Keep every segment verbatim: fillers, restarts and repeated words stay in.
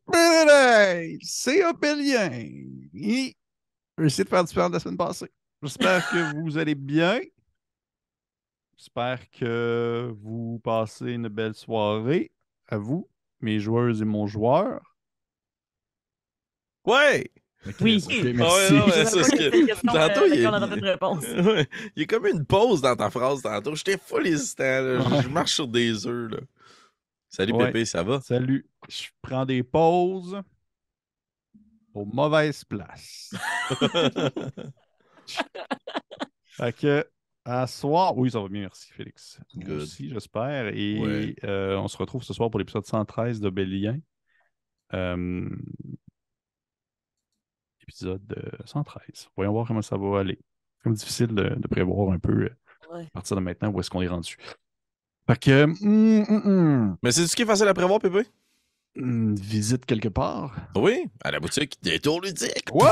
Hey, c'est Opélien. Et j'ai essayé de faire différent de la semaine passée. J'espère que vous allez bien. J'espère que vous passez une belle soirée. À vous, mes joueuses et mon joueur. Ouais! Ok, Oui. ok, Ah ouais, merci. non, mais Je c'est savais ce pas que c'était une que. question Tantôt, euh, il y, laquelle a... on attendait une réponse. ouais, il y a comme une pause dans ta phrase tantôt. J'étais full hésitant, là. Je, je Ouais. marche sur des œufs, là. Salut Ouais. Pépé, ça va? Salut. Je prends des pauses aux mauvaises places. Fait que, à soir, oui, ça va bien, merci Félix. Moi Good. aussi, j'espère. Ouais. Et euh, on se retrouve ce soir pour l'épisode cent treize de Bélien. Euh, épisode euh, cent treize. Voyons voir comment ça va aller. C'est comme difficile de, de prévoir un peu euh, Ouais. à partir de maintenant où est-ce qu'on est rendu. Fait que, hum, hum, hum, Mais c'est ce qui est facile à prévoir, Pépé? hum, visite quelque part. Oui, à la boutique Détour ludique. Ouais!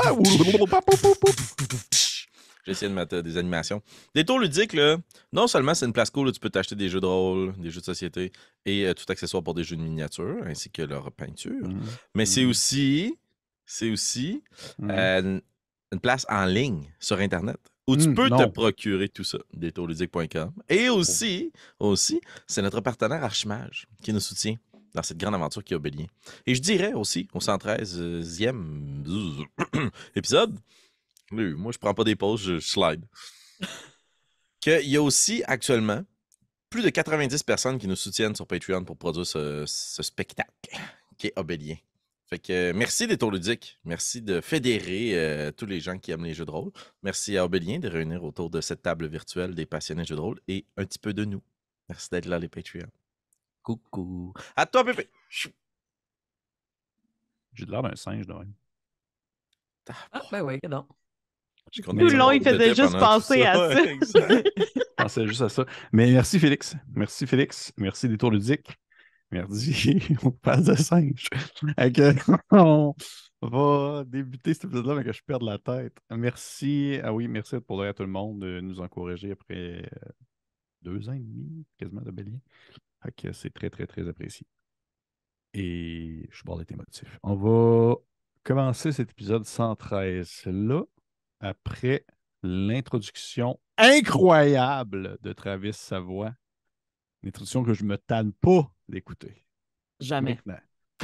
J'ai essayé de mettre euh, des animations. Détour ludique, là, non seulement c'est une place cool où tu peux t'acheter des jeux de rôle, des jeux de société et euh, tout accessoire pour des jeux de miniature, ainsi que leur peinture, Hum, mais c'est hum, aussi, c'est aussi hum. euh, une place en ligne sur Internet où tu Hum, peux te non. procurer tout ça, détourludique point com. Et aussi, aussi, c'est notre partenaire Archimage qui nous soutient dans cette grande aventure qui est Obélien. Et je dirais aussi, au cent treizième épisode, oui, moi je prends pas des pauses, je slide, qu'il y a aussi actuellement plus de quatre-vingt-dix personnes qui nous soutiennent sur Patreon pour produire ce, ce spectacle qui est Obélien. Fait que euh, merci des tours ludiques. Merci de fédérer euh, tous les gens qui aiment les jeux de rôle. Merci à Obélien de réunir autour de cette table virtuelle des passionnés de jeux de rôle et un petit peu de nous. Merci d'être là, les Patreons. Coucou. À toi, Pépé. Chou. J'ai l'air d'un singe, de même. Ah, ben oui, que non. Je suis Mais- content Tout que le ça long, me il faisait répétait juste pendant tout penser ça. à Ouais, ça. exact. Je pensais juste à ça. Mais merci Félix. Merci Félix. Merci des tours ludiques. Merci. On passe de singe. Fait que, on va débuter cet épisode-là, mais que je perde la tête. Merci. Ah oui, merci pour à tout le monde de nous encourager après euh, deux ans et demi, quasiment de Bélien. Fait que c'est très, très, très apprécié. Et je suis bord d'être émotif. On va commencer cet épisode cent treize-là après l'introduction incroyable de Travis Savoie. Une introduction que je me tanne pas d'écouter. Jamais. Maintenant.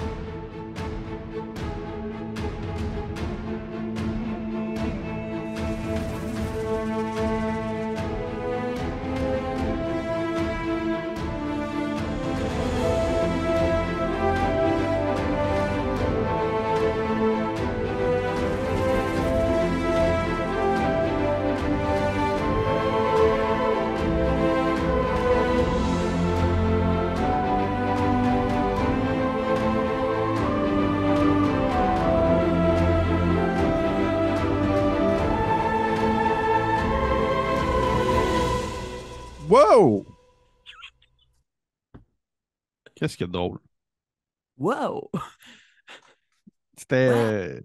Wow! Qu'est-ce qu'il y a de drôle? Wow! C'était.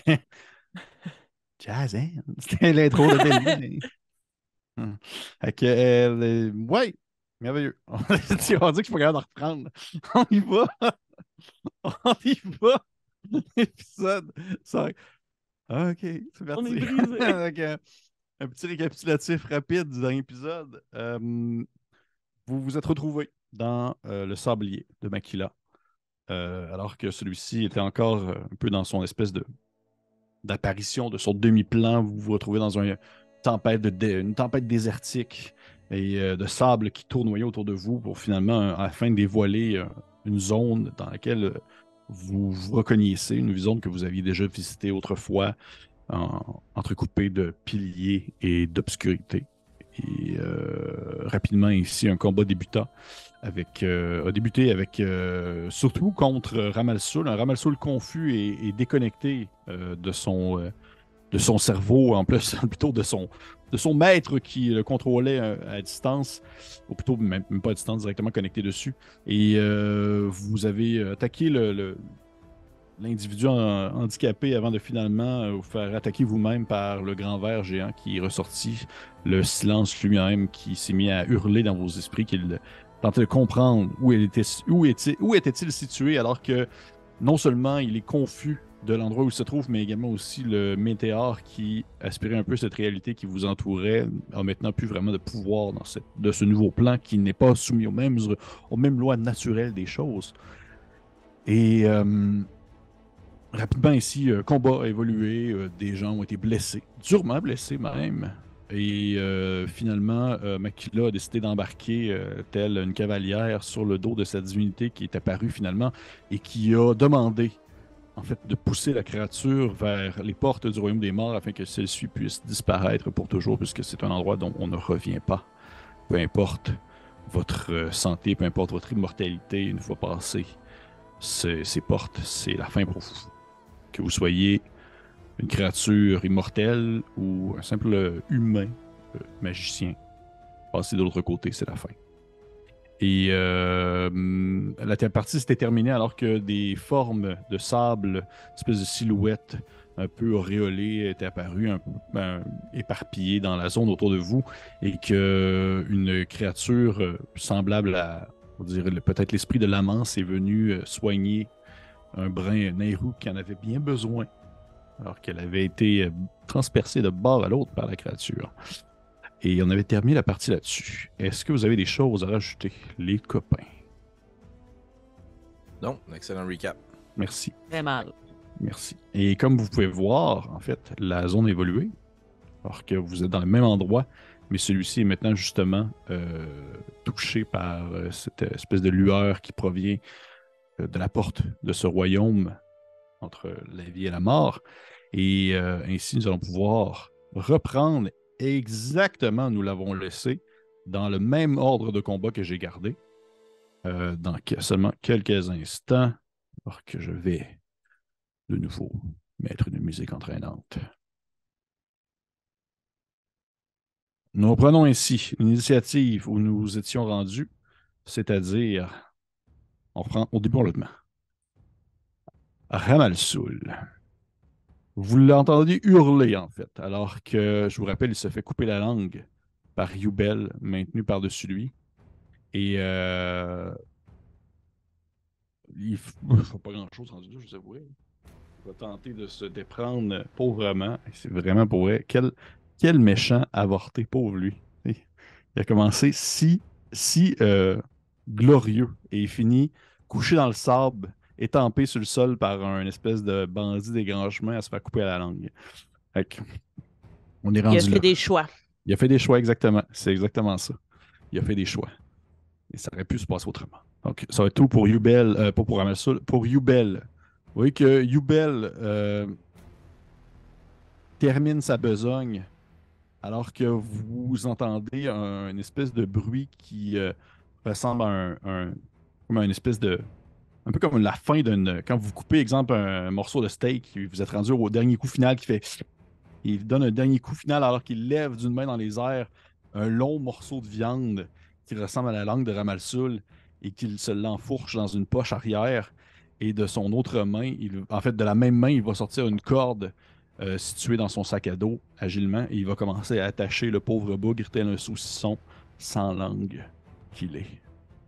Jazz Hands. C'était l'intro de Bélien. Hum. Fait que, euh, ouais, merveilleux. On dit que je suis pas capable de reprendre. On y va. On y va. Épisode cinq. OK, c'est On parti. est brisé. Avec, euh, un petit récapitulatif rapide du dernier épisode. Euh, vous vous êtes retrouvés dans euh, le sablier de Makila, euh, alors que celui-ci était encore euh, un peu dans son espèce de d'apparition, de son demi-plan. Vous vous retrouvez dans un tempête de dé- une tempête désertique et euh, de sable qui tournoyait autour de vous pour finalement, euh, afin de dévoiler euh, une zone dans laquelle euh, vous vous reconnaissez, une zone que vous aviez déjà visitée autrefois, en- entrecoupée de piliers et d'obscurité. Et euh, rapidement, ici, un combat débuta avec, euh, a débuté avec euh, surtout contre Ramalsoul. Un Ramalsoul confus et, et déconnecté euh, de, son, euh, de son cerveau, en plus plutôt de son, de son maître qui le contrôlait euh, à distance, ou plutôt même, même pas à distance, directement connecté dessus. Et euh, vous avez attaqué le, le- l'individu en- handicapé avant de finalement euh, vous faire attaquer vous-même par le grand ver géant qui est ressorti, le silence lui-même qui s'est mis à hurler dans vos esprits, qu'il tentait de comprendre où, elle était, où, était, où était-il situé alors que non seulement il est confus de l'endroit où il se trouve, mais également aussi le météore qui aspirait un peu cette réalité qui vous entourait, a maintenant plus vraiment de pouvoir dans cette, de ce nouveau plan qui n'est pas soumis aux mêmes, aux mêmes lois naturelles des choses. Et euh, rapidement ici, le combat a évolué, euh, des gens ont été blessés, durement blessés même. Et euh, finalement, euh, Makila a décidé d'embarquer euh, telle une cavalière sur le dos de sa divinité qui est apparue finalement et qui a demandé en fait de pousser la créature vers les portes du royaume des morts afin que celle-ci puisse disparaître pour toujours puisque c'est un endroit dont on ne revient pas. Peu importe votre euh, santé, peu importe votre immortalité, une fois passé ces, ces portes, c'est la fin pour vous. Que vous soyez une créature immortelle ou un simple humain, euh, magicien, passer de l'autre côté, c'est la fin. Et euh, la partie s'était terminée alors que des formes de sable, une espèce de silhouette un peu auréolée étaient apparues, un peu ben, éparpillées dans la zone autour de vous, et qu'une créature euh, semblable à, on dirait peut-être l'esprit de l'amance est venue euh, soigner un brin Nehru qui en avait bien besoin, alors qu'elle avait été euh, transpercée de bord à l'autre par la créature. Et on avait terminé la partie là-dessus. Est-ce que vous avez des choses à rajouter, les copains? Non, excellent recap. Merci. Très mal. Merci. Et comme vous pouvez voir, en fait, la zone a évolué, alors que vous êtes dans le même endroit, mais celui-ci est maintenant justement euh, touché par euh, cette espèce de lueur qui provient euh, de la porte de ce royaume entre la vie et la mort. Et euh, ainsi, nous allons pouvoir reprendre exactement, nous l'avons laissé, dans le même ordre de combat que j'ai gardé, euh, dans que, seulement quelques instants, alors que je vais de nouveau mettre une musique entraînante. Nous reprenons ainsi une initiative où nous étions rendus, c'est-à-dire, on prend au développement. Ramalsoul. Vous l'entendez hurler, en fait, alors que, je vous rappelle, il se fait couper la langue par Youbel, maintenu par-dessus lui. Et euh, il ne faut pas grand-chose rendu là, je vous avouerai. Il va tenter de se déprendre pauvrement. C'est vraiment pour vrai. Quel, quel méchant avorté, pauvre lui. Il a commencé si, si euh, glorieux et il finit couché dans le sable, étampé sur le sol par un espèce de bandit des grands chemins à se faire couper à la langue. Fait que, on est Il a rendu fait là. des choix. Il a fait des choix, exactement. C'est exactement ça. Il a fait des choix. Et ça aurait pu se passer autrement. Donc, ça va être tout pour Youbel, euh, pas pour Ramalsoul, pour Youbel. Vous voyez que Youbel euh, termine sa besogne alors que vous entendez un, une espèce de bruit qui euh, ressemble à un, un, comme une espèce de... Un peu comme la fin d'une... Quand vous coupez, exemple, un, un morceau de steak, vous êtes rendu au dernier coup final qui fait... Il donne un dernier coup final alors qu'il lève d'une main dans les airs un long morceau de viande qui ressemble à la langue de Ramalsoul et qu'il se l'enfourche dans une poche arrière. Et de son autre main, il, en fait, de la même main, il va sortir une corde euh, située dans son sac à dos, agilement, et il va commencer à attacher le pauvre bougre tel un saucisson sans langue qu'il est.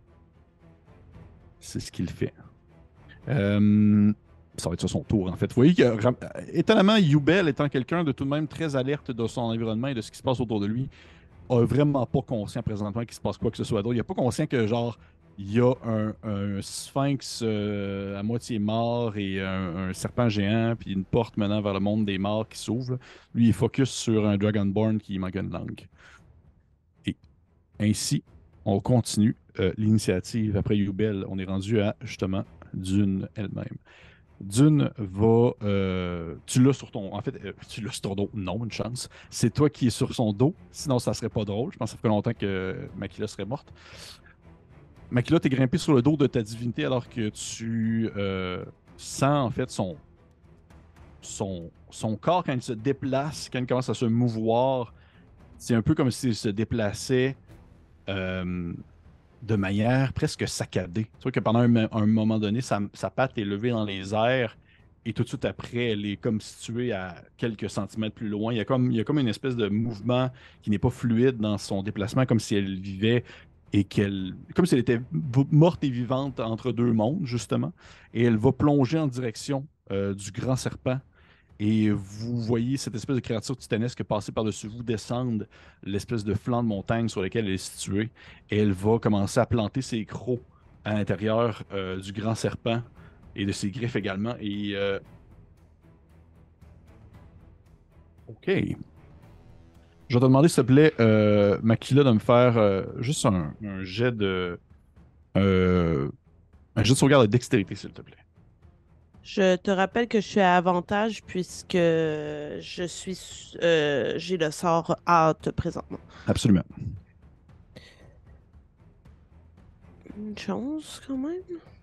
C'est ce qu'il fait. Euh, ça va être sur son tour, en fait. Vous voyez que, étonnamment, Youbel, étant quelqu'un de tout de même très alerte de son environnement et de ce qui se passe autour de lui, a vraiment pas conscient présentement qu'il se passe quoi que ce soit d'autre. Il a pas conscient que, genre, il y a un, un sphinx euh, à moitié mort et un, un serpent géant, puis une porte menant vers le monde des morts qui s'ouvre. Lui, il focus sur un Dragonborn qui manque une langue. Et ainsi, on continue euh, l'initiative. Après Youbel, on est rendu à, justement, Dune elle-même. Dune va. Euh, tu l'as sur ton. En fait, euh, tu l'as sur ton dos. Non, une chance. C'est toi qui es sur son dos. Sinon, ça serait pas drôle. Je pense que ça ferait longtemps que Makila serait morte. Makila, t'es grimpé sur le dos de ta divinité alors que tu euh, sens en fait son, son, son corps quand il se déplace, quand il commence à se mouvoir. C'est un peu comme s'il se déplaçait euh, de manière presque saccadée. Tu vois que pendant un, un moment donné, sa, sa patte est levée dans les airs et tout de suite après, elle est comme située à quelques centimètres plus loin. Il y a comme, il y a comme une espèce de mouvement qui n'est pas fluide dans son déplacement, comme si elle vivait et qu'elle, comme si elle était v- morte et vivante entre deux mondes, justement, et elle va plonger en direction euh, du grand serpent. Et vous voyez cette espèce de créature titanesque passer par-dessus vous, descendre l'espèce de flanc de montagne sur lequel elle est située. Et elle va commencer à planter ses crocs à l'intérieur euh, du grand serpent et de ses griffes également. Et euh, OK. Je vais te demander, s'il te plaît, euh, Makila, de me faire euh, juste un, un jet de. euh, un jet de sauvegarde de dextérité, s'il te plaît. Je te rappelle que je suis à avantage puisque je suis euh, j'ai le sort hâte présentement. Absolument. Une chance quand même.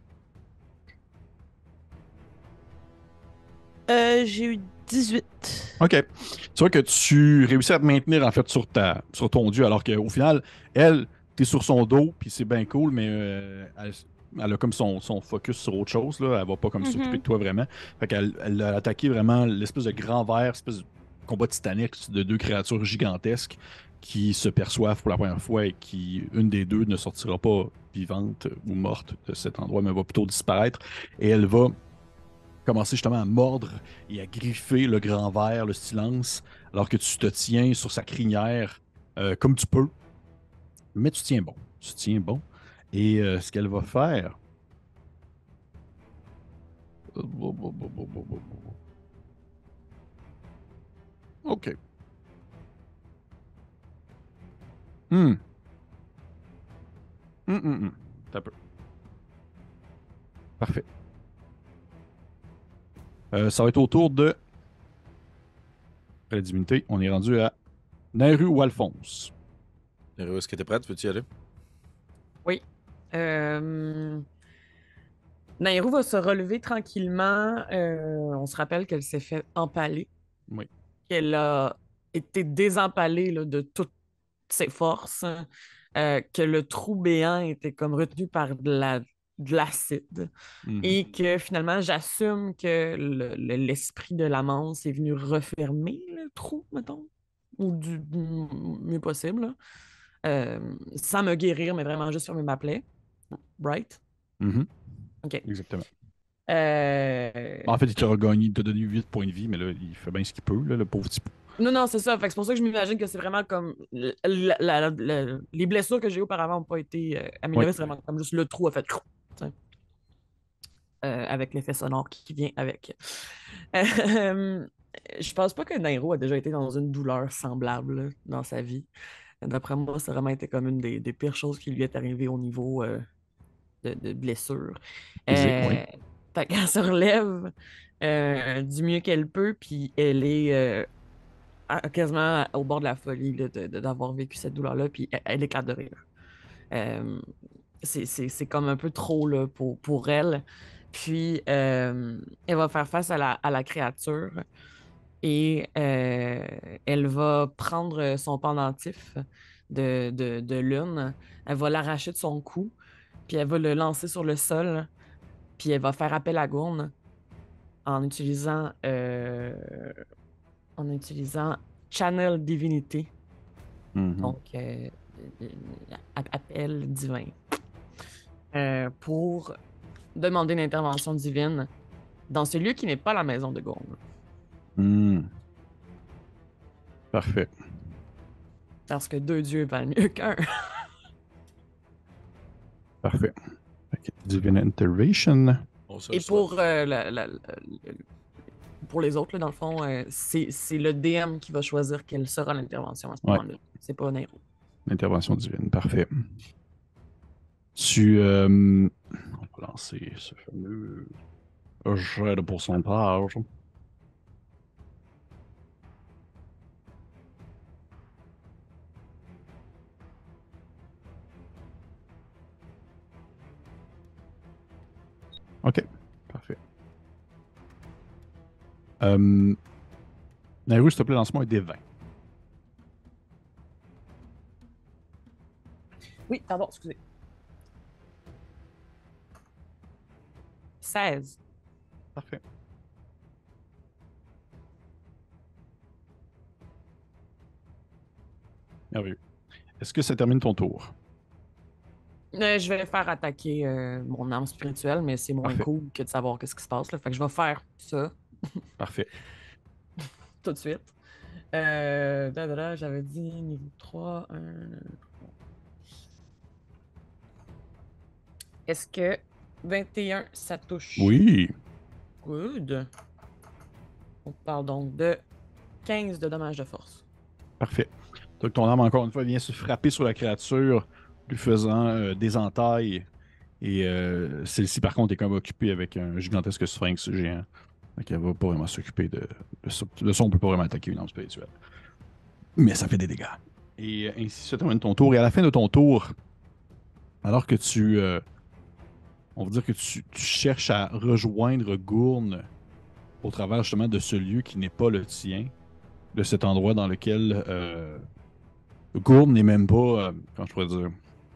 Euh, j'ai eu dix-huit. OK. Tu vois que tu réussis à te maintenir en fait sur ta sur ton dieu, alors qu'au final, elle, t'es sur son dos, puis c'est bien cool, mais euh, elle, elle a comme son, son focus sur autre chose, là. Elle va pas comme s'occuper de Mhm. toi vraiment. Fait qu'elle elle a attaqué vraiment l'espèce de grand verre, espèce de combat titanique de deux créatures gigantesques qui se perçoivent pour la première fois et qui, une des deux, ne sortira pas vivante ou morte de cet endroit, mais va plutôt disparaître. Et elle va commencer justement à mordre et à griffer le grand verre, le silence, alors que tu te tiens sur sa crinière euh, comme tu peux. Mais tu tiens bon. Tu tiens bon. Et euh, ce qu'elle va faire. OK. Hmm. Hum, hum, hum. T'as peu. Parfait. Euh, ça va être au tour de. Après la divinité, on est rendu à Nairu ou Alphonse. Nero, est-ce que t'es prête? Veux-tu y aller? Oui. Euh... Nairou va se relever tranquillement. Euh, on se rappelle qu'elle s'est fait empaler, Oui. qu'elle a été désempalée là, de toutes ses forces, euh, que le trou béant était comme retenu par de la, de l'acide Mhm. et que finalement, j'assume que le- le- l'esprit de l'amance est venu refermer le trou, mettons, ou du, du mieux possible, là. Euh, sans me guérir, mais vraiment juste fermer ma plaie. Right? Mhm. OK. Exactement. Euh, En fait, il t'a regagné, il t'a donné huit points de vie, mais là, il fait bien ce qu'il peut, là, le pauvre petit. Non, non, c'est ça. Fait que c'est pour ça que je m'imagine que c'est vraiment comme la- la- la- la- les blessures que j'ai eues auparavant n'ont pas été euh, Oui. améliorées. C'est vraiment comme juste le trou a fait crou, tu sais, euh, avec l'effet sonore qui vient avec. Euh, je pense pas que Nairo a déjà été dans une douleur semblable là, dans sa vie. D'après moi, ça a vraiment été comme une des, des pires choses qui lui est arrivée au niveau euh, de, de blessure. Physique, oui. Euh, Fait qu'elle se relève euh, du mieux qu'elle peut, puis elle est euh, à- quasiment au bord de la folie là, de- de- d'avoir vécu cette douleur-là, puis elle, elle éclate de rire. Euh, c'est c'est- c'est comme un peu trop là, pour, pour elle. Puis euh, elle va faire face à la, à la créature et euh, elle va prendre son pendentif de, de, de lune, elle va l'arracher de son cou, puis elle va le lancer sur le sol, puis elle va faire appel à Gourne en utilisant, euh, en utilisant Channel Divinity. Mhm. Donc, euh, euh, appel divin. Euh, pour demander une intervention divine dans ce lieu qui n'est pas la maison de Gorn. Hmm. Parfait. Parce que deux dieux valent mieux qu'un. Parfait. Ok, Divine Intervention. On se Et le souhaite. pour, euh, la- la- la- pour les autres, là, dans le fond, euh, c'est c'est le D M qui va choisir quelle sera l'intervention à ce Ouais, moment-là. C'est pas Nairo. intervention divine. Parfait. Tu. euh, on va lancer ce fameux jet de pourcentage. OK. Parfait. Euh, Nairou, s'il te plaît, lance-moi un dé vingt. Oui, pardon, excusez. seize. Parfait. Merveilleux. Est-ce que ça termine ton tour? Euh, je vais faire attaquer euh, mon âme spirituelle, mais c'est moins Parfait. cool que de savoir qu'est-ce qui se passe. Là. Fait que je vais faire ça Parfait. tout de suite. Euh, da, da, da, j'avais dit niveau trois. un... Est-ce que vingt et un, ça touche? Oui. Good. On parle donc de quinze de dommages de force. Parfait. Donc, ton arme, encore une fois, vient se frapper sur la créature, lui faisant euh, des entailles. Et euh, celle-ci, par contre, est comme occupée avec un gigantesque sphinx géant. Donc, elle va pas vraiment s'occuper de, de ça. De ça, on peut pas vraiment attaquer une arme spirituelle. Mais ça fait des dégâts. Et euh, ainsi se termine ton tour. Et à la fin de ton tour, alors que tu. euh, on va dire que tu, tu cherches à rejoindre Gourne au travers justement de ce lieu qui n'est pas le tien, de cet endroit dans lequel euh, Gourne n'est même pas. Euh, comment je pourrais dire.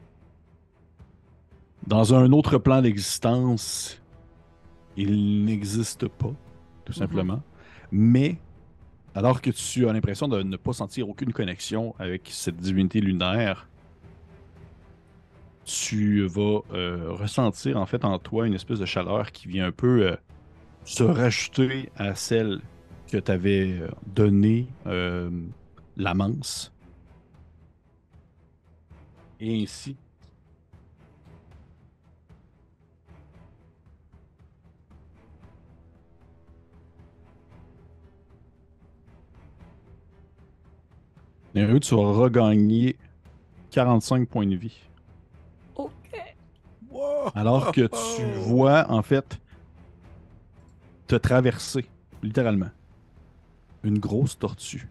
Dans un autre plan d'existence, il n'existe pas, tout simplement. Mais, alors que tu as l'impression de ne pas sentir aucune connexion avec cette divinité lunaire, tu vas euh, ressentir en fait en toi une espèce de chaleur qui vient un peu euh, se rajouter à celle que t'avais euh, donnée euh, la manse. Et ainsi, Néru, tu vas regagner quarante-cinq points de vie. OK. Wow! Alors que tu vois, en fait, te traverser, littéralement, une grosse tortue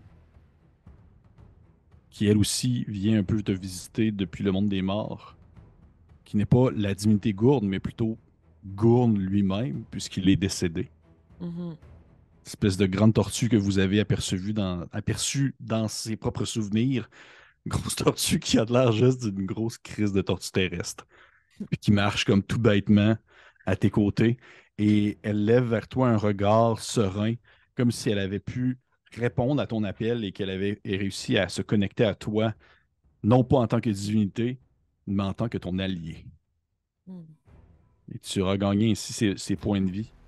qui, elle aussi, vient un peu te visiter depuis le monde des morts, qui n'est pas la divinité Gourne, mais plutôt Gourne lui-même, puisqu'il est décédé. Mhm. Espèce de grande tortue que vous avez aperçue dans, aperçue dans ses propres souvenirs. Grosse tortue qui a de l'air juste d'une grosse crise de tortue terrestre. Puis qui marche comme tout bêtement à tes côtés. Et elle lève vers toi un regard serein, comme si elle avait pu répondre à ton appel et qu'elle avait réussi à se connecter à toi, non pas en tant que divinité, mais en tant que ton allié. Mm. Et tu auras gagné ainsi ces, ces points de vie,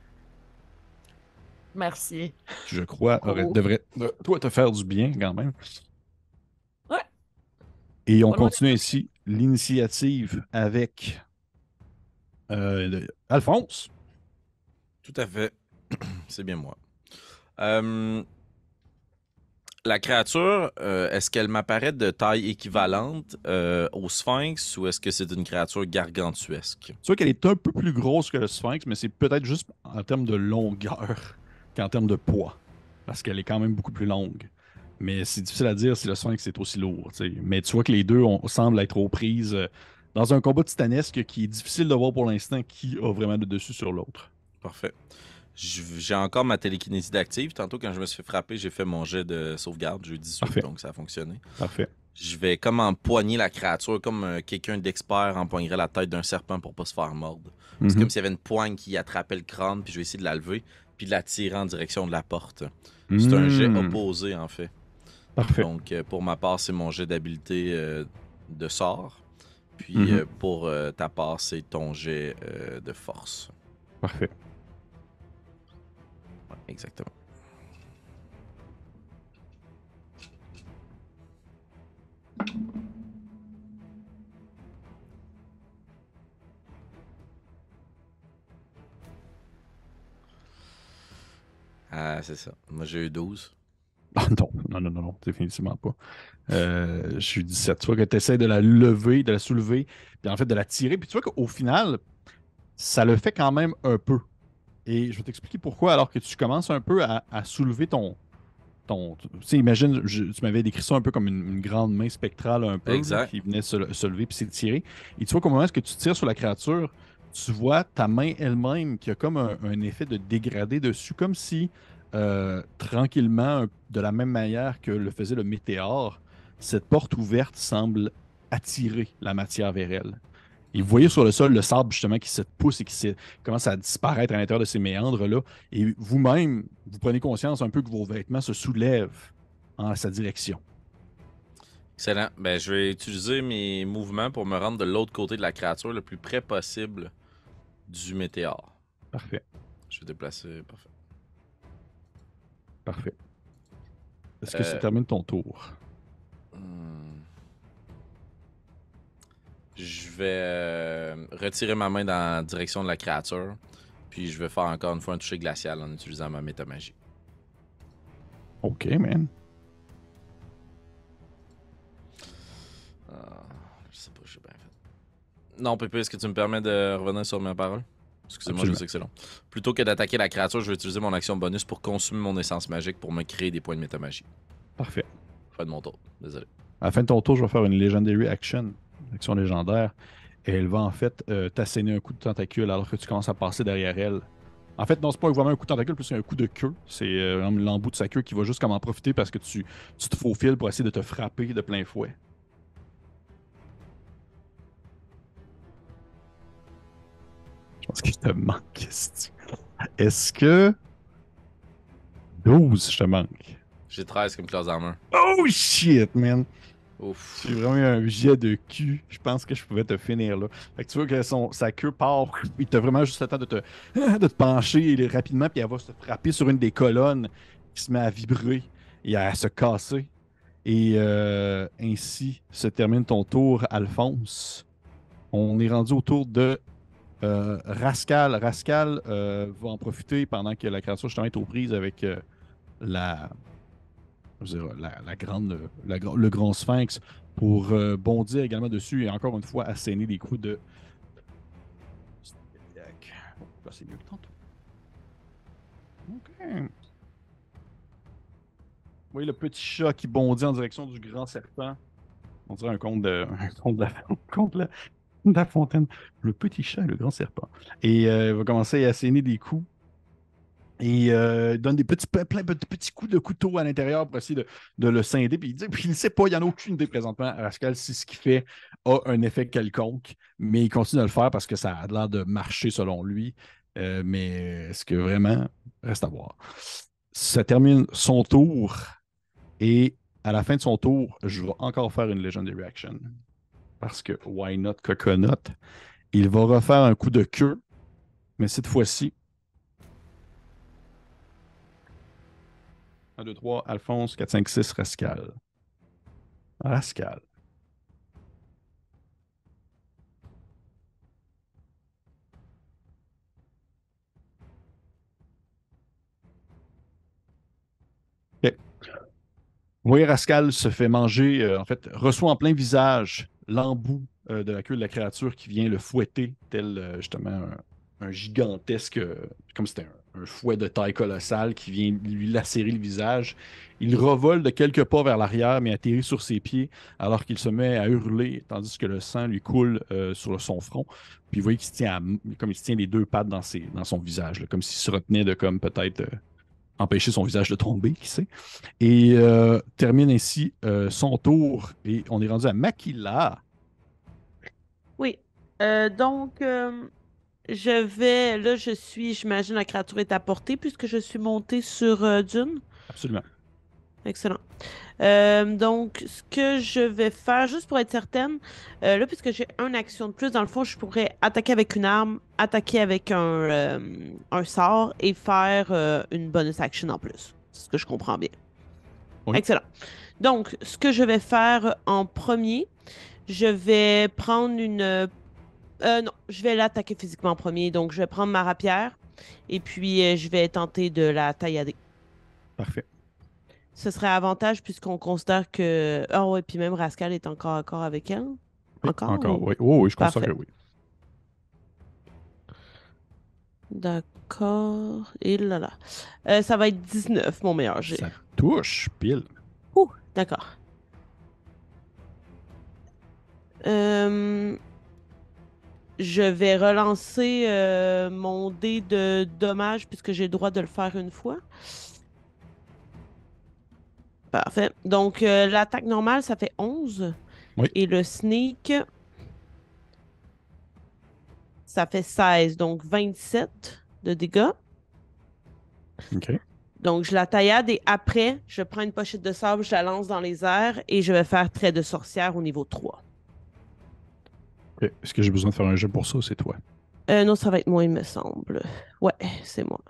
Merci. qui, je crois, aurait- Oh. devraient, euh, toi, te faire du bien quand même. Ouais. Et on Pas loin continue ainsi l'initiative avec euh, le- Alphonse. Tout à fait. C'est bien moi. Euh, la créature, euh, est-ce qu'elle m'apparaît de taille équivalente euh, au Sphinx ou est-ce que c'est une créature gargantuesque? Tu vois qu'elle est un peu plus grosse que le Sphinx, mais c'est peut-être juste en termes de longueur qu'en termes de poids. Parce qu'elle est quand même beaucoup plus longue. Mais c'est difficile à dire si le Sphinx est aussi lourd. T'sais. Mais tu vois que les deux ont- semblent être aux prises euh, dans un combat titanesque qui est difficile de voir pour l'instant qui a vraiment le dessus sur l'autre. Parfait. J- J'ai encore ma télékinésie d'active. Tantôt, quand je me suis fait frapper, j'ai fait mon jet de sauvegarde. J'ai eu dix-huit, Parfait. donc ça a fonctionné. Parfait. Je vais comme empoigner la créature, comme euh, quelqu'un d'expert empoignerait la tête d'un serpent pour pas se faire mordre. C'est Mhm. comme s'il y avait une poigne qui attrapait le crâne, puis je vais essayer de la lever, puis de la tirer en direction de la porte. C'est un jet Mm. opposé, en fait. Parfait. Donc, euh, pour ma part, c'est mon jet d'habileté euh, de sort. Puis, Mhm. euh, pour euh, ta part, c'est ton jet euh, de force. Parfait. Ouais, exactement. Ah, c'est ça. Moi, j'ai eu douze. Ah non, non, non, non, non, définitivement pas. Euh, je suis dix-sept. Tu vois que tu essaies de la lever, de la soulever, puis en fait de la tirer. Puis tu vois qu'au final, ça le fait quand même un peu. Et je vais t'expliquer pourquoi, alors que tu commences un peu à, à soulever ton. ton tu sais, imagine, je- tu m'avais décrit ça un peu comme une, une grande main spectrale, un peu, là, Exact. qui venait se, se lever puis s'étirer. Et tu vois qu'au moment où tu tires sur la créature, tu vois ta main elle-même qui a comme un, un effet de dégradé dessus, comme si euh, tranquillement, un- de la même manière que le faisait le météore, cette porte ouverte semble attirer la matière vers elle. Et vous voyez sur le sol le sable justement qui se pousse et qui se- commence à disparaître à l'intérieur de ces méandres-là. Et vous-même, vous prenez conscience un peu que vos vêtements se soulèvent en sa direction. Excellent. Ben, je vais utiliser mes mouvements pour me rendre de l'autre côté de la créature le plus près possible du météore. Parfait. Je vais déplacer. Parfait. Parfait. Est-ce que ça Euh, termine ton tour? hmm. Je vais euh, retirer ma main dans la direction de la créature. Puis je vais faire encore une fois un toucher glacial en utilisant ma métamagie. Ok, man. Ah, je sais pas, je sais bien fait. Non, Pépé, est-ce que tu me permets de revenir sur mes paroles? Excusez-moi, je Absolument. sais que c'est long. Plutôt que d'attaquer la créature, je vais utiliser mon action bonus pour consommer mon essence magique pour me créer des points de métamagie. Parfait. Fin de mon tour. Désolé. À la fin de ton tour, je vais faire une Legendary Action, une action légendaire, et elle va en fait euh, t'asséner un coup de tentacule alors que tu commences à passer derrière elle. En fait, non, c'est pas vraiment un coup de tentacule, plus c'est un coup de queue. C'est euh, l'embout de sa queue qui va juste comme en profiter parce que tu, tu te faufiles pour essayer de te frapper de plein fouet. Je pense que je te manque. Est-ce est-ce que douze, je te manque? J'ai treize comme classe d'armure. Oh shit, man! Ouf. J'ai vraiment eu un jet de cul. Je pense que je pouvais te finir là. Fait que tu vois que son, sa queue part. Il t'a vraiment juste le temps de te, de te pencher rapidement, puis elle va se frapper sur une des colonnes qui se met à vibrer et à se casser. Et euh, ainsi se termine ton tour, Alphonse. On est rendu au tour de euh, Rascal. Rascal euh, va en profiter pendant que la créature justement est aux prises avec euh, la, je veux dire, la, la grande, la gra- le grand sphinx pour euh, bondir également dessus et encore une fois asséner des coups de. Là, c'est mieux que tantôt. Ok. Vous voyez le petit chat qui bondit en direction du grand serpent. On dirait un conte de, un conte de, la, un conte de, la, de la fontaine. Le petit chat et le grand serpent. Et euh, il va commencer à asséner des coups. Et euh, il donne des petits, plein, plein de petits coups de couteau à l'intérieur pour essayer de, de le scinder. Puis il dit, puis il ne sait pas, il n'y en a aucune idée présentement, Rascal, si ce qu'il fait a un effet quelconque. Mais il continue de le faire parce que ça a l'air de marcher selon lui. Euh, mais est-ce que vraiment, reste à voir. Ça termine son tour. Et à la fin de son tour, je vais encore faire une Legendary Action. Parce que why not Coconut? Il va refaire un coup de queue. Mais cette fois-ci, un, deux, trois, Alphonse, quatre, cinq, six, Rascal. Rascal. OK. Vous voyez, Rascal se fait manger, euh, en fait, reçoit en plein visage l'embout euh, de la queue de la créature qui vient le fouetter, tel euh, justement un, un gigantesque, euh, comme c'était un, un fouet de taille colossale qui vient lui lacérer le visage. Il revole de quelques pas vers l'arrière, mais atterrit sur ses pieds alors qu'il se met à hurler, tandis que le sang lui coule euh, sur son front. Puis vous voyez qu'il se tient à- comme il se tient les deux pattes dans, ses, dans son visage, là, comme s'il se retenait de comme peut-être euh, empêcher son visage de tomber, qui sait. Et euh, termine ainsi euh, son tour. Et on est rendu à Makila. Oui. Euh, donc, euh, je vais. Là, je suis. J'imagine la créature est à portée puisque je suis montée sur euh, Dune. Absolument. Excellent. Euh, donc, ce que je vais faire, juste pour être certaine, euh, là, puisque j'ai une action de plus, dans le fond, je pourrais attaquer avec une arme, attaquer avec un, euh, un sort et faire euh, une bonus action en plus. C'est ce que je comprends bien. Oui. Excellent. Donc, ce que je vais faire en premier, je vais prendre une... euh, non, je vais l'attaquer physiquement en premier. Donc, je vais prendre ma rapière et puis euh, je vais tenter de la taillader. Parfait. Ce serait avantage puisqu'on considère que... Ah ouais, puis même Rascal est encore accord avec elle. Oui, Encore encore. ou... Oui, oh, oui, je considère Parfait. que oui. D'accord. Et là là. Euh, ça va être dix-neuf, mon meilleur jet. Ça touche, pile. Ouh, d'accord. Euh, Je vais relancer euh, mon dé de dommage puisque j'ai le droit de le faire une fois. Parfait. Donc, euh, l'attaque normale, ça fait onze. Oui. Et le sneak, ça fait seize. Donc, vingt-sept de dégâts. OK. Donc, je la taillade et après, je prends une pochette de sable, je la lance dans les airs et je vais faire trait de sorcière au niveau trois. Ok. Est-ce que j'ai besoin de faire un jeu pour ça, c'est toi? Euh, non, ça va être moi, il me semble. Ouais, c'est moi.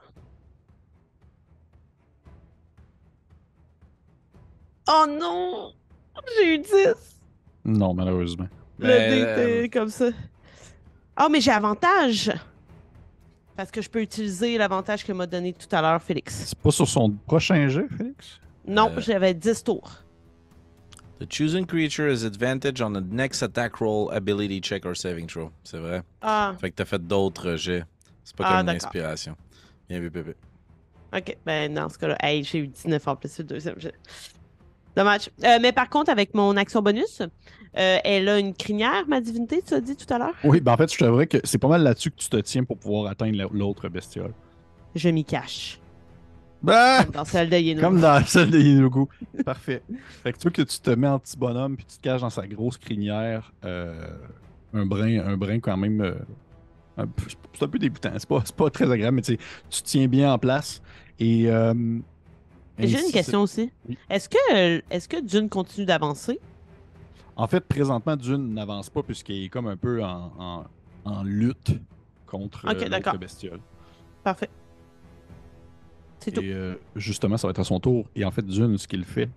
Oh non! J'ai eu dix! Non, malheureusement. Le Mais, dé euh, était comme ça. Ah, mais j'ai avantage! Parce que je peux utiliser l'avantage que m'a donné tout à l'heure Félix. C'est pas sur son prochain jeu, Félix? Non, Euh. j'avais dix tours. The chosen creature has advantage on the next attack roll, ability check or saving throw. C'est vrai. Ah, Fait que t'as fait d'autres jets. C'est pas Ah, comme une d'accord. inspiration. Bien vu, bébé. ok. Ben, dans ce cas-là, hey, j'ai eu dix-neuf en plus, c'est le deuxième jet. Dommage. Euh, mais par contre, avec mon action bonus, euh, elle a une crinière, ma divinité, tu as dit tout à l'heure? Oui, ben en fait, je t'avouerais que c'est pas mal là-dessus que tu te tiens pour pouvoir atteindre la- l'autre bestiole. Je m'y cache. Bah! Comme dans celle de Yeno. Comme dans celle de Yenogu. Parfait. Fait que tu vois que tu te mets en petit bonhomme puis tu te caches dans sa grosse crinière. euh, un brin, un brin quand même. euh, un peu- c'est un peu dégoûtant. C'est pas, c'est pas très agréable, mais tu sais, tu te tiens bien en place. Et. euh, J'ai ainsi une se- question aussi. Oui. Est-ce que, est-ce que Dune continue d'avancer? En fait, présentement, Dune n'avance pas puisqu'il est comme un peu en, en- en lutte contre Ok, euh, l'autre d'accord. bestiole. Parfait. C'est tout. Et euh, justement, ça va être à son tour. Et en fait, Dune, ce qu'il fait.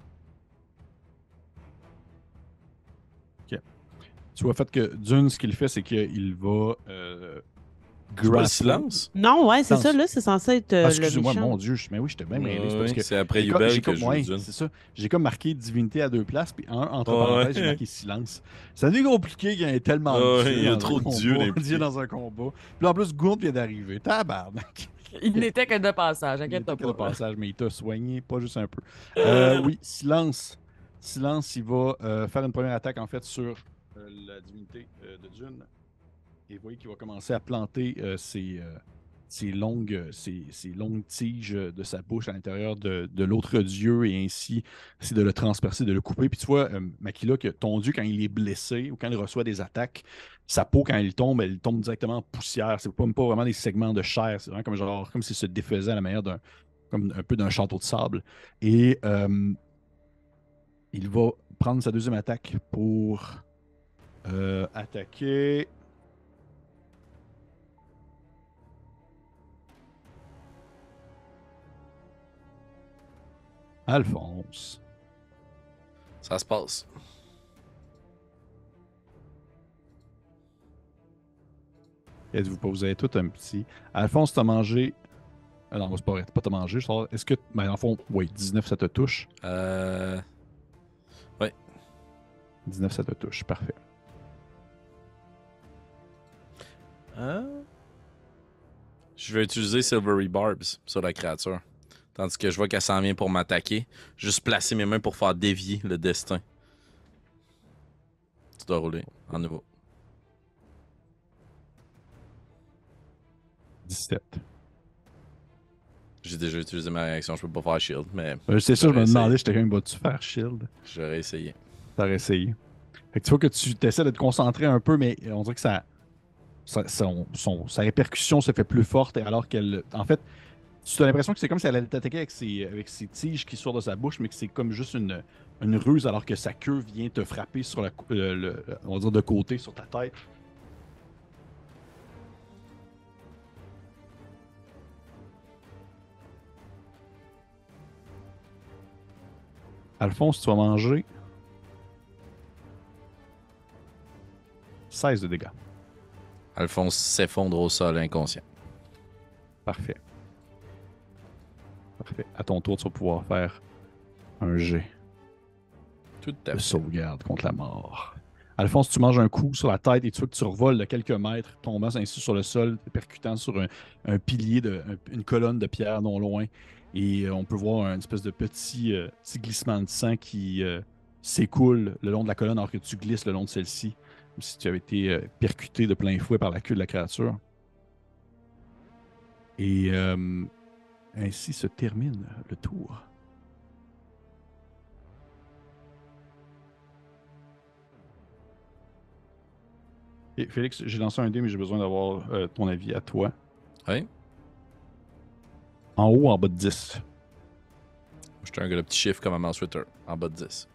Ok. Tu vois, en fait que Dune, ce qu'il fait, c'est qu'il va. Euh, C'est pas le grapple- silence? Non, ouais, c'est Silence. ça, là, c'est censé être euh, Ah, le excusez-moi, méchant. mon Dieu, je- mais oui, j'étais bien mêlé. C'est parce Oui, que c'est après j'ai comme- Yubel j'ai que comme- je joue ouais, Dune. c'est ça. J'ai comme marqué divinité à deux places, puis un, entre Ouais. parenthèses, j'ai marqué silence. Ça devient compliqué qu'il y ait tellement de Ouais, dieux il y a dans trop un de dieux combat, d'impliqués. dieux dans un combat. Puis en plus, Gourde vient d'arriver. Tabarnak! Il n'était que de passage, Il inquiète était que pas. le passage, mais il t'a soigné, pas juste un peu. Euh, oui, silence. Silence, il va euh, faire une première attaque, en fait, sur euh, la divinité euh, de Dune. Et vous voyez qu'il va commencer à planter euh, ses, euh, ses longues, euh, ses, ses longues tiges de sa bouche à l'intérieur de, de l'autre dieu et ainsi c'est de le transpercer, de le couper. Puis tu vois, euh, Makila, que ton dieu, quand il est blessé ou quand il reçoit des attaques, sa peau, quand il tombe, elle tombe directement en poussière. C'est pas, même pas vraiment des segments de chair, c'est vraiment comme, genre, comme s'il se défaisait à la manière d'un comme un peu d'un château de sable. Et euh, il va prendre sa deuxième attaque pour euh, attaquer. Alphonse. Ça se passe. Êtes-vous pas? Vous avez tout un petit. Alphonse, t'as mangé. Ah non, c'est pas vrai, t'as pas t'as mangé. je sors- Est-ce que. Ben, en fond, oui, dix-neuf, ça te touche. Euh... Ouais. dix-neuf, ça te touche. Parfait. Hein? Je vais utiliser Silvery Barbs sur la créature. Tandis que je vois qu'elle s'en vient pour m'attaquer. Juste placer mes mains pour faire dévier le destin. Tu dois rouler en nouveau. dix-sept. J'ai déjà utilisé ma réaction, je peux pas faire shield, mais Euh, c'est ça, je me J'aurais demandais, essayé. j'étais quand même, vas-tu faire shield? j'aurais essayé. T'aurais essayé. Fait que tu vois que tu essaies de te concentrer un peu, mais on dirait que ça, ça- son- son- sa répercussion se fait plus forte, alors qu'elle. En fait, tu as l'impression que c'est comme si elle allait t'attaquer avec ses, avec ses tiges qui sortent de sa bouche, mais que c'est comme juste une, une ruse, alors que sa queue vient te frapper sur la, cou- euh, le, on va dire de côté, sur ta tête. Alphonse, tu vas manger seize de dégâts. Alphonse s'effondre au sol inconscient. Parfait. Parfait. À ton tour, tu vas pouvoir faire un jet Tout à de fait. sauvegarde contre la mort. Alphonse, tu manges un coup sur la tête et tu vois que tu revoles de quelques mètres, tombant ainsi sur le sol, te percutant sur un, un pilier, de, un- une colonne de pierre non loin. Et euh, on peut voir une espèce de petit, euh, petit glissement de sang qui euh, s'écoule le long de la colonne alors que tu glisses le long de celle-ci, comme si tu avais été euh, percuté de plein fouet par la queue de la créature. Et euh, ainsi se termine le tour. Et Félix, j'ai lancé un dé, mais j'ai besoin d'avoir euh, ton avis à toi. Oui. En haut, en bas de dix. J'étais un gars de petit chiffre comme un mouse Twitter, en bas de dix.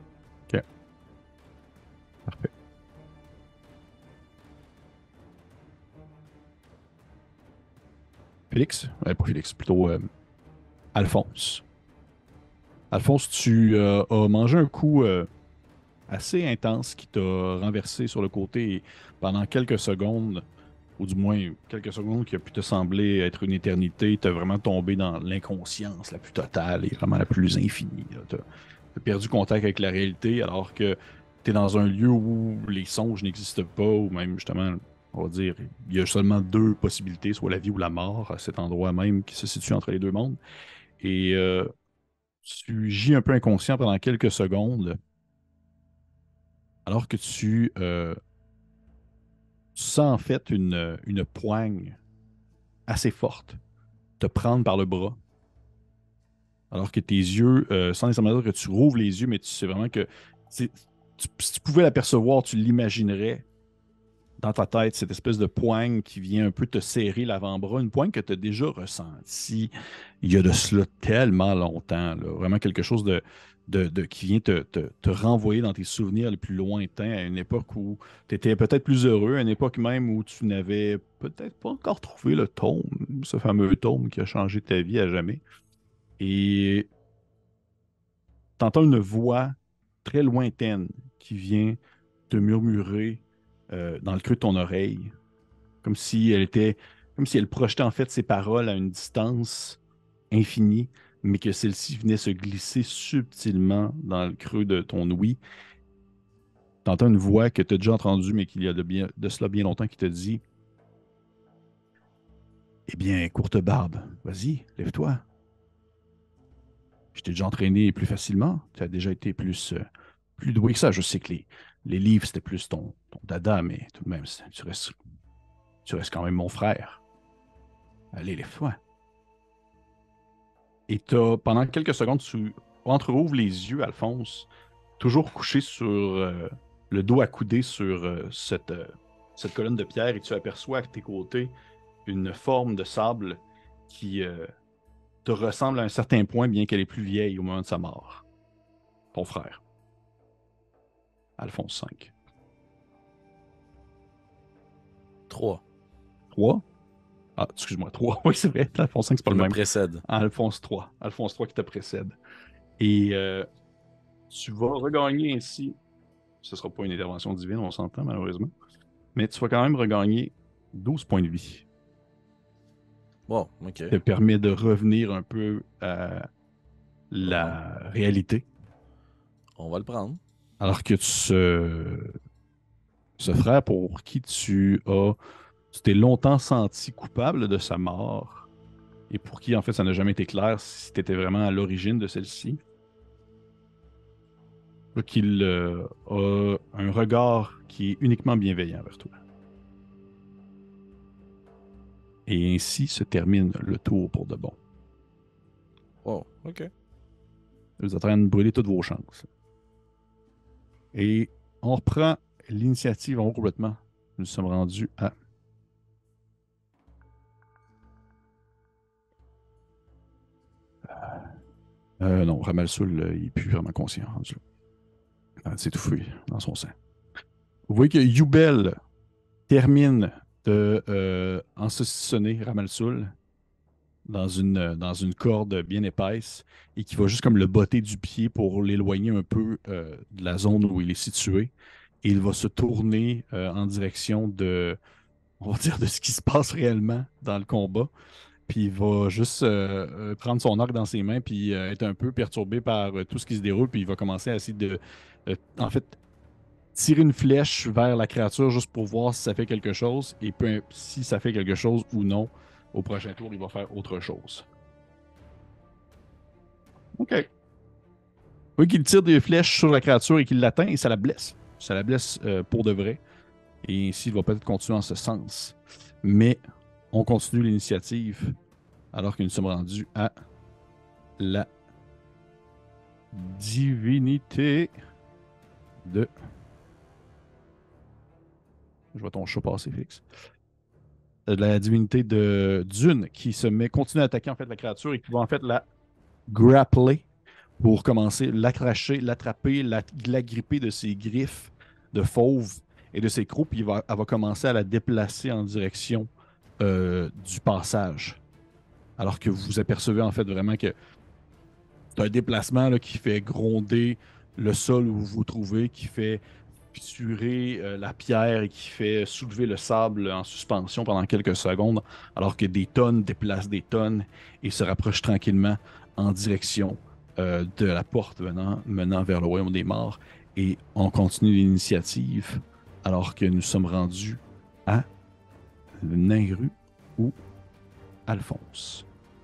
Parfait. Félix? Ouais, pas Félix, plutôt euh, Alphonse. Alphonse, tu euh, as mangé un coup euh, assez intense qui t'a renversé sur le côté et pendant quelques secondes, ou du moins quelques secondes qui a pu te sembler être une éternité, t'as vraiment tombé dans l'inconscience la plus totale et vraiment la plus infinie. Tu as perdu contact avec la réalité alors que tu es dans un lieu où les songes n'existent pas, ou même justement, on va dire, il y a seulement deux possibilités, soit la vie ou la mort, à cet endroit même qui se situe entre les deux mondes. Et euh, tu gis un peu inconscient pendant quelques secondes alors que tu, euh, tu sens en fait une, une poigne assez forte te prendre par le bras. Alors que tes yeux, euh, sans nécessairement dire que tu rouvres les yeux, mais tu sais vraiment que tu, si tu pouvais l'apercevoir, tu l'imaginerais dans ta tête, cette espèce de poigne qui vient un peu te serrer l'avant-bras, une poigne que tu as déjà ressentie il y a de cela tellement longtemps. Là. Vraiment quelque chose de, de, de- qui vient te, te, te renvoyer dans tes souvenirs les plus lointains à une époque où tu étais peut-être plus heureux, à une époque même où tu n'avais peut-être pas encore trouvé le tome, ce fameux tome qui a changé ta vie à jamais. Et tu entends une voix très lointaine qui vient te murmurer euh, dans le creux de ton oreille comme si elle était, comme si elle projetait en fait ses paroles à une distance infinie, mais que celle-ci venait se glisser subtilement dans le creux de ton ouïe. Tu entends une voix que tu as déjà entendue, mais qu'il y a de, bien, de cela bien longtemps qui te dit Eh bien, courte barbe, vas-y, lève-toi. Je t'ai déjà entraîné plus facilement. Tu as déjà été plus, euh, plus doué que ça. Je sais que les, les livres, c'était plus ton, ton dada, mais tout de même, tu restes, tu restes quand même mon frère. Allez, lève-toi. Et t'as, pendant quelques secondes, tu entre-ouvres les yeux, Alphonse, toujours couché sur euh, le dos accoudé sur euh, cette, euh, cette colonne de pierre, et tu aperçois à tes côtés une forme de sable qui euh, te ressemble à un certain point, bien qu'elle est plus vieille au moment de sa mort. Ton frère, Alphonse cinq. trois. trois? Ah, excuse-moi, trois. Oui, c'est vrai. Alphonse cinq, c'est pas Il le me même. précède. Alphonse trois. Alphonse trois qui te précède. Et euh, tu vas regagner ainsi. Ce ne sera pas une intervention divine, on s'entend malheureusement. Mais tu vas quand même regagner douze points de vie. Bon, ok. Ça te permet de revenir un peu à Bon, la réalité. on va le prendre. Alors que ce, ce frère pour qui tu as tu t'es longtemps senti coupable de sa mort et pour qui en fait ça n'a jamais été clair si tu étais vraiment à l'origine de celle-ci, qu'il euh, a un regard qui est uniquement bienveillant vers toi. Et ainsi se termine le tour pour de bon. Wow, ok. Vous êtes en train de brûler toutes vos chances. Et on reprend l'initiative en haut complètement. Nous sommes rendus à. Euh, non, Ramalsoul, euh, il n'est plus vraiment conscient. rendu là. Ah, c'est étouffé dans son sang. Vous voyez que Youbel termine de euh, saucissonner Ramalsoul dans une, dans une corde bien épaisse et qui va juste comme le botter du pied pour l'éloigner un peu euh, de la zone où il est situé. Et il va se tourner euh, en direction de, on va dire, de ce qui se passe réellement dans le combat. Puis il va juste euh, euh, prendre son arc dans ses mains, puis euh, être un peu perturbé par euh, tout ce qui se déroule, puis il va commencer à essayer de, euh, en fait, tirer une flèche vers la créature juste pour voir si ça fait quelque chose, et peu, si ça fait quelque chose ou non, au prochain tour, il va faire autre chose. OK. Oui, qu'il tire des flèches sur la créature et qu'il l'atteint, et ça la blesse. Ça la blesse euh, pour de vrai. Et ainsi, il va peut-être continuer en ce sens. Mais on continue l'initiative alors que nous sommes rendus à la divinité de. Je vois ton chat passer, Félix. de la divinité de Dune qui se met, continue à attaquer en fait la créature et qui va en fait la grappler pour commencer l'accrocher, l'attraper, la, la gripper de ses griffes de fauve et de ses crocs, puis il va, elle va commencer à la déplacer en direction euh, du passage. Alors que vous apercevez en fait vraiment que c'est un déplacement là, qui fait gronder le sol où vous vous trouvez, qui fait fissurer euh, la pierre et qui fait soulever le sable en suspension pendant quelques secondes, alors que des tonnes déplacent des tonnes et se rapprochent tranquillement en direction euh, de la porte menant, menant vers le royaume des morts. Et on continue l'initiative alors que nous sommes rendus à Nairu ou Alphonse.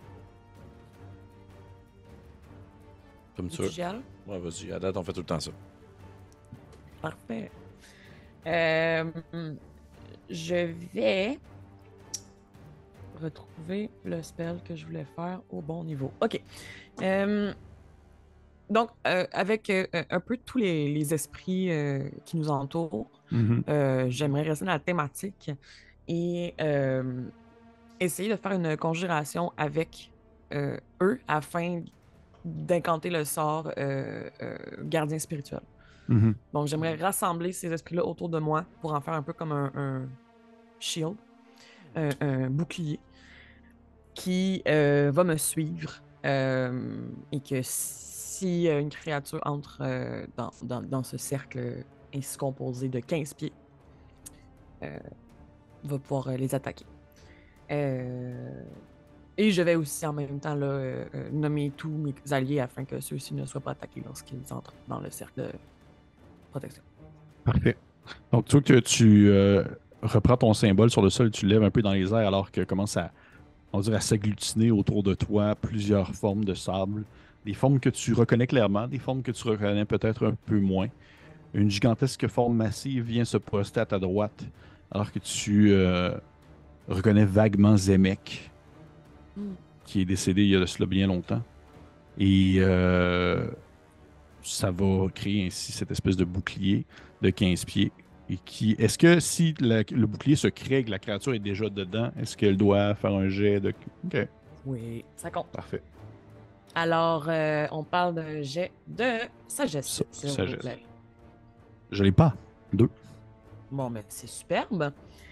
Comme Tu ça. j'y alle? Ouais, vas-y. À date, on fait tout le temps ça. Parfait. Euh, je vais retrouver le spell que je voulais faire au bon niveau. OK. Euh, donc, euh, avec euh, un peu tous les, les esprits euh, qui nous entourent, Mm-hmm. euh, j'aimerais rester dans la thématique et euh, essayer de faire une conjuration avec euh, eux afin d'incanter le sort euh, euh, gardien spirituel. Mm-hmm. Donc, j'aimerais rassembler ces esprits-là autour de moi pour en faire un peu comme un, un shield, un, un bouclier qui euh, va me suivre euh, et que si une créature entre euh, dans, dans, dans ce cercle ainsi composé de quinze pieds, euh, va pouvoir euh, les attaquer. Euh, et je vais aussi en même temps là, euh, euh, nommer tous mes alliés afin que ceux-ci ne soient pas attaqués lorsqu'ils entrent dans le cercle de protection. Parfait. Donc, tu vois que tu euh, reprends ton symbole sur le sol, tu lèves un peu dans les airs alors que commence à, on dirait, à s'agglutiner autour de toi plusieurs formes de sable. Des formes que tu reconnais clairement, des formes que tu reconnais peut-être un peu moins. Une gigantesque forme massive vient se poster à ta droite alors que tu euh, reconnais vaguement Zemek, Mm. qui est décédé il y a de cela bien longtemps. Et euh, ça va créer ainsi cette espèce de bouclier de quinze pieds. Et qui, est-ce que si la- le bouclier se crée et que la créature est déjà dedans, est-ce qu'elle doit faire un jet de... Ok, Oui, ça compte. parfait. Alors, euh, on parle d'un jet de sagesse, Ça, s'il vous sagesse. plaît. Je l'ai pas. Deux. Bon, ben, c'est superbe.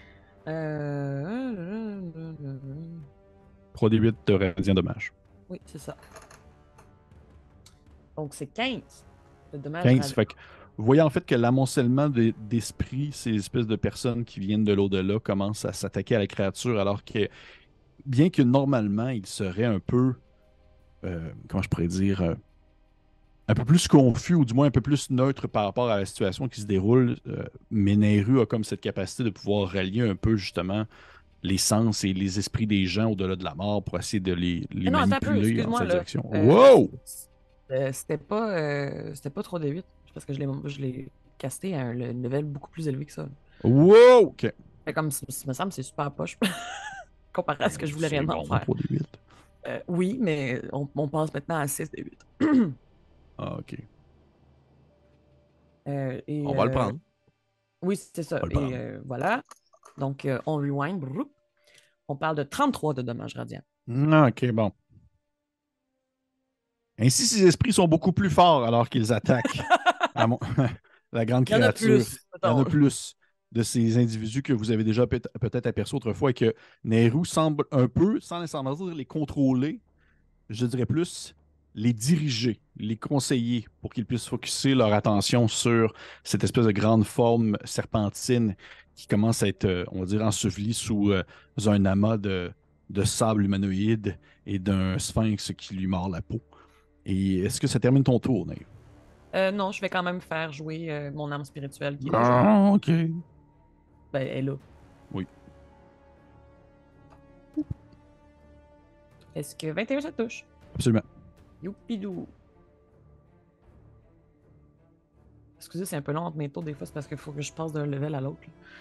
Euh... trois d huit de radiant dommage. Oui, c'est ça. Donc, c'est quinze de dommages quinze. radiants. Fait que vous voyez en fait que l'amoncellement de- d'esprits, ces espèces de personnes qui viennent de l'au-delà, commencent à s'attaquer à la créature, alors que, bien que normalement, il serait un peu, euh, comment je pourrais dire, euh, un peu plus confus, ou du moins un peu plus neutre par rapport à la situation qui se déroule, euh, mais Nehru a comme cette capacité de pouvoir rallier un peu, justement, les sens et les esprits des gens au-delà de la mort pour essayer de les, les Eh non, attends un peu, manipuler en excuse-moi, sa là. direction. Euh, Wow! euh, c'était pas, euh, c'était pas trop D huit, parce que je l'ai, je l'ai casté à un le- level beaucoup plus élevé que ça. Wow! Ok. Fait comme, ça me semble, c'est super poche comparé à ce que je voulais C'est réellement bon, faire. trois d huit. Euh, oui, mais on, on passe maintenant à six D huit. Ah, ok. Euh, et, On va le euh, prendre. Oui, c'est ça. On va le Et prendre. euh, voilà. Donc, euh, on rewind. Broup. On parle de trente-trois de dommages radiants. Ah, ok, bon. Ainsi, ces esprits sont beaucoup plus forts alors qu'ils attaquent à mon- la grande Il y en a créature. plus. Il y en a mettons. plus de ces individus que vous avez déjà peut- peut-être aperçus autrefois et que Nehru semble un peu, sans nécessairement dire les contrôler, je dirais plus les diriger, les conseiller pour qu'ils puissent focuser leur attention sur cette espèce de grande forme serpentine qui commence à être, euh, on va dire, ensevelie sous euh, un amas de, de sable humanoïde et d'un sphinx qui lui mord la peau. Et est-ce que ça termine ton tour, Nehru? Euh, non, je vais quand même faire jouer euh, mon âme spirituelle qui est déjà. Ah, ok. Ben, elle est là. Oui. Est-ce que vingt et un ça touche? Absolument. Youpidou. Excusez, c'est un peu long entre mes tours des fois, c'est parce qu'il faut que je passe d'un level à l'autre.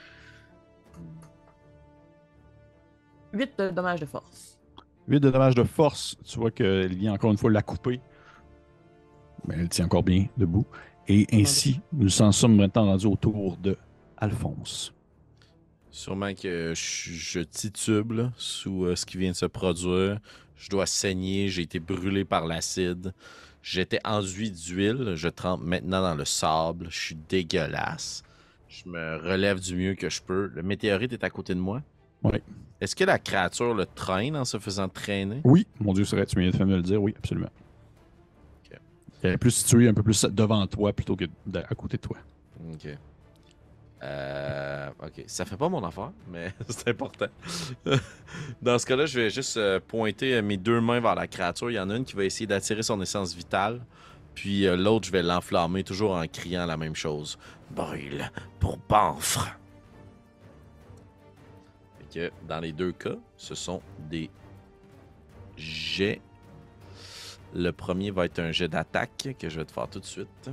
huit de dommages de force. huit de dommages de force. Tu vois qu'elle vient encore une fois la couper. Mais elle tient encore bien debout. Et ainsi, nous en sommes maintenant rendus au tour de Alphonse. Sûrement que je, je titube là, sous euh, ce qui vient de se produire. Je dois saigner, j'ai été brûlé par l'acide. J'étais enduit d'huile, je trempe maintenant dans le sable. Je suis dégueulasse. Je me relève du mieux que je peux. Le météorite est à côté de moi. Oui. Est-ce que la créature le traîne en se faisant traîner? Oui, mon Dieu, c'est vrai, tu viens de me le dire. Oui, absolument. Ok. Elle est plus située un peu plus devant toi plutôt que de- à côté de toi. Ok. Euh, ok, ça fait pas mon affaire, mais c'est important. Dans ce cas-là, je vais juste euh, pointer euh, mes deux mains vers la créature. Il y en a une qui va essayer d'attirer son essence vitale, puis euh, l'autre, je vais l'enflammer, toujours en criant la même chose. Brûle pour Banfre. Fait que dans les deux cas, ce sont des jets. Le premier va être un jet d'attaque que je vais te faire tout de suite.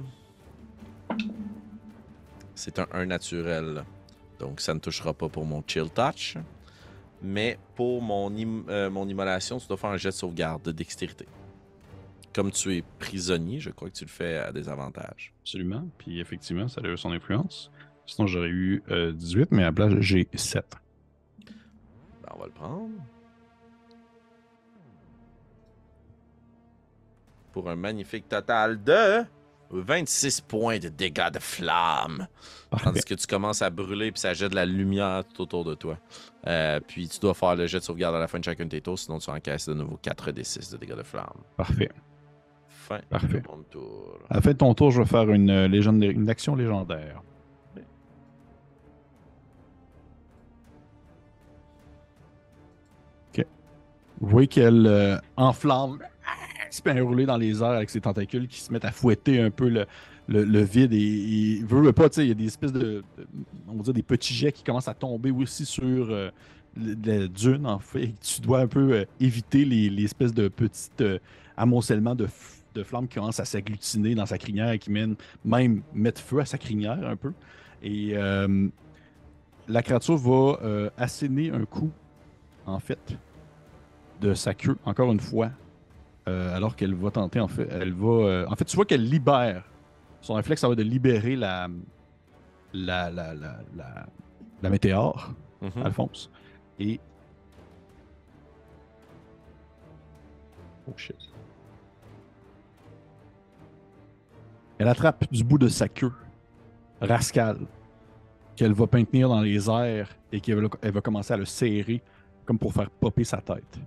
C'est un un naturel. Donc, ça ne touchera pas pour mon chill touch. Mais pour mon, im euh, mon immolation, tu dois faire un jet de sauvegarde de dextérité. Comme tu es prisonnier, je crois que tu le fais à des avantages. Absolument. Puis effectivement, ça a eu son influence. Sinon, j'aurais eu euh, dix-huit, mais à la place, j'ai sept. Ben, on va le prendre. Pour un magnifique total de vingt-six points de dégâts de flamme. Parfait. Tandis que tu commences à brûler puis ça jette de la lumière tout autour de toi. Euh, puis tu dois faire le jet de sauvegarde à la fin de chacun de tes tours, sinon tu encaisses de nouveau quatre d six de dégâts de flamme. Parfait. Fin Parfait. de mon tour. À la fin de ton tour, je vais faire une, euh, légende, une action légendaire. Ok. Vous voyez qu'elle euh, enflamme, se met à rouler dans les airs avec ses tentacules qui se mettent à fouetter un peu le, le, le vide et, et veut, veut pas, tu sais, il y a des espèces de, de- on va dire des petits jets qui commencent à tomber aussi sur euh, le- la dune, en fait. Et tu dois un peu euh, éviter les, les espèces de petits euh, amoncellements de, f- de flammes qui commencent à s'agglutiner dans sa crinière et qui mènent même mettre feu à sa crinière un peu. Et euh, la créature va euh, asséner un coup, en fait, de sa queue, encore une fois, euh, alors qu'elle va tenter, en fait, elle va... euh, en fait, tu vois qu'elle libère. Son réflexe, ça va de libérer la... la, la, la, la, la météore, Mhm. Alphonse. Et... Oh shit. Elle attrape du bout de sa queue Rascal, qu'elle va maintenir dans les airs et qu'elle va, elle va commencer à le serrer comme pour faire popper sa tête.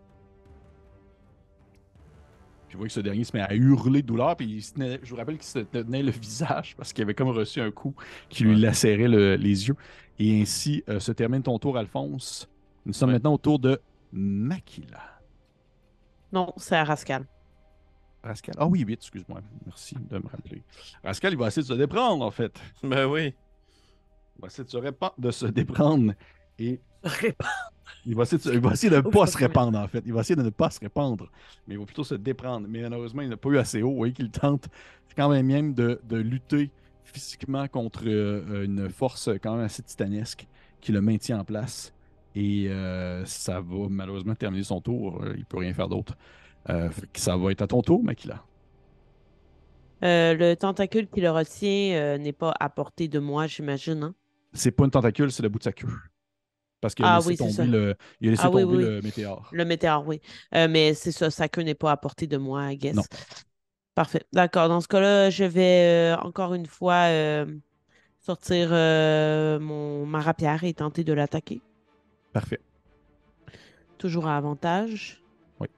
Puis vous voyez que ce dernier se met à hurler de douleur, puis il se tenait- je vous rappelle qu'il se tenait le visage parce qu'il avait comme reçu un coup qui lui Ouais. lacérait le- les yeux. Et ainsi euh, se termine ton tour, Alphonse. Nous sommes Ouais. maintenant au tour de Makila. Non, c'est à Rascal. Rascal. Ah oui, oui, excuse-moi. Merci de me rappeler. Rascal, il va essayer de se déprendre, en fait. Ben oui. Il va essayer de se, répa- de se déprendre et il va essayer de, se- il va essayer de ne Ouf, pas pas se trop bien. répandre, en fait. Il va essayer de ne pas se répandre, mais il va plutôt se déprendre. Mais malheureusement, il n'a pas eu assez haut. Vous voyez qu'il tente quand même même de, de lutter physiquement contre euh, une force quand même assez titanesque qui le maintient en place. Et euh, ça va malheureusement terminer son tour. Euh, Il ne peut rien faire d'autre. Euh, fait que ça va être à ton tour, Makila. Euh, le tentacule qui le retient euh, n'est pas à portée de moi, j'imagine. Hein? C'est pas une tentacule, c'est le bout de sa queue. Parce qu'il a Ah laissé oui, c'est tomber ça. le, il a laissé Ah oui, tomber oui, le météore. Le météore, oui. Euh, mais c'est ça, sa queue n'est pas à portée de moi, I guess. Non. Parfait. D'accord. Dans ce cas-là, je vais euh, encore une fois euh, sortir euh, mon, ma rapière et tenter de l'attaquer. Parfait. Toujours à avantage. Oui.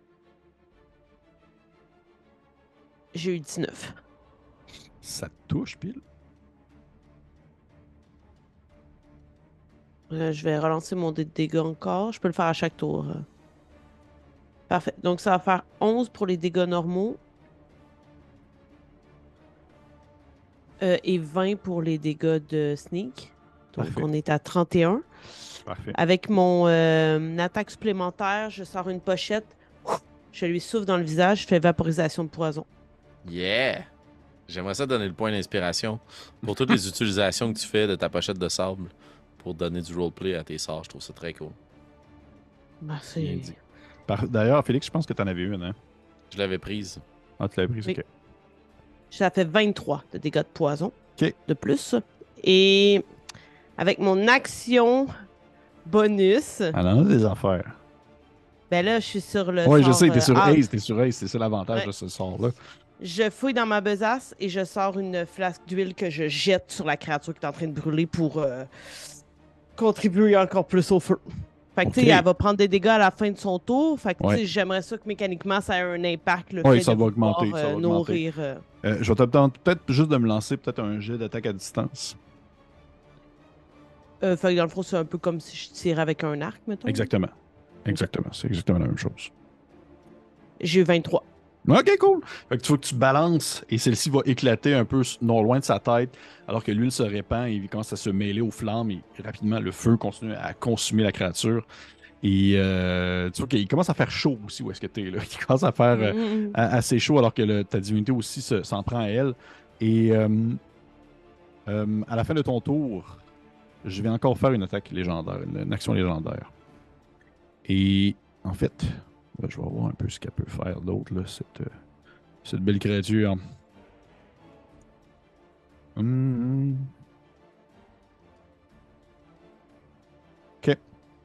J'ai eu dix-neuf. Ça touche, pile. Euh, je vais relancer mon dé de dégâts encore. Je peux le faire à chaque tour. euh. Parfait. Donc, ça va faire onze pour les dégâts normaux. Euh, et vingt pour les dégâts de sneak. Donc, Parfait. on est à trente et un. Parfait. Avec mon euh, attaque supplémentaire, je sors une pochette. Je lui souffle dans le visage. Je fais vaporisation de poison. Yeah! J'aimerais ça donner le point d'inspiration pour toutes les utilisations que tu fais de ta pochette de sable pour donner du roleplay à tes sorts. Je trouve ça très cool. Bien Merci. dit. Par- D'ailleurs, Félix, je pense que tu en avais une, hein? Je l'avais prise. Ah, tu l'avais prise, Oui. ok. Ça fait vingt-trois de dégâts de poison Ok. de plus. Et avec mon action bonus, Elle en a des affaires. ben là, je suis sur le Oui, sort. je sais, t'es sur euh, out. Ace, t'es sur Ace, c'est ça l'avantage Ouais. de ce sort-là. Je fouille dans ma besace et je sors une flasque d'huile que je jette sur la créature qui est en train de brûler pour euh, contribuer encore plus au feu. Fait que, tu sais, Ok. elle va prendre des dégâts à la fin de son tour. Fait que, tu Ouais. sais, j'aimerais ça que mécaniquement, ça ait un impact, le Oui, fait ça de va pouvoir, augmenter, ça euh, va augmenter. nourrir. euh, Euh, je vais te demander peut-être juste de me lancer peut-être un jet d'attaque à distance. euh, fait que dans le fond, c'est un peu comme si je tirais avec un arc, mettons. Exactement. Exactement. C'est exactement la même chose. J'ai eu vingt-trois. Ok, cool. Fait que tu faut que tu balances et celle-ci va éclater un peu non loin de sa tête, alors que l'huile se répand et il commence à se mêler aux flammes et rapidement le feu continue à consumer la créature. Et euh, tu vois qu'il commence à faire chaud aussi où est-ce que tu es là. Il commence à faire euh, Mhm. a- assez chaud alors que le- ta divinité aussi se- s'en prend à elle. Et euh, euh, à la fin de ton tour, je vais encore faire une attaque légendaire, une, une action légendaire. Et en fait, ben, je vais voir un peu ce qu'elle peut faire d'autre, là, cette, euh, cette belle créature. Hum, Ok.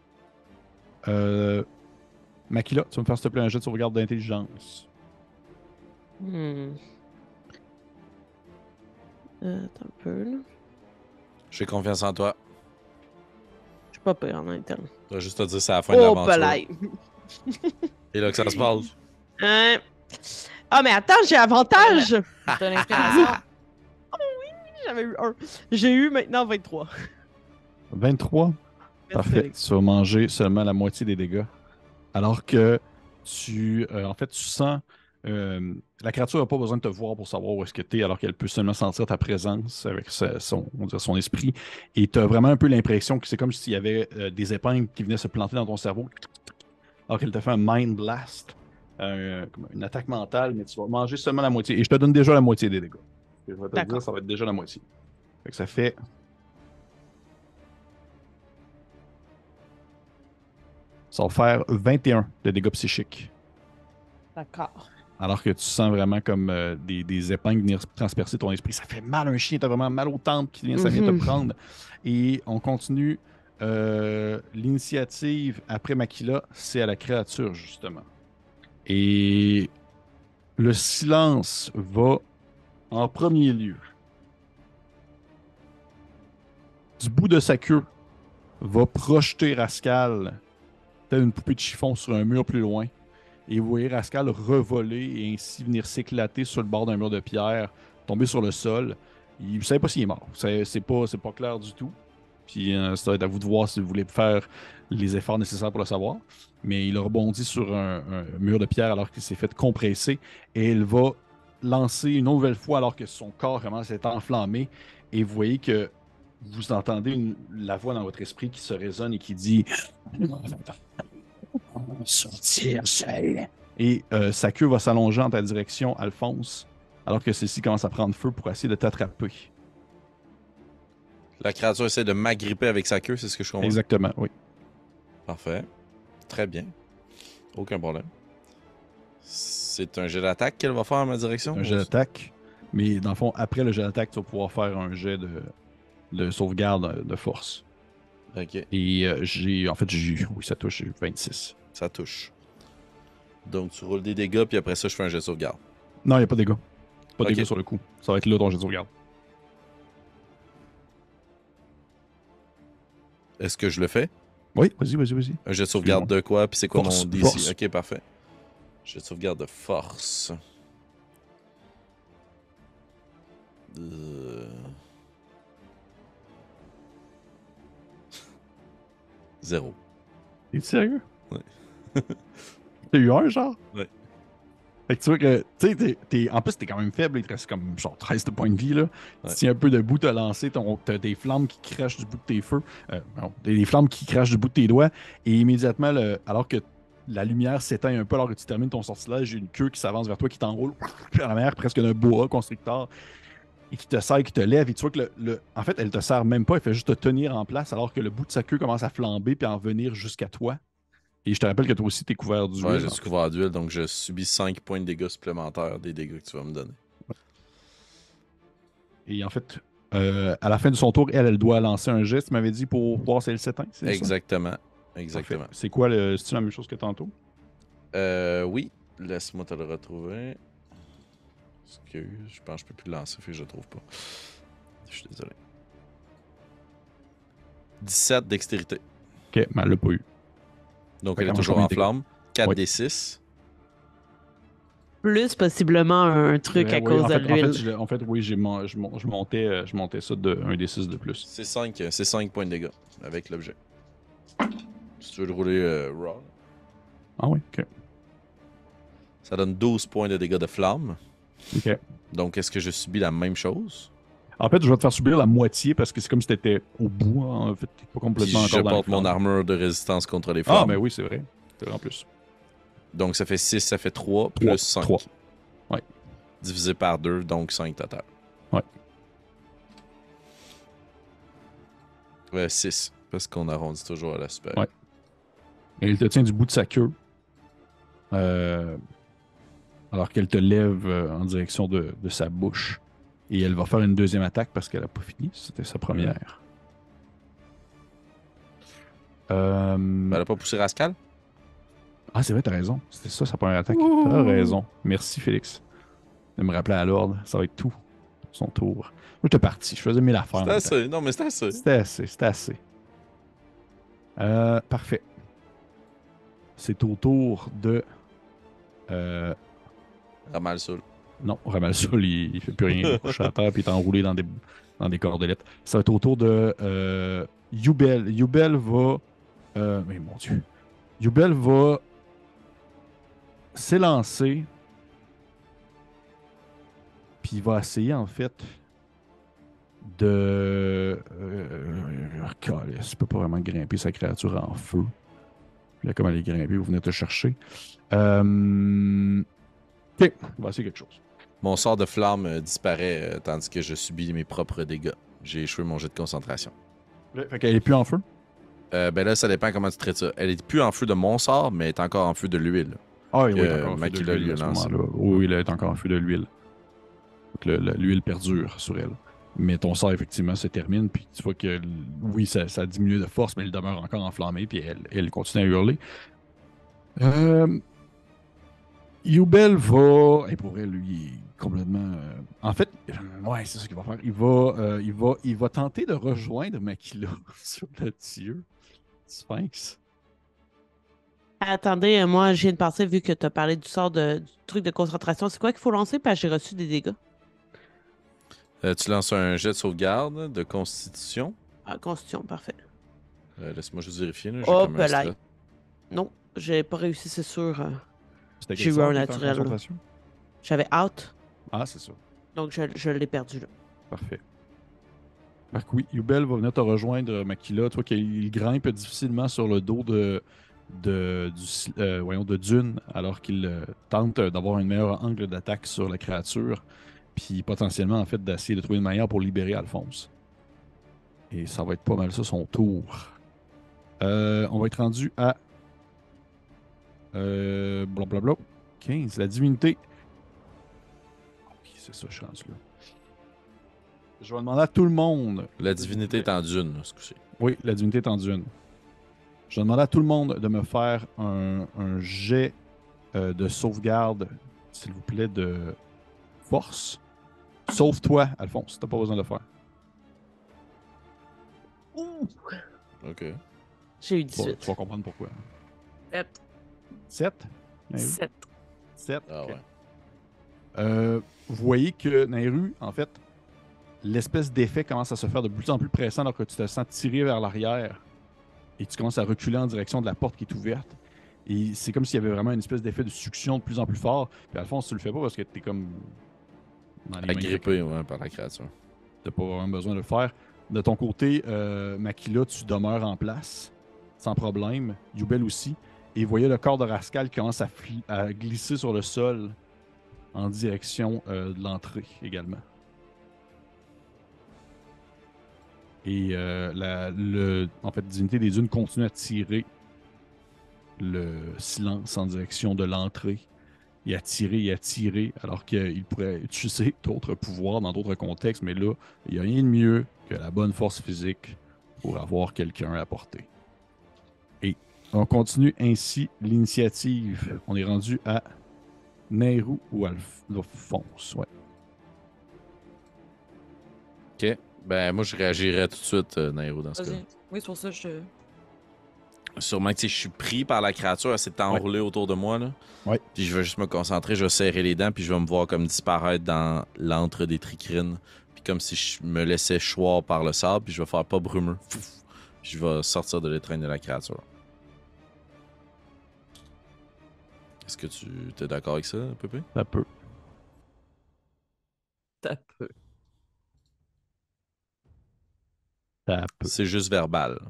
Euh, Makila, tu vas me faire s'il te plaît un jet de sauvegarde d'intelligence. Hmm. Euh, attends un peu, là. J'ai confiance en toi. Je suis pas pire en interne. Je vais juste te dire c'est à la fin de Oh, l'aventure. palais! Et là que ça se passe. Hein? Ah, mais attends, j'ai avantage! T'as l'inspiration. J'avais eu un. J'ai eu maintenant vingt-trois. vingt-trois. Merci, Parfait. Alex. Tu vas manger seulement la moitié des dégâts. Alors que tu, euh, en fait, tu sens. euh, la créature n'a pas besoin de te voir pour savoir où est-ce que tu es, alors qu'elle peut seulement sentir ta présence avec sa- son, on dirait son esprit. Et tu as vraiment un peu l'impression que c'est comme s'il y avait euh, des épingles qui venaient se planter dans ton cerveau. Alors qu'elle te fait un mind blast, euh, comme une attaque mentale, mais tu vas manger seulement la moitié. Et je te donne déjà la moitié des dégâts. Ce que je vais te D'accord. dire, ça va être déjà la moitié. Fait que ça fait. Ça va faire vingt et un de dégâts psychiques. D'accord. Alors que tu sens vraiment comme euh, des, des épingles venir transpercer ton esprit. Ça fait mal un chien, t'as vraiment mal au temple qui vient, ça vient te Mhm. prendre. Et on continue. Euh, L'initiative après Makila, c'est à la créature, justement. Et le silence va en premier lieu. Du bout de sa queue, va projeter Rascal telle une poupée de chiffon sur un mur plus loin. Et vous voyez Rascal revoler et ainsi venir s'éclater sur le bord d'un mur de pierre, tomber sur le sol. Il, vous savez pas s'il est mort. C'est c'est pas, c'est pas clair du tout. Puis euh, ça va être à vous de voir si vous voulez faire les efforts nécessaires pour le savoir. Mais il a rebondi sur un, un mur de pierre alors qu'il s'est fait compresser. Et il va lancer une nouvelle fois alors que son corps commence à être enflammé. Et vous voyez que vous entendez une- la voix dans votre esprit qui se résonne et qui dit sortir seul. Et euh, sa queue va s'allonger en ta direction, Alphonse, alors que celle-ci commence à prendre feu pour essayer de t'attraper. La créature essaie de m'agripper avec sa queue, c'est ce que je comprends. Exactement, oui. Parfait. Très bien. Aucun problème. C'est un jet d'attaque qu'elle va faire en ma direction? Un jet d'attaque. Mais dans le fond, après le jet d'attaque, tu vas pouvoir faire un jet de, de sauvegarde de force. Ok, Et euh, j'ai. En fait, j'ai. Oui, ça touche, j'ai eu vingt-six. ça touche. Donc tu roules des dégâts, puis après ça, je fais un jet de sauvegarde. Non, il n'y a pas de dégâts. Pas de Ok. dégâts sur le coup. Ça va être là ton jet de sauvegarde. Est-ce que je le fais? Oui, vas-y, vas-y, vas-y. Un jet de sauvegarde de quoi? Puis c'est quoi Force, mon D C? force. Ok, parfait. Jet de sauvegarde de force. Euh... Zéro. T'es sérieux? Ouais. T'as eu un, genre? Ouais. Fait que tu vois que, tu sais, t'es- t'es- en plus, t'es quand même faible, il te reste comme genre treize de points de vie, là. Ouais. Tu tiens un peu debout, t'as lancé, ton- t'as des flammes qui crachent du bout de tes feux, euh, non, des, des flammes qui crachent du bout de tes doigts, et immédiatement, le- alors que la lumière s'éteint un peu, alors que tu termines ton sortilège, j'ai une queue qui s'avance vers toi, qui t'enroule à la mer, presque d'un boa constrictor, et qui te serre, qui te lève, et tu vois que le, le- en fait, elle te serre même pas, elle fait juste te tenir en place, alors que le bout de sa queue commence à flamber, puis à en venir jusqu'à toi. Et je te rappelle que toi aussi, t'es couvert d'huile. Ouais, je en suis fait. couvert d'huile, donc je subis cinq points de dégâts supplémentaires des dégâts que tu vas me donner. Et en fait, Euh, à la fin de son tour, elle, elle doit lancer un geste, tu m'avais dit, pour voir si elle s'éteint, c'est ça? Exactement. Parfait. Exactement. C'est quoi, le... c'est-tu la même chose que tantôt? Euh, oui. Laisse-moi te le retrouver. Excuse, je pense que je peux plus le lancer, fait que je le trouve pas. Je suis désolé. dix-sept dextérité. Ok, mais elle l'a pas eu. Donc Fait elle est qu'elle toujours mange en combien de flamme. quatre Oui. d six. Plus possiblement un truc Euh, à oui, cause en de fait, en, fait, l'huile. je- en fait, oui, j'ai mon- je, mon- je montais, euh, je montais ça de un d six de plus. C'est cinq, c'est cinq points de dégâts avec l'objet. Si tu veux le rouler euh, raw. Ah oui, ok. Ça donne douze points de dégâts de flamme. Ok. Donc est-ce que je subis la même chose? En fait, je vais te faire subir la moitié parce que c'est comme si t'étais au bout, hein. En fait, t'es pas Puis complètement je encore dans porte les mon flammes. armure de résistance contre les Ah, flammes. mais oui, c'est vrai. C'est vrai en plus. Donc ça fait six, ça fait trois, Trois. plus cinq. Trois. Ouais. Divisé par deux, donc cinq total. Ouais. Ouais, six, parce qu'on arrondit toujours à la supérieure. Ouais. Et elle te tient du bout de sa queue. Euh, alors qu'elle te lève euh, en direction de, de sa bouche. Et elle va faire une deuxième attaque parce qu'elle a pas fini. C'était sa première. Euh, Ben, elle a pas poussé Rascal? Ah, c'est vrai, t'as raison. C'était ça sa première attaque. T'as raison. Merci, Félix. De me rappeler à l'ordre. Ça va être tout. Son tour. Moi, j'étais parti. Je faisais mille affaires. C'était assez. Non, mais c'était assez. C'était assez. C'était assez. Euh, parfait. C'est au tour de. Euh, Ramal Soul. non, Ramalsoul, il, il fait plus rien. Il est couché à terre puis il est enroulé dans des, dans des cordelettes. Ça va être au tour de euh, Yubel. Yubel va. Euh, mais mon Dieu. Yubel va s'élancer. Puis il va essayer, en fait, de. Euh, calisse, il peut pas vraiment grimper sa créature en feu. Là, comme elle est grimpée, vous venez te chercher. Euh... Ok, on va essayer quelque chose. Mon sort de flamme euh, disparaît euh, tandis que je subis mes propres dégâts. J'ai échoué mon jet de concentration. Là, fait qu'elle est plus en feu. Euh, ben là, ça dépend comment tu traites ça. Elle est plus en feu de mon sort, mais elle est encore en feu de l'huile. Ah oui, Que oui, elle est encore en feu de Makila l'huile lui a à ce lancé. moment-là. Oui, oui, elle est encore en feu de l'huile. Donc, le- le- l'huile perdure sur elle. Mais ton sort, effectivement, se termine, puis tu vois que, l- oui, ça, ça diminue de force, mais elle demeure encore enflammée, puis elle, elle continue à hurler. Euh... Yubel va. Et pour elle, lui, il est complètement. euh, En fait, euh, ouais, c'est ça qu'il va faire. Il va, euh, il va, il va tenter de rejoindre Makila sur le dieu Sphinx. Attendez, euh, moi, je viens de penser, vu que tu as parlé du sort de, du truc de concentration, c'est quoi qu'il faut lancer? Parce que j'ai reçu des dégâts. Euh, tu lances un jet de sauvegarde de constitution. Ah, constitution, parfait. Euh, Laisse-moi juste vérifier. Là. J'ai Hop comme un là. stress. Non, j'ai pas réussi, c'est sûr. euh, C'était J'ai quel eu sort un qui était en naturel, là. concentration? J'avais out, Ah, c'est ça. donc je, je l'ai perdu là. Parfait. Fait que oui, Yubel va venir te rejoindre, euh, Makila. Tu vois qu'il grimpe difficilement sur le dos de, de, du, si- euh, voyons, de Dune, alors qu'il euh, tente euh, d'avoir un meilleur angle d'attaque sur la créature, puis potentiellement, en fait, d'essayer de trouver une manière pour libérer Alphonse. Et ça va être pas mal ça, son tour. Euh, on va être rendu à... Euh, blablabla. quinze, la divinité. Ok, c'est ça, je suis rendu là. Je vais demander à tout le monde. La divinité est en dune, ce coup-ci. Oui, la divinité est en dune. Je vais demander à tout le monde de me faire un, un jet euh, de sauvegarde, s'il vous plaît, de force. Sauf toi, Alphonse, t'as pas besoin de le faire. Ok. J'ai eu Tu vas, dix-huit. tu vas comprendre pourquoi. Sept. sept? Sept. sept. Ah ouais. Euh, vous voyez que Nairu, en fait, l'espèce d'effet commence à se faire de plus en plus pressant alors que tu te sens tiré vers l'arrière et tu commences à reculer en direction de la porte qui est ouverte. Et c'est comme s'il y avait vraiment une espèce d'effet de succion de plus en plus fort. Puis Alphonse, tu le fais pas parce que t'es comme dans les mains de Agrippé ouais, par la créature. T'as pas vraiment besoin de le faire. De ton côté, euh, Makila, tu demeures en place, sans problème. Yubel aussi. Et vous voyez le corps de Rascal qui commence à, fli- à glisser sur le sol en direction euh, de l'entrée également. Et euh, la, le, en fait, Divinité des Dunes continue à tirer le silence en direction de l'entrée. et à tirer et à tirer, alors qu'il pourrait utiliser d'autres pouvoirs dans d'autres contextes, mais là, il n'y a rien de mieux que la bonne force physique pour avoir quelqu'un à portée. Et on continue ainsi l'initiative. On est rendu à Nehru ou Alf- Alphonse, ouais. Ok. Ben, moi, je réagirais tout de suite, euh, Nairo, dans ce cas. Vas-y. Oui, c'est pour ça que je. Sûrement que tu sais, je suis pris par la créature, elle s'est enroulée autour de moi, là. Ouais. Puis je vais juste me concentrer, je vais serrer les dents, puis je vais me voir comme disparaître dans l'antre des tricrines. Puis comme si je me laissais choir par le sable, puis je vais faire pas brumeux. Fouf. Puis je vais sortir de l'étreinte de la créature. Est-ce que tu es d'accord avec ça, Pépé? Ça peut. Ça peut. Ça peut. C'est juste verbal.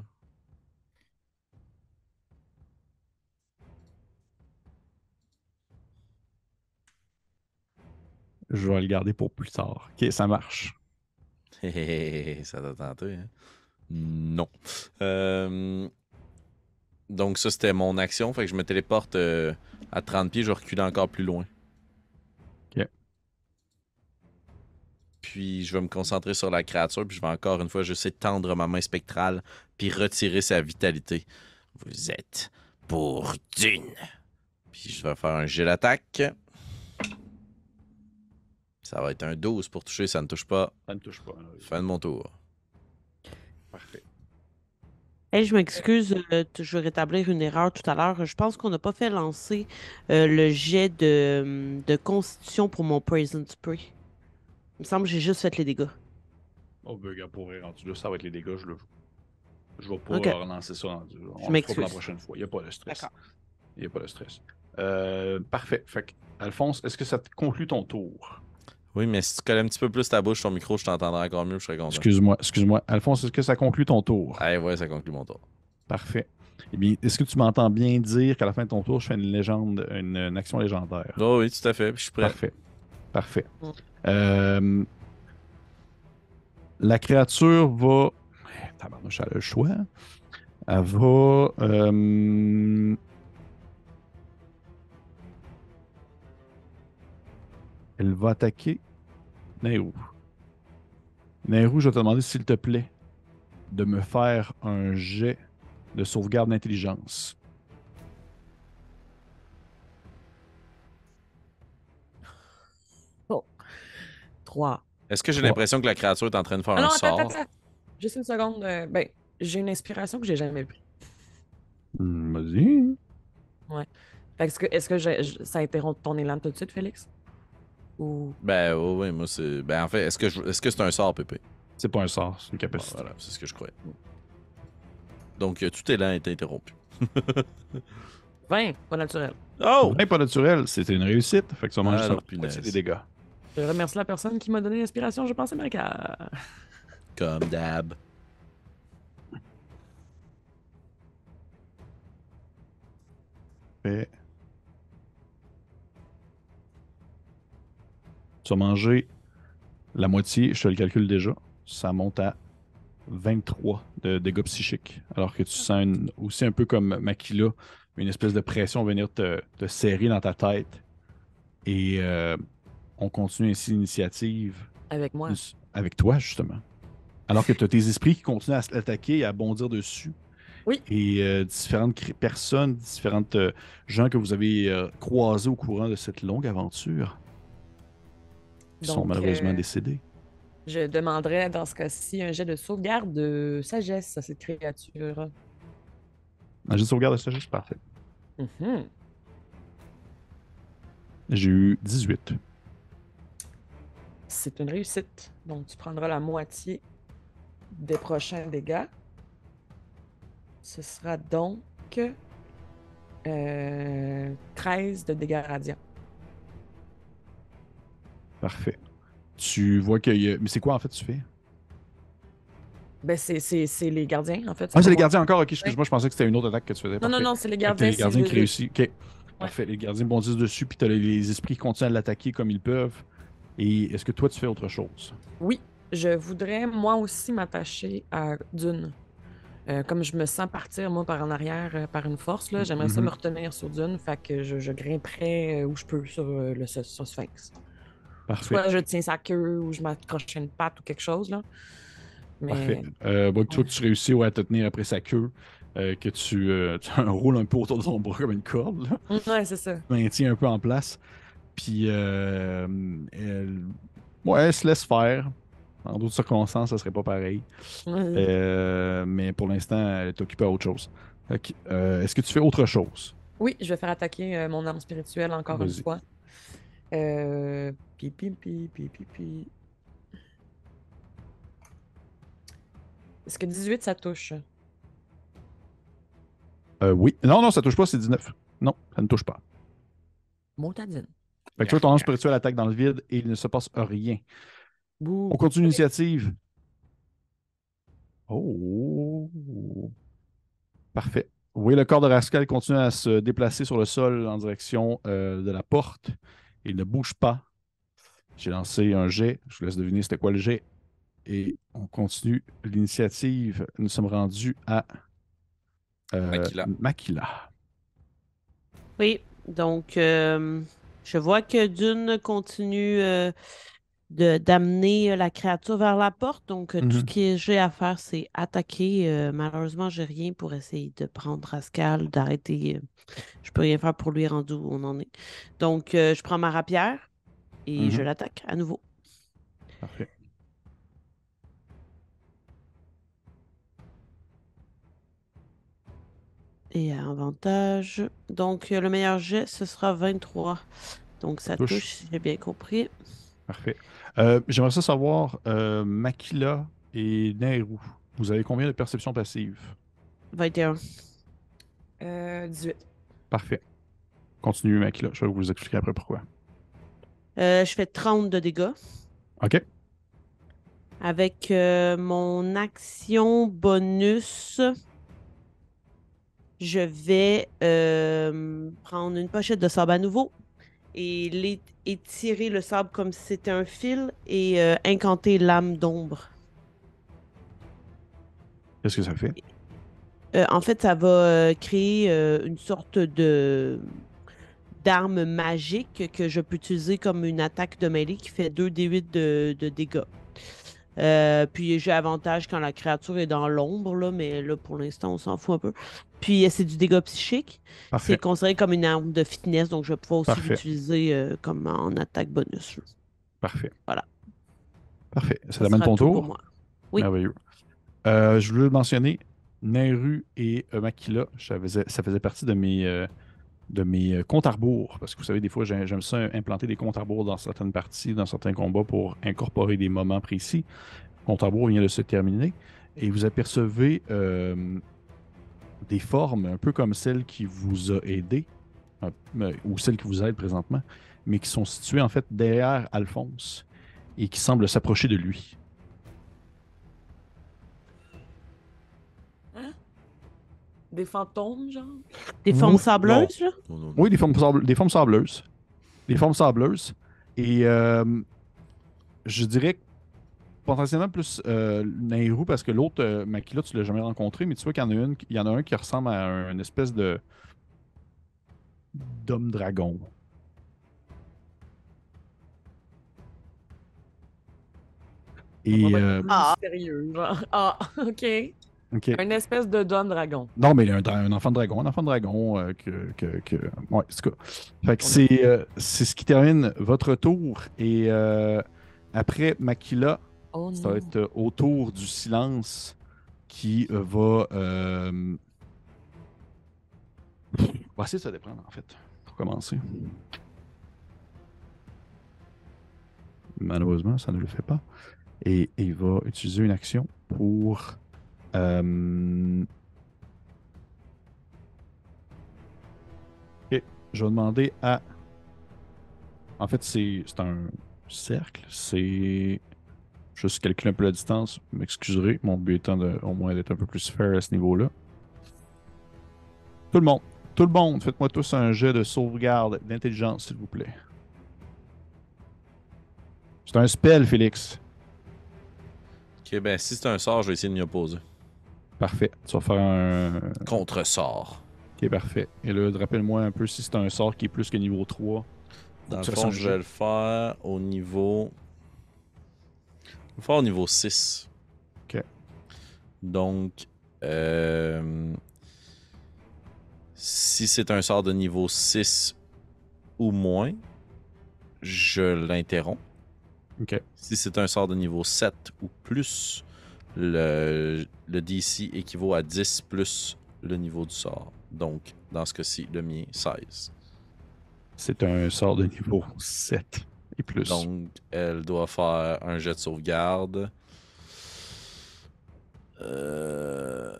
Je vais le garder pour plus tard. Ok, ça marche. Hé hé hé, ça t'a tenté, hein? Non. Euh, Donc ça, c'était mon action. Fait que je me téléporte euh, à trente pieds, je vais reculer encore plus loin. Ok. Puis je vais me concentrer sur la créature, puis je vais encore une fois juste étendre ma main spectrale, puis retirer sa vitalité. Vous êtes pour d'une. Puis je vais faire un jet d'attaque. Ça va être un douze pour toucher, ça ne touche pas. Ça ne touche pas. Là. Fin de mon tour. Parfait. Hey, je m'excuse, euh, t- je vais rétablir une erreur tout à l'heure. Je pense qu'on n'a pas fait lancer euh, le jet de, de constitution pour mon Poison Spray. Il me semble que j'ai juste fait les dégâts. Oh, ben, regarde, pour être rendu là, ça va être les dégâts, je le joue. Je vais pas Ok. euh, relancer ça rendu là. On le fera m'excuse. pour la prochaine fois. Il n'y a pas de stress. D'accord. Il n'y a pas de stress. Euh, parfait. Fait que, Alphonse, est-ce que ça te conclut ton tour? Oui, mais si tu collais un petit peu plus ta bouche, ton micro, je t'entendrais encore mieux, je serais content. Excuse-moi, excuse-moi. Alphonse, est-ce que ça conclut ton tour? Ah ouais, ça conclut mon tour. Parfait. Eh bien, est-ce que tu m'entends bien dire qu'à la fin de ton tour, je fais une légende, une, une action légendaire? Oh oui, tout à fait. Je suis prêt. Parfait. Parfait. Mm. Euh, la créature va. Tabarnouche, elle a le choix. Elle va. euh, Elle va attaquer Nehru. Nehru, je vais te demander, s'il te plaît, de me faire un jet de sauvegarde d'intelligence. Trois. Est-ce que j'ai Trois. l'impression que la créature est en train de faire Ah un non, sort? attends, attends, attends. Juste une seconde. euh, ben, j'ai une inspiration que j'ai jamais prise. Hmm, Vas-y. Fait que est-ce que, est-ce que j'ai- je- ça interrompt ton élan tout de suite, Félix? Ou. Ben oui, oui, moi c'est. Ben en fait, est-ce que je... est-ce que c'est un sort, Pépé? C'est pas un sort, c'est une Bon, capacité. voilà, c'est ce que je croyais. Donc euh, tout élan est interrompu. vingt, pas naturel. Oh! Ouais, pas naturel, c'était une réussite. Fait que ça mange Ah, juste non, la moitié punaise. des dégâts. Je remercie la personne qui m'a donné l'inspiration, je pense, America. Comme d'hab. Fait. Tu vas manger la moitié, je te le calcule déjà. Ça monte à vingt-trois de dégâts psychiques. Alors que tu sens une- aussi un peu comme Makila, une espèce de pression venir te, te serrer dans ta tête. Et euh, on continue ainsi l'initiative Avec moi. avec toi, justement. Alors que tu as tes esprits qui continuent à l'attaquer et à bondir dessus. Oui. Et euh, différentes cré- personnes, différentes euh, gens que vous avez euh, croisés au courant de cette longue aventure qui sont Donc, malheureusement euh, décédés. Je demanderais dans ce cas-ci un jet de sauvegarde de sagesse à cette créature. Ah, j'ai sauvegarde de sagesse, parfait. Mhm. J'ai eu dix-huit. C'est une réussite. Donc, tu prendras la moitié des prochains dégâts. Ce sera donc euh, treize de dégâts radiants. Parfait. Tu vois qu'il y a... Mais c'est quoi, en fait, tu fais? Ben, c'est, c'est, c'est les gardiens, en fait. Ah, c'est pas les moi. gardiens encore. Ok, excuse-moi, je pensais que c'était une autre attaque que tu faisais. Non, non, Parfait. non, c'est les Fait que gardiens. t'as les gardiens c'est qui le- réussissent. Ok. Parfait. Les gardiens bondissent dessus, puis t'as les, les esprits qui continuent à l'attaquer comme ils peuvent. Et est-ce que toi, tu fais autre chose? Oui, je voudrais moi aussi m'attacher à Dune. Euh, comme je me sens partir, moi, par en arrière, euh, par une force, là, j'aimerais ça Mhm. me retenir sur Dune, fait que je, je grimperais euh, où je peux sur, euh, le, sur sur Sphinx. Parfait. Soit je tiens sa queue ou je m'accroche à une patte ou quelque chose, là. Parfait. Mais Euh, bon, tu vois ouais. que tu réussis ouais, à te tenir après sa queue, euh, que tu, euh, tu enroules un peu autour de son bras comme une corde, là. Ouais, c'est ça. Tu maintiens un peu en place. Puis, euh, elle... ouais, elle se laisse faire. En d'autres circonstances, ça serait pas pareil. Ouais. Euh, mais pour l'instant, elle est occupée à autre chose. Fait que, euh, est-ce que tu fais autre chose? Oui, je vais faire attaquer euh, mon arme spirituelle encore une Vas-y. fois. Euh... Pi, pi, pi, pi, pi, pi. Est-ce que dix-huit, ça touche? Euh, oui. Non, non, ça touche pas, c'est dix-neuf. Non, ça ne touche pas. Motadine. Fait que tu vois, ton lance spirituel attaque dans le vide et il ne se passe rien. Bouh. On continue Ok. l'initiative. Oh! Parfait. Vous voyez le corps de Rascal continue à se déplacer sur le sol en direction euh, de la porte. Il ne bouge pas. J'ai lancé un jet. Je vous laisse deviner c'était quoi le jet. Et on continue l'initiative. Nous sommes rendus à euh, Makila. Makila. Oui, donc euh, je vois que Dune continue euh, de d'amener euh, la créature vers la porte. Donc euh, tout ce Mhm. que j'ai à faire, c'est attaquer. Euh, malheureusement, j'ai rien pour essayer de prendre Rascal, d'arrêter. euh, je peux rien faire pour lui rendu où on en est. Donc euh, je prends ma rapière et je Mhm. l'attaque à nouveau. Parfait. Et à avantage. Donc euh, le meilleur jet, ce sera vingt-trois. Donc Ça ça touche. touche, si j'ai bien compris. Parfait. Euh, J'aimerais ça savoir, euh, Makila et Nehru, vous avez combien de perception passive? vingt et un. Euh, dix-huit. Parfait. Continuez, Makila. Je vais vous expliquer après pourquoi. Euh, je fais trente de dégâts. OK. Avec euh, mon action bonus, je vais euh, prendre une pochette de sable à nouveau et l'é- étirer le sable comme si c'était un fil et euh, incanter l'âme d'ombre. Qu'est-ce que ça fait? Euh, en fait, ça va euh, créer euh, une sorte de d'arme magique que je peux utiliser comme une attaque de mêlée qui fait deux d huit de, de dégâts. Euh, puis j'ai avantage quand la créature est dans l'ombre, là, mais là, pour l'instant, on s'en fout un peu. Puis euh, c'est du dégât psychique. C'est Parfait. considéré comme une arme de fitness, donc je vais pouvoir aussi Parfait. l'utiliser euh, comme en attaque bonus, là. Parfait. Voilà. Parfait. Ça Ça t'amène sera ton tout pour tour? moi. Oui. Merveilleux. Euh, je voulais le mentionner, Nehru et euh, Makila, ça faisait, ça faisait partie de mes, euh, de mes euh, comptes à rebours. Parce que vous savez, des fois, j'ai- j'aime ça implanter des comptes à rebours dans certaines parties, dans certains combats pour incorporer des moments précis. Le compte à rebours vient de se terminer. Et vous apercevez euh, des formes un peu comme celle qui vous a aidé, euh, euh, ou celle qui vous aide présentement, mais qui sont situées en fait derrière Alphonse et qui semblent s'approcher de lui. Hein? Des fantômes, genre? Des Oui, formes Non. sableuses, là? Non, non, non. oui, des formes, sable- des formes sableuses. Des formes sableuses. Et euh, je dirais que potentiellement plus euh, Nairou, parce que l'autre, euh, Makila, tu l'as jamais rencontré, mais tu vois qu'il y en a une, il y en a un qui ressemble à un- une espèce de d'homme dragon. Et Vraiment euh, plus Ah. mystérieux, genre. Ah, OK. ok. Une espèce de Don Dragon. Non, mais il y a un, dra- un enfant de dragon, un enfant de dragon euh, que, que, que... Ouais, c'est quoi. Fait que On a- c'est euh, c'est ce qui termine votre tour. Et euh, après Makila, Oh ça va non. être euh, au tour du silence qui euh, va, euh, va essayer de se déprendre, en fait, pour commencer. Malheureusement, ça ne le fait pas. Et il va utiliser une action pour... euh, ok, je vais demander à... En fait, c'est c'est un cercle. C'est... Juste calculer un peu la distance. Vous m'excuserez. Mon but étant de, au moins d'être un peu plus fair à ce niveau-là. Tout le monde. Tout le monde, faites-moi tous un jet de sauvegarde d'intelligence, s'il vous plaît. C'est un spell, Félix. Ok, ben si c'est un sort, je vais essayer de m'y opposer. Parfait. Tu vas faire un... Contre-sort. Ok, parfait. Et là, rappelle-moi un peu si c'est un sort qui est plus que niveau trois. Dans le Tu fond, fasses un je jet. vais le faire au niveau... Je vais le faire au niveau six. Ok. Donc, euh... si c'est un sort de niveau six ou moins, je l'interromps. Ok. Si c'est un sort de niveau sept ou plus, le, le D C équivaut à dix plus le niveau du sort. Donc, dans ce cas-ci, le mien, seize. C'est un sort de niveau sept et plus. Donc, elle doit faire un jet de sauvegarde. Euh...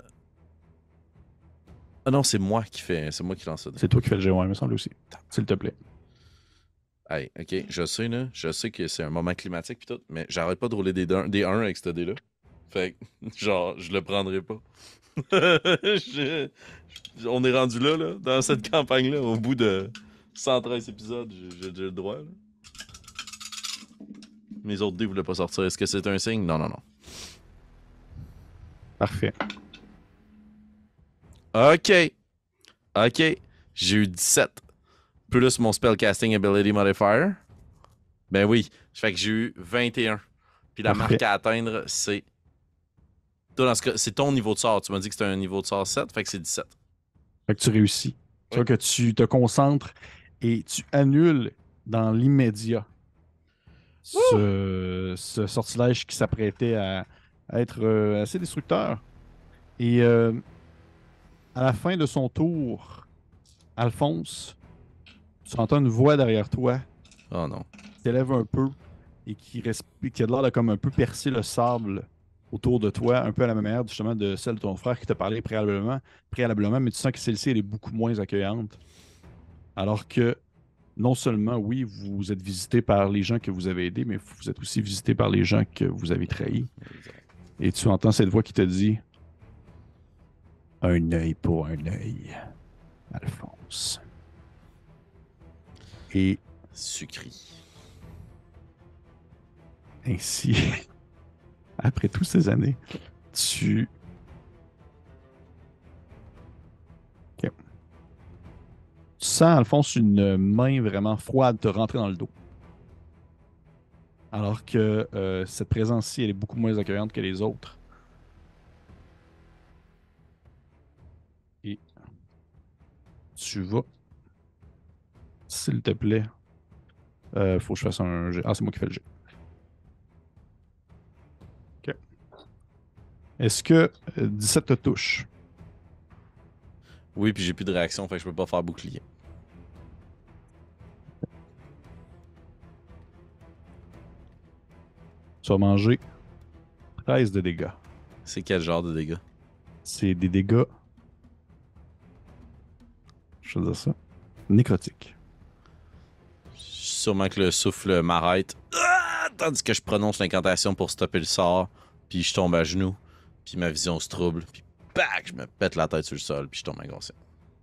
Ah non, c'est moi qui fais, c'est moi qui lance ça. C'est toi qui fais le G un, il me semble aussi. S'il te plaît. Hey, ok, je sais, là, je sais que c'est un moment climatique pis tout, mais j'arrête pas de rouler des, dun- des un avec ce dé-là. Fait que, genre, je le prendrai pas. Je- je- on est rendu là, là, dans cette campagne-là, au bout de cent treize épisodes, j'ai j'ai- j'ai le droit, là. Mes autres dés voulaient pas sortir. Est-ce que c'est un signe? Non, non, non. Parfait. Ok. Ok. J'ai eu dix-sept. Plus mon Spellcasting Ability Modifier. Ben oui. Fait que j'ai eu vingt et un. Puis la Parfait. marque à atteindre, c'est... Toi, dans ce cas, c'est ton niveau de sort. Tu m'as dit que c'était un niveau de sort sept, fait que c'est dix-sept. Fait que tu réussis. Tu Oui. vois que tu te concentres et tu annules dans l'immédiat ce, ce sortilège qui s'apprêtait à, à être euh, assez destructeur. Et euh, à la fin de son tour, Alphonse, tu entends une voix derrière toi Oh non. qui t'élève un peu et qui, resp- qui a l'air de comme un peu percer le sable autour de toi, un peu à la manière justement de celle de ton frère qui t'a parlé préalablement, préalablement, mais tu sens que celle-ci, elle est beaucoup moins accueillante. Alors que non seulement, oui, vous êtes visité par les gens que vous avez aidés, mais vous êtes aussi visité par les gens que vous avez trahis. Et tu entends cette voix qui te dit « Un œil pour un œil, Alphonse. » Et Sucri. ainsi, après toutes ces années, tu... Ok. Tu sens, Alphonse, une main vraiment froide te rentrer dans le dos. Alors que euh, cette présence-ci, elle est beaucoup moins accueillante que les autres. Et tu vas, s'il te plaît, euh, faut que je fasse un jet. Ah, c'est moi qui fais le jet. OK. Est-ce que euh, dix-sept te touche? Oui, puis j'ai plus de réaction, fait que je peux pas faire bouclier. Tu vas manger treize de dégâts. C'est quel genre de dégâts? C'est des dégâts. Je vais dire ça. Nécrotiques. Sûrement que le souffle m'arrête. Ah! Tandis que je prononce l'incantation pour stopper le sort, puis je tombe à genoux, puis ma vision se trouble, puis bac, je me pète la tête sur le sol, puis je tombe inconscient.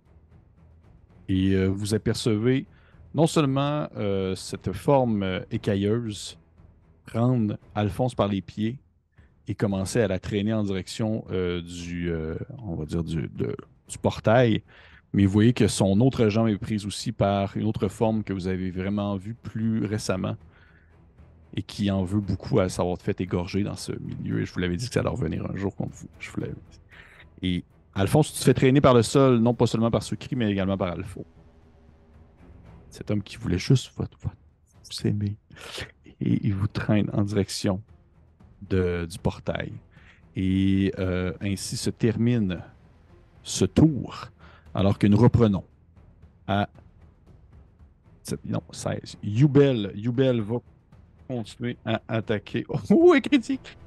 Et euh, vous apercevez non seulement euh, cette forme euh, écailleuse prendre Alphonse par les pieds et commencer à la traîner en direction euh, du, euh, on va dire, du, de- du portail, mais vous voyez que son autre jambe est prise aussi par une autre forme que vous avez vraiment vue plus récemment et qui en veut beaucoup à s'avoir fait égorger dans ce milieu. Et je vous l'avais dit que ça allait revenir un jour contre vous. Je vous l'avais dit. Et Alphonse, tu te fais traîner par le sol, non pas seulement par ce cri, mais également par Alpho. Cet homme qui voulait juste votre, votre- vous aimer. Et il vous traîne en direction de, du portail. Et euh, ainsi se termine ce tour, alors que nous reprenons à sept, non, seize. Yubel, Yubel va continuer à attaquer. Oh, un critique!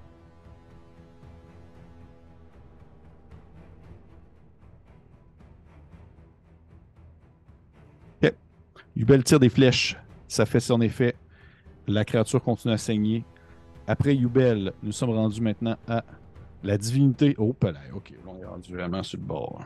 Ok. Yubel tire des flèches. Ça fait son effet. La créature continue à saigner. Après Yubel, nous sommes rendus maintenant à la divinité. Oh, palais. Ok, on est rendu vraiment sur le bord.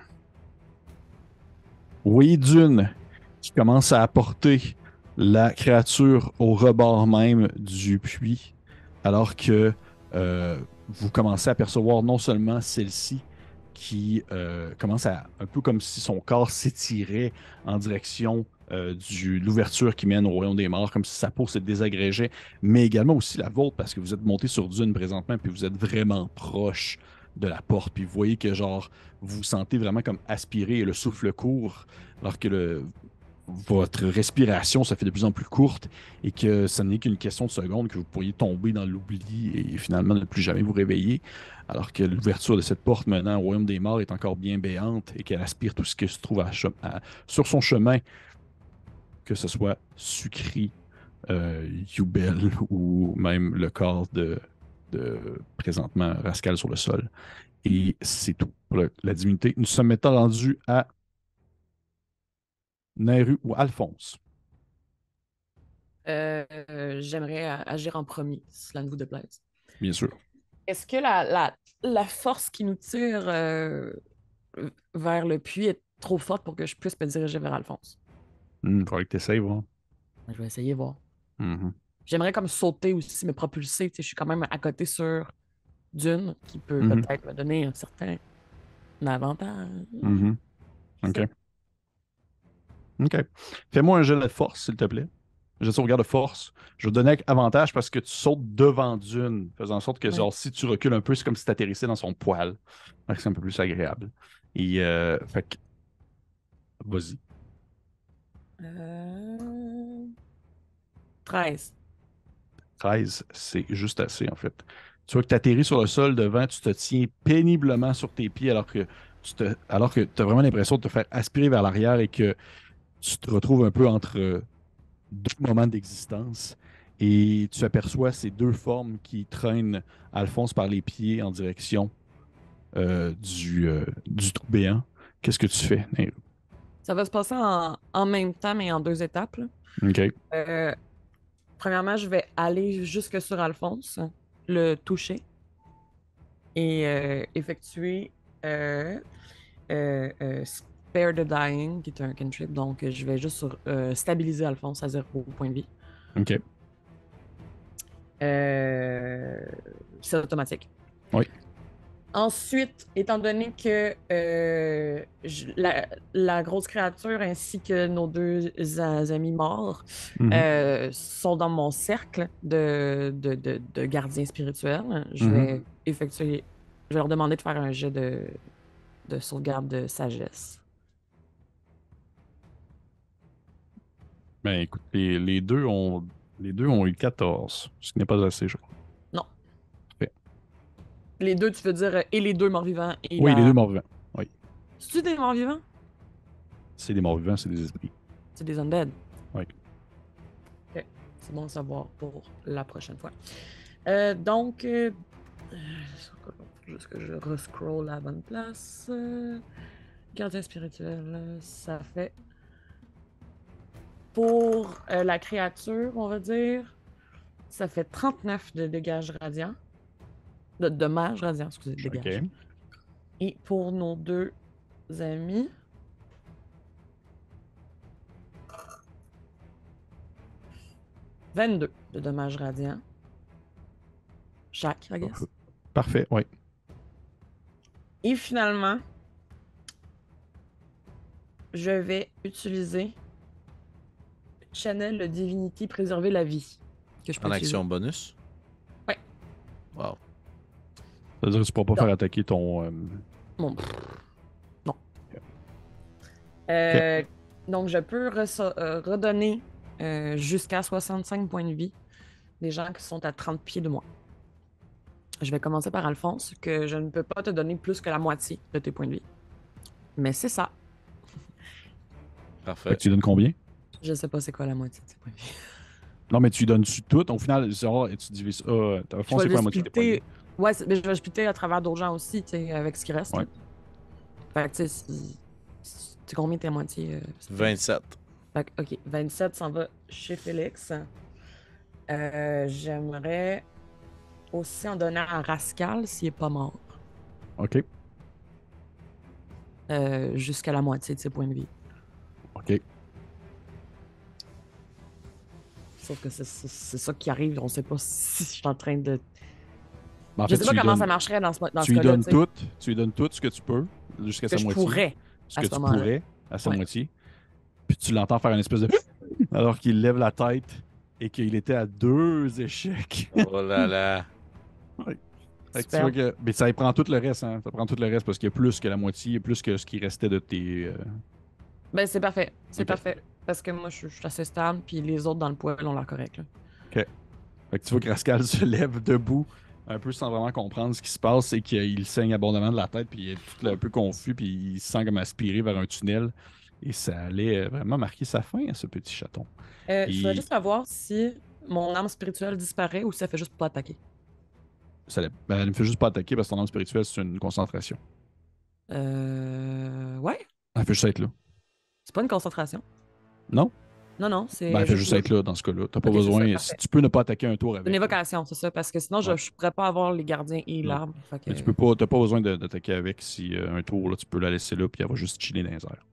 Oui, Dune, qui commence à apporter la créature au rebord même du puits, alors que euh, vous commencez à percevoir non seulement celle-ci, qui euh, commence à, un peu comme si son corps s'étirait en direction euh, de l'ouverture qui mène au royaume des morts, comme si sa peau se désagrégeait, mais également aussi la vôtre, parce que vous êtes monté sur Dune présentement, puis vous êtes vraiment proche de la porte, puis vous voyez que genre, vous vous sentez vraiment comme aspirer et le souffle court, alors que le, votre respiration se fait de plus en plus courte et que ce n'est qu'une question de secondes que vous pourriez tomber dans l'oubli et finalement ne plus jamais vous réveiller, alors que l'ouverture de cette porte menant au royaume des morts est encore bien béante et qu'elle aspire tout ce qui se trouve à, à, sur son chemin, que ce soit Sucri, euh, Yubel ou même le corps de, de présentement Rascal sur le sol. Et c'est tout pour le, la divinité. Nous sommes maintenant rendus à Nairu ou Alphonse. Euh, euh, J'aimerais a- agir en premier, si cela ne vous déplaise. Bien sûr. Est-ce que la, la, la force qui nous tire euh, vers le puits est trop forte pour que je puisse me diriger vers Alphonse? Il hmm, faudrait que tu essayes, voir. Je vais essayer voir. Mm-hmm. J'aimerais comme sauter aussi, me propulser. Je suis quand même à côté sur Dune, qui peut Mm-hmm. peut-être me donner un certain avantage. Mm-hmm. OK. OK. Fais-moi un jet de force, s'il te plaît. Je sauvegarde de force. Je vais te donner avantage parce que tu sautes devant Dune, faisant en sorte que, Ouais. genre, si tu recules un peu, c'est comme si tu atterrissais dans son poil. Donc, c'est un peu plus agréable. Et, euh, fait que, vas-y. Euh... treize. treize, c'est juste assez, en fait. Tu vois que tu atterris sur le sol devant, tu te tiens péniblement sur tes pieds alors que tu te, alors que tu as vraiment l'impression de te faire aspirer vers l'arrière et que tu te retrouves un peu entre euh, deux moments d'existence. Et tu aperçois ces deux formes qui traînent Alphonse par les pieds en direction euh, du, euh, du trou béant. Qu'est-ce que tu fais, Nairu? Ça va se passer en, en même temps, mais en deux étapes. là. OK. Euh, premièrement, je vais aller jusque sur Alphonse, le toucher et euh, effectuer euh, euh, euh, Spare the Dying, qui est un cantrip. Donc, je vais juste sur, euh, stabiliser Alphonse à zéro point de vie. OK. Euh, C'est automatique. Oui. Ensuite, étant donné que euh, je- la, la grosse créature ainsi que nos deux a- amis morts Mhm. euh, sont dans mon cercle de, de, de, de gardiens spirituels, je Mhm. vais effectuer, je vais leur demander de faire un jet de, de sauvegarde de sagesse. Ben, écoute, les, les deux ont, les deux ont eu quatorze, ce qui n'est pas assez, je crois. Non. Fait. Les deux, tu veux dire, euh, et les deux morts-vivants et Oui, la... les deux morts-vivants. Oui. C'est-tu des morts-vivants? C'est des morts-vivants, c'est des esprits. C'est des undead. Oui. Ok, c'est bon à savoir pour la prochaine fois. Euh, donc, euh, euh, juste que je rescroll à la bonne place. Euh, gardien spirituel, ça fait pour euh, la créature, on va dire, ça fait trente-neuf de dégâts radiants. De dommages radiants, excusez, dégâts. OK. Et pour nos deux amis, vingt-deux de dommages radiants. Chaque, I guess. Parfait, oui. Et finalement, je vais utiliser Channel le Divinity Préserver la vie. Que je peux En utiliser. action bonus? Ouais. Wow. Ça veut dire que tu ne pourras pas Non. faire attaquer ton... euh, Bon. Non. Euh, donc, je peux reso- euh, redonner euh, jusqu'à soixante-cinq points de vie des gens qui sont à trente pieds de moi. Je vais commencer par Alphonse, que je ne peux pas te donner plus que la moitié de tes points de vie. Mais c'est ça. Fait Parfait. que tu lui donnes combien? Je sais pas c'est quoi la moitié de tes points de vie. Non, mais tu lui donnes-tu tout? Au final, genre, et tu divises... Ah, t'as Je fond, vais c'est le quoi la moitié des points de vie? splitter. Ouais, c'est- mais je vais splitter à travers d'autres gens aussi, tu sais, avec ce qui reste. Ouais. là. Fait que, tu sais, si- si- tu combien tes moitiés? euh, c'est- vingt-sept. Fait que, ok, vingt-sept s'en va chez Félix. Euh, J'aimerais aussi en donner à Rascal s'il est pas mort. OK. Euh, jusqu'à la moitié de ses points de vie. OK. Sauf que c'est c'est- c'est ça qui arrive. On sait pas si je suis en train de Ben, en Je fait, sais tu pas lui comment donnes- ça marcherait dans ce, dans tu ce lui cas-là. donnes tu sais. tout, tu lui donnes tout ce que tu peux, jusqu'à Ce que sa je moitié. pourrais Ce à que ce tu moment-là. pourrais, à sa Ouais. moitié. Puis tu l'entends faire une espèce de alors qu'il lève la tête et qu'il était à deux échecs. Oh là là. Ouais. Fait que tu vois Super. que. Mais ça y prend tout le reste, hein. Ça prend tout le reste parce qu'il y a plus que la moitié, plus que ce qui restait de tes. euh, Ben, c'est parfait. C'est Ok. parfait. Parce que moi, je suis je suis assez stable, puis les autres dans le poêle ont l'air correct. Là. Fait que tu vois que Rascal se lève debout, un peu sans vraiment comprendre ce qui se passe, et qu'il saigne abondamment de la tête, puis il est tout un peu confus, puis il se sent comme aspiré vers un tunnel. Et ça allait euh, vraiment marquer sa fin à ce petit chaton. Euh, je voudrais Et juste savoir si mon âme spirituelle disparaît ou si ça fait juste pas attaquer. ça l'a- ben, elle ne fait juste pas attaquer parce que ton âme spirituelle, c'est une concentration. Euh. Ouais. Elle fait juste être là. C'est pas une concentration. Non? Non, non, c'est. Ben, elle fait juste juste là. être là dans ce cas-là. T'as pas Ok, c'est ça, besoin. parfait. Si tu peux ne pas attaquer un tour avec. Une évocation, c'est ça, parce que sinon, je, Ouais. je pourrais pas avoir les gardiens et Non. l'arbre. Fait que- Mais tu peux pas, t'as pas besoin de- d'attaquer avec si euh, un tour, là, tu peux la laisser là, puis elle va juste chiller dans les airs.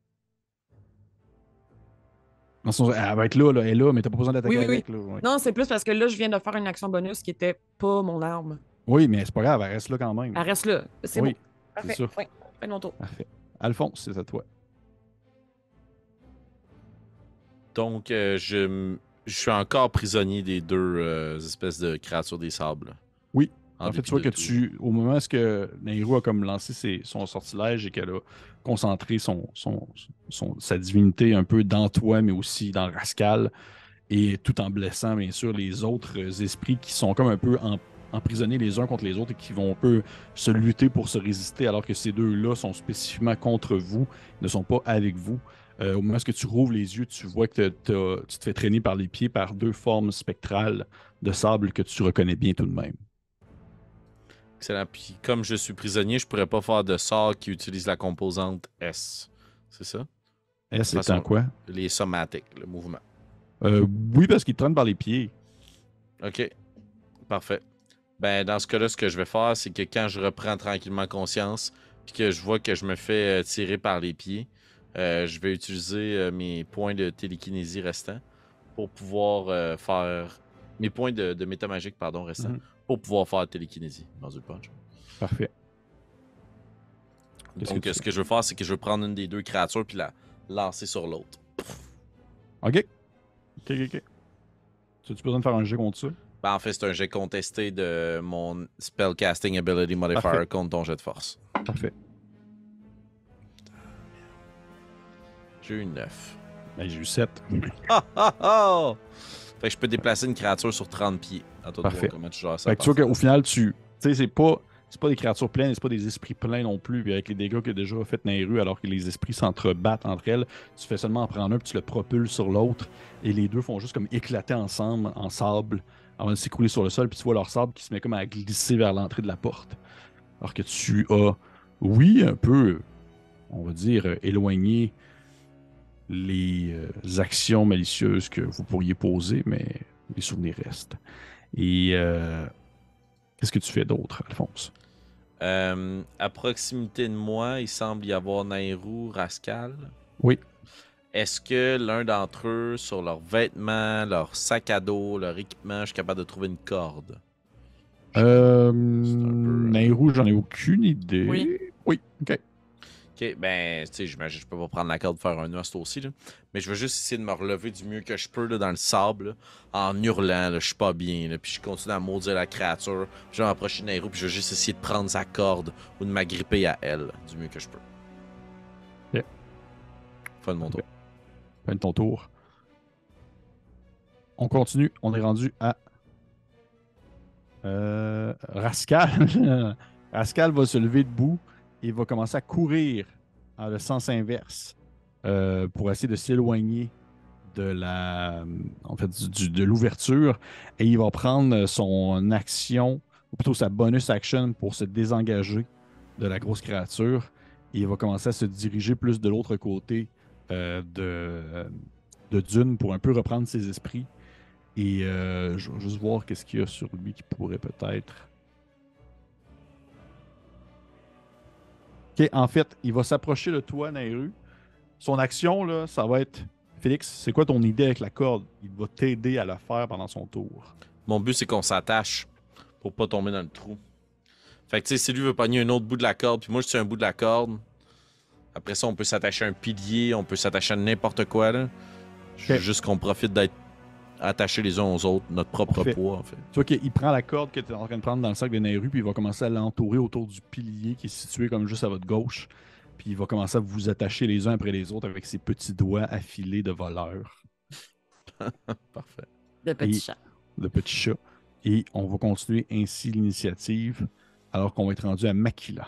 Dans le sens, elle va être là, là, elle est là, mais t'as pas besoin d'attaquer Oui, oui, avec. Là, ouais. Non, c'est plus parce que là, je viens de faire une action bonus qui était pas mon arme. Oui, mais c'est pas grave, elle reste là quand même. Elle reste là. C'est Oui, bon. Parfait. c'est ça. Oui, fais mon tour. Parfait. Alphonse, c'est à toi. Donc, euh, je, m- je suis encore prisonnier des deux euh, espèces de créatures des sables. Oui. En, En fait, dépit tu vois de que tout. tu, au moment où que Nairou a comme lancé ses- son sortilège et qu'elle a concentré son, son, son- sa divinité un peu dans toi, mais aussi dans Rascal, et tout en blessant, bien sûr, les autres esprits qui sont comme un peu en- emprisonnés les uns contre les autres et qui vont un peu se lutter pour se résister, alors que ces deux-là sont spécifiquement contre vous, ne sont pas avec vous. Euh, au moment où tu rouvres les yeux, tu vois que t'as- t'as- tu te fais traîner par les pieds par deux formes spectrales de sable que tu reconnais bien tout de même. Excellent. Puis, comme je suis prisonnier, je pourrais pas faire de sort qui utilise la composante S. C'est ça? Eh, c'est façon- en quoi? Les somatiques, le mouvement. Euh, oui, parce qu'il te traîne par les pieds. OK. Parfait. Ben, dans ce cas-là, ce que je vais faire, c'est que quand je reprends tranquillement conscience, puis que je vois que je me fais euh, tirer par les pieds, euh, je vais utiliser euh, mes points de télékinésie restants pour pouvoir euh, faire. Mes points de, de métamagique, pardon, restants, Mhm. pour pouvoir faire télékinésie dans une punch. Parfait. Qu'est-ce Donc, que tu ce fais? que je veux faire, c'est que je veux prendre une des deux créatures puis la lancer sur l'autre. OK. OK, OK, OK. Tu as besoin de faire un jeu contre ça? Ben, en fait, c'est un jet contesté de mon Spellcasting Ability Modifier Parfait. contre ton jet de force. Parfait. J'ai eu neuf. Ben, j'ai eu sept. Ah ah ah! Fait que je peux déplacer une créature sur trente pieds. À toi de Parfait. voir comment tu gères ça. Fait que tu vois qu'au final, tu. Tu sais, c'est pas. C'est pas des créatures pleines, c'est pas des esprits pleins non plus. Puis avec les dégâts que déjà fait Nairu, alors que les esprits s'entrebattent entre elles, tu fais seulement en prendre un, puis tu le propulses sur l'autre. Et les deux font juste comme éclater ensemble en sable avant de s'écrouler sur le sol. Puis tu vois leur sable qui se met comme à glisser vers l'entrée de la porte. Alors que tu as, oui, un peu, on va dire, euh, éloigné les euh, actions malicieuses que vous pourriez poser, mais les souvenirs restent. Et euh, qu'est-ce que tu fais d'autre, Alphonse? Euh, à proximité de moi, il semble y avoir Nairou, Rascal. Oui. Est-ce que l'un d'entre eux, sur leurs vêtements, leur sac à dos, leur équipement, je suis capable de trouver une corde? Euh, peu, euh, Nairou, j'en ai aucune idée. Oui. Oui, ok. Ok, ben, tu sais, j'imagine que je peux pas prendre la corde pour faire un nœud à ce tour-ci, là. Mais je veux juste essayer de me relever du mieux que je peux là, dans le sable, là, en hurlant, là, je suis pas bien, là, puis je continue à maudire la créature. Puis je vais m'approcher de Nairou, puis je veux juste essayer de prendre sa corde ou de m'agripper à elle, du mieux que je peux. Ok. Fin de mon tour. Fin de ton tour. On continue. On est rendu à euh, Rascal. Rascal va se lever debout et va commencer à courir en le sens inverse euh, pour essayer de s'éloigner de la, en fait, du- du- de l'ouverture. Et il va prendre son action, ou plutôt sa bonus action pour se désengager de la grosse créature. Et il va commencer à se diriger plus de l'autre côté euh, de, de Dune pour un peu reprendre ses esprits. Et euh, je vais juste voir qu'est-ce qu'il y a sur lui qui pourrait peut-être. Ok, en fait, il va s'approcher de toi, Nairu. Son action, là, ça va être. Félix, c'est quoi ton idée avec la corde? Il va t'aider à le faire pendant son tour. Mon but, c'est qu'on s'attache. Pour pas tomber dans le trou. Fait que, tu sais, si lui veut pogner un autre bout de la corde, puis moi, je suis un bout de la corde. Après ça, on peut s'attacher à un pilier, on peut s'attacher à n'importe quoi, là. Je veux Ok. juste qu'on profite d'être attachés les uns aux autres, notre propre Parfait. poids, en fait. Tu vois qu'il prend la corde que tu es en train de prendre dans le sac de Nairu, puis il va commencer à l'entourer autour du pilier qui est situé comme juste à votre gauche. Puis il va commencer à vous attacher les uns après les autres avec ses petits doigts affilés de voleur, Parfait. De petits Et- chats. de petits chats. Et on va continuer ainsi l'initiative alors qu'on va être rendu à Makila.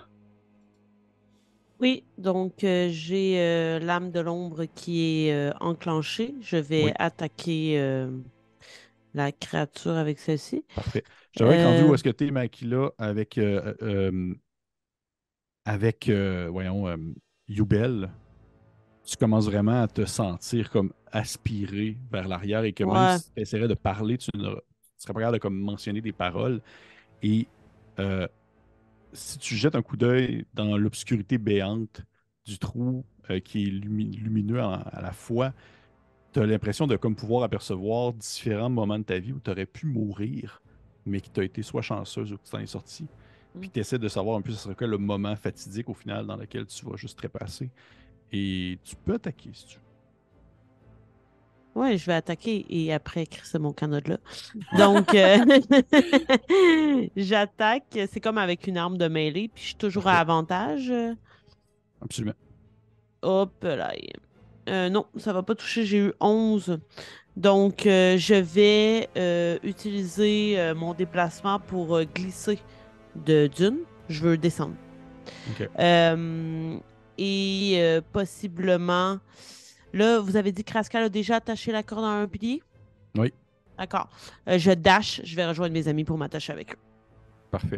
Oui, donc euh, j'ai euh, l'âme de l'ombre qui est euh, enclenchée. Je vais Oui. attaquer euh, la créature avec celle-ci. Parfait. Je devrais être rendu Euh, où est-ce que tu es, Makila, avec, euh, euh, avec euh, voyons, euh, Yubel. Tu commences vraiment à te sentir comme aspiré vers l'arrière et que même Ouais. si tu essaierais de parler, tu ne tu serais pas capable de comme, mentionner des paroles. Et euh, si tu jettes un coup d'œil dans l'obscurité béante du trou euh, qui est lumi- lumineux en- à la fois, tu as l'impression de comme pouvoir apercevoir différents moments de ta vie où tu aurais pu mourir, mais que tu as été soit chanceuse ou que tu t'en es sorti. Puis Mm. tu essaies de savoir un peu ce serait quoi le moment fatidique au final dans lequel tu vas juste trépasser. Et tu peux attaquer si tu veux. Ouais, je vais attaquer et après écrire mon canot de là. Donc, euh, j'attaque. C'est comme avec une arme de mêlée, puis je suis toujours à Parfait. avantage. Absolument. Hop là. Euh, non, ça va pas toucher. J'ai eu onze. Donc, euh, je vais euh, utiliser euh, mon déplacement pour euh, glisser de dune. Je veux descendre. OK. Euh, et euh, possiblement. Là, vous avez dit que Rascal a déjà attaché la corde à un pilier? Oui. D'accord. Euh, je dash. Je vais rejoindre mes amis pour m'attacher avec eux. Parfait.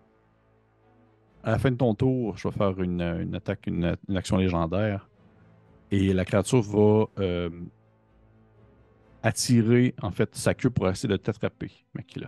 À la fin de ton tour, je vais faire une, une attaque, une, une action légendaire. Et la créature va euh, attirer en fait sa queue pour essayer de t'attraper, Makila.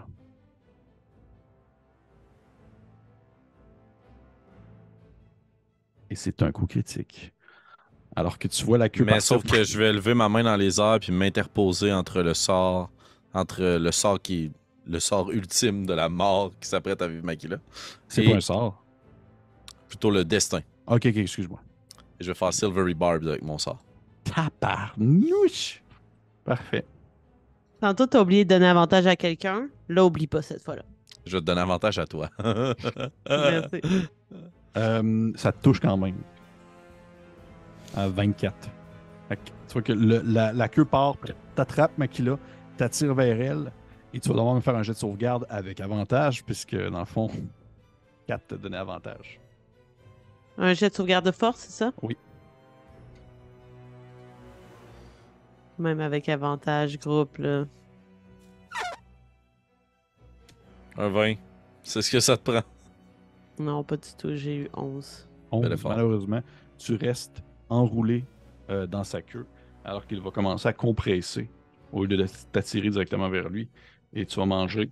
Et c'est un coup critique. Alors que tu vois la queue Mais partir. sauf que je vais lever ma main dans les airs puis m'interposer entre le sort, entre le sort qui est le sort ultime de la mort qui s'apprête à vivre Makila. C'est Et pas un sort. plutôt le destin. Ok, ok, excuse-moi. Et je vais faire Silvery Barbs avec mon sort. Tabarnouche! Parfait. Tantôt, t'as oublié de donner avantage à quelqu'un. Là, oublie pas cette fois-là. Je vais te donner avantage à toi. Merci. Euh, ça te touche quand même. À vingt-quatre. Fait que tu vois que le- la, la queue part, puis t'attrapes Makila, t'attires vers elle, et tu vas devoir me faire un jet de sauvegarde avec avantage, puisque dans le fond, quatre t'a donné avantage. Un jet de sauvegarde de force, c'est ça? Oui. Même avec avantage, groupe, là. Un vingt. C'est ce que ça te prend. Non, pas du tout. J'ai eu onze. onze, Bel effort. malheureusement, tu restes enroulé euh, dans sa queue, alors qu'il va commencer à compresser au lieu de t'attirer directement vers lui, et tu vas manger.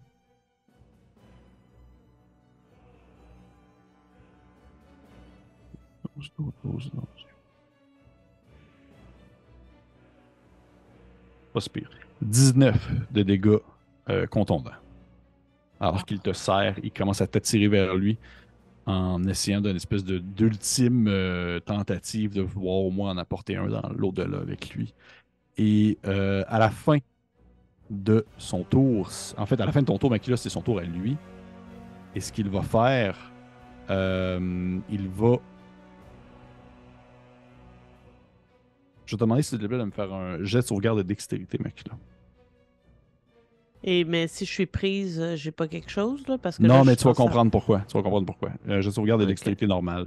douze, douze, douze, douze. Pas si pire. dix-neuf de dégâts euh, contondants. Alors qu'il te serre, il commence à t'attirer vers lui en essayant d'une espèce de d'ultime euh, tentative de vouloir au moins en apporter un dans l'au-delà avec lui. Et euh, à la fin de son tour, en fait, à la fin de ton tour, Makila, c'est son tour à lui. Et ce qu'il va faire, euh, il va. Je vais te demander, s'il te plaît, de me faire un jet de sauvegarde de dextérité, Makila. Et mais si je suis prise, euh, j'ai pas quelque chose, là? Parce que Non, là, je mais suis tu vas censée- comprendre pourquoi. Tu vas comprendre pourquoi. Un jet de sauvegarde de Ok. dextérité normale.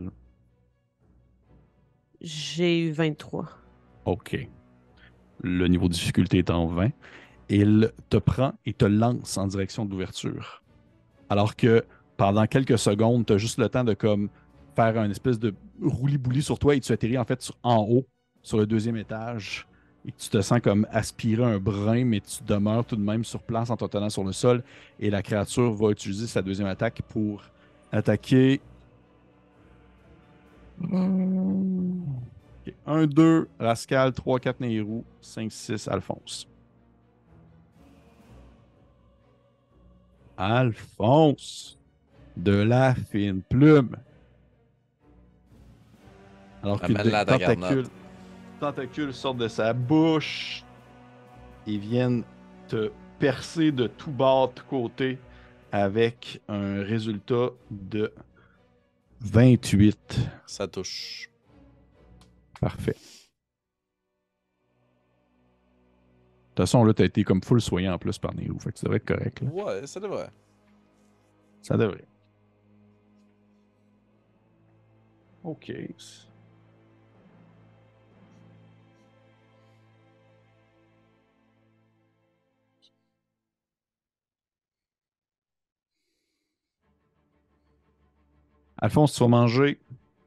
J'ai eu vingt-trois. OK. Le niveau de difficulté est en vingt. Il te prend et te lance en direction de l'ouverture. Alors que pendant quelques secondes, tu as juste le temps de comme faire un espèce de roulis-bouli sur toi et tu atterris en fait sur- en haut, sur le deuxième étage. Et tu te sens comme aspirer un brin, mais tu demeures tout de même sur place en te tenant sur le sol. Et la créature va utiliser sa deuxième attaque pour attaquer. Ok. un, deux, Rascal, trois, quatre, Nehru, cinq, six, Alphonse. Alphonse de la fine plume. Alors que Amène des la tagarnotte. tentacules, tentacules sortent de sa bouche et viennent te percer de tous bords, de tous côtés, avec un résultat de vingt-huit. Ça touche. Parfait. De toute façon, là, t'as été comme full soigné en plus par Nero, fait que ça devrait être correct. Là. Ouais, ça devrait. Ça devrait. OK. Alphonse, tu vas manger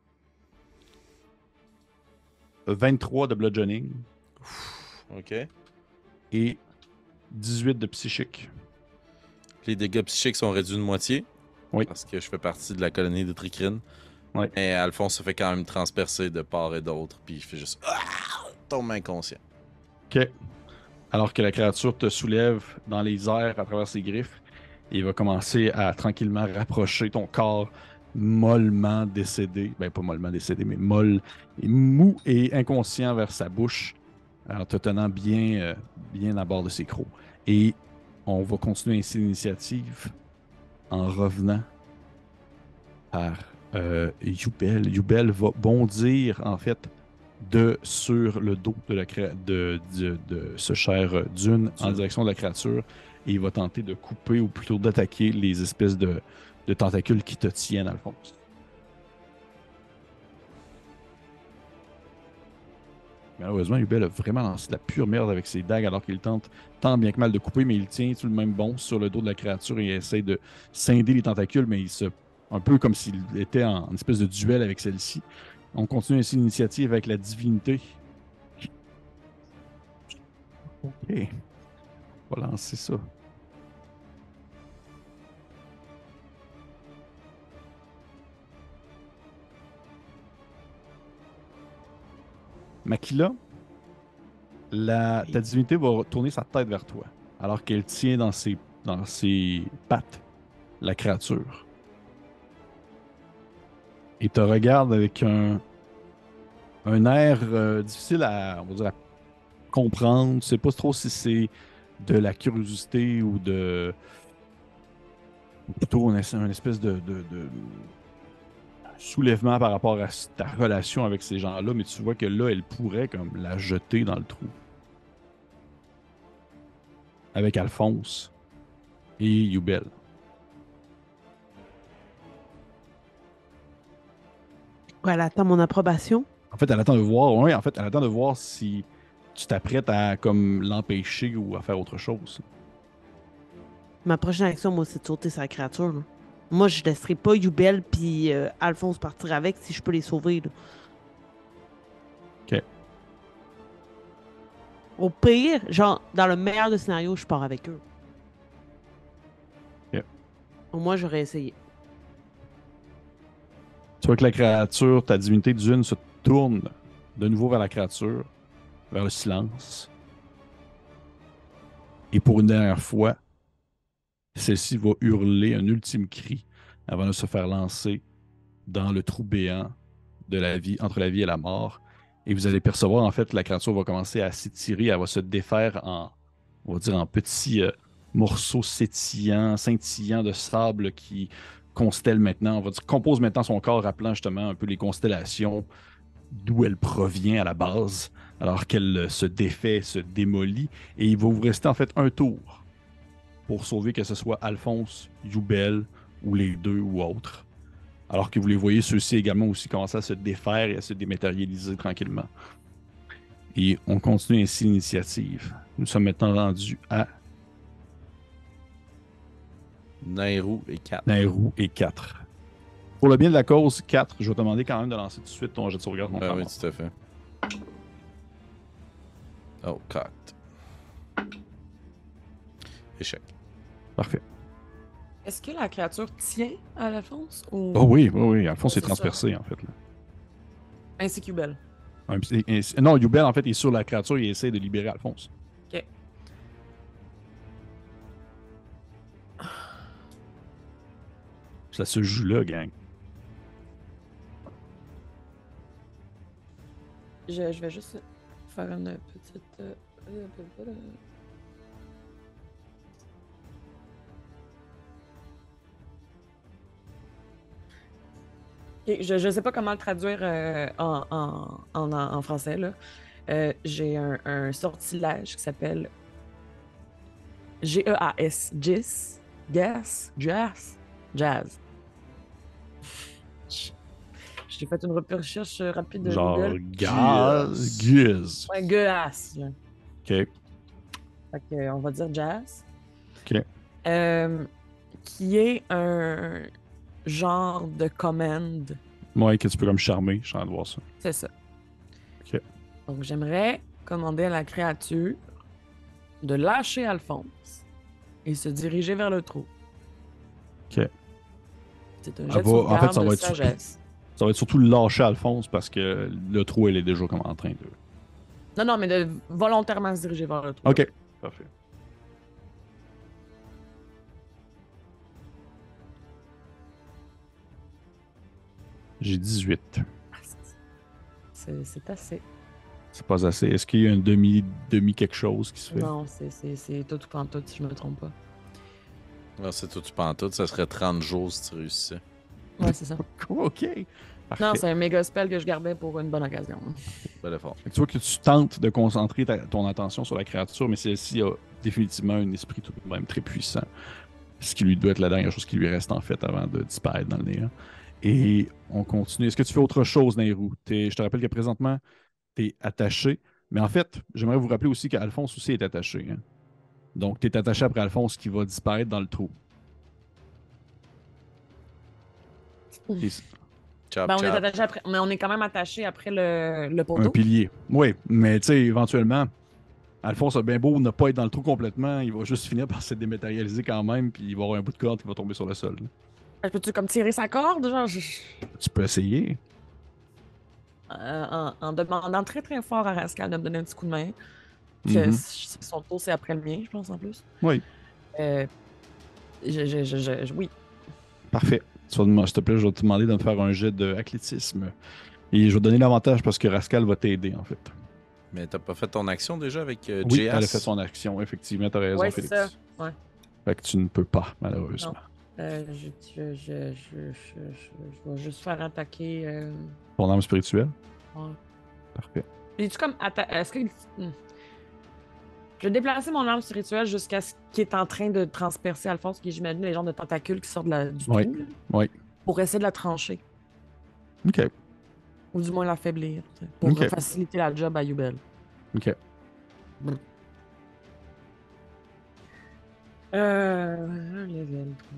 vingt-trois de bludgeoning OK. et dix-huit de psychique. Les dégâts psychiques sont réduits de moitié. Oui. Parce que je fais partie de la colonie de Tricrine. Oui. Et Alphonse se fait quand même transpercer de part et d'autre. Puis il fait juste. Ah! Tombe inconscient. OK. Alors que la créature te soulève dans les airs à travers ses griffes, et il va commencer à tranquillement rapprocher ton corps mollement décédé. Ben, pas mollement décédé, mais molle, et mou et inconscient vers sa bouche, en te tenant bien, euh, bien à bord de ses crocs. Et on va continuer ainsi l'initiative en revenant par euh, Yubel. Yubel va bondir, en fait, de sur le dos de, la créa- de, de, de ce cher euh, Dune en Dune. direction de la créature. Et il va tenter de couper, ou plutôt d'attaquer, les espèces de, de tentacules qui te tiennent, Alphonse. Malheureusement, Yubel a vraiment lancé de la pure merde avec ses dagues alors qu'il tente tant bien que mal de couper, mais il tient tout le même bon sur le dos de la créature et il essaie de scinder les tentacules, mais il se. Un peu comme s'il était en, en espèce de duel avec celle-ci. On continue ainsi l'initiative avec la divinité. Ok. On va lancer ça. Makila, la, ta divinité va tourner sa tête vers toi, alors qu'elle tient dans ses, dans ses pattes la créature. Et te regarde avec un, un air euh, difficile à, on va dire, à comprendre. Tu sais pas trop si c'est de la curiosité ou de... ou plutôt une, une espèce de, de, de soulèvement par rapport à ta relation avec ces gens-là, mais tu vois que là, elle pourrait comme la jeter dans le trou. Avec Alphonse et Yubel. Ouais, elle attend mon approbation. En fait, elle attend de voir, ouais, en fait, elle attend de voir si tu t'apprêtes à comme l'empêcher ou à faire autre chose. Ma prochaine action, moi, c'est de sauter sa créature. Là. Moi, je laisserai pas Yubel puis euh, Alphonse partir avec si je peux les sauver. Là. OK. Au pire, genre, dans le meilleur des scénarios, je pars avec eux. OK. Au moins, j'aurais essayé. Tu vois que la créature, ta divinité d'une, se tourne de nouveau vers la créature, vers le silence. Et pour une dernière fois, celle-ci va hurler un ultime cri avant de se faire lancer dans le trou béant de la vie, entre la vie et la mort. Et vous allez percevoir, en fait, que la créature va commencer à s'étirer, elle va se défaire en, on va dire, en petits euh, morceaux sétillants, scintillants de sable qui constellent maintenant, on va dire, compose maintenant son corps, rappelant justement un peu les constellations d'où elle provient à la base, alors qu'elle se défait, se démolit. Et il va vous rester en fait un tour pour sauver que ce soit Alphonse, Yubel ou les deux ou autres. Alors que vous les voyez, ceux-ci également aussi commencer à se défaire et à se dématérialiser tranquillement. Et on continue ainsi l'initiative. Nous sommes maintenant rendus à Nairou et quatre. Nairou et quatre. Pour le bien de la cause, quatre, je vais te demander quand même de lancer tout de suite ton jet de sauvegarde. Ah oui, tout à fait. Oh, cocked. Échec. Parfait. Est-ce que la créature tient à l'Alphonse ou... Oh oui, oui, oui. Alphonse est C'est ça. transpercé, en fait. Là. Ainsi que Belle. Un- et- et- non, Yubel, en fait, est sur la créature et essaie de libérer Alphonse. Ok. Ça se joue là, gang. Je, je vais juste faire une petite. euh, euh, euh, euh, Ok, je ne sais pas comment le traduire euh, en, en, en, en français. Là. Euh, j'ai un, un sortilège qui s'appelle G E A S. Gis. Gas. Jazz. Jazz. J'ai fait une recherche rapide de Genre Google. gaz, Giz. Ouais, Geas. là. OK. Fait que, euh, on va dire jazz. OK. Euh, qui est un genre de commande. Ouais, que tu peux comme charmer. Je suis en train de voir ça. C'est ça. OK. Donc, j'aimerais commander à la créature de lâcher Alphonse et se diriger vers le trou. OK. C'est un Ah, jet de va- en sauvegarde fait, ça de va être surtout- sagesse. Ça va être surtout lâcher Alphonse parce que le trou, elle est déjà comme en train de... Non, non, mais de volontairement se diriger vers le trou. OK. Parfait. J'ai dix-huit. C'est c'est assez. C'est pas assez. Est-ce qu'il y a un demi, demi quelque chose qui se fait? Non, c'est- c'est c'est tout ou tout, si je me trompe pas. Là, c'est tout, tu penses tout. Ça serait trente jours si tu réussissais. Ouais, c'est ça. OK. Parfait. Non, c'est un méga spell que je gardais pour une bonne occasion. Bel effort. Fait que tu vois que tu tentes de concentrer ta- ton attention sur la créature, mais celle-ci a définitivement un esprit tout de même très puissant. Ce qui lui doit être la dernière chose qui lui reste en fait avant de disparaître dans le néant. Et on continue. Est-ce que tu fais autre chose, Nairou? T'es- Je te rappelle que présentement, tu es attaché. Mais en fait, j'aimerais vous rappeler aussi qu'Alphonse aussi est attaché. Hein. Donc, tu es attaché après Alphonse qui va disparaître dans le trou. Et c'est Chop, Ben, on est chop. attaché après, mais on est quand même attaché après le, le un poteau. pilier. Oui, mais tu sais, éventuellement, Alphonse a bien beau ne pas être dans le trou complètement, il va juste finir par se dématérialiser quand même, puis il va avoir un bout de corde qui va tomber sur le sol. là. Peux-tu comme tirer sa corde, genre, je- Tu peux essayer. euh, en, en demandant très très fort à Rascal de me donner un petit coup de main. Que Mhm. c- son tour, c'est après le mien, je pense, en plus. Oui, Euh, je, je, je, je- je- oui. parfait. Tu vas dem- S'il te plaît, je vais te demander de me faire un jet d'athlétisme. Et je vais te donner l'avantage parce que Rascal va t'aider, en fait. Mais t'as pas fait ton action déjà avec euh, Oui, J S? elle a fait son action, effectivement, t'as raison, Ouais, c'est Félix. ça. Ouais. Fait que tu ne peux pas, malheureusement. Euh, je, je, je, je, je, je- je vais juste faire attaquer. Euh... Ton âme spirituelle? ouais. Parfait. Es-tu comme. atta- Est-ce que. Hmm. Je vais déplacer mon arme spirituelle jusqu'à ce qui est en train de transpercer Alphonse, qui j'imagine les genres de tentacules qui sortent de la, du Oui. trou, là, Oui. pour essayer de la trancher. OK. Ou du moins l'affaiblir. tu sais, Pour Ok. faciliter la job à Yubel. OK. Euh. un level trois.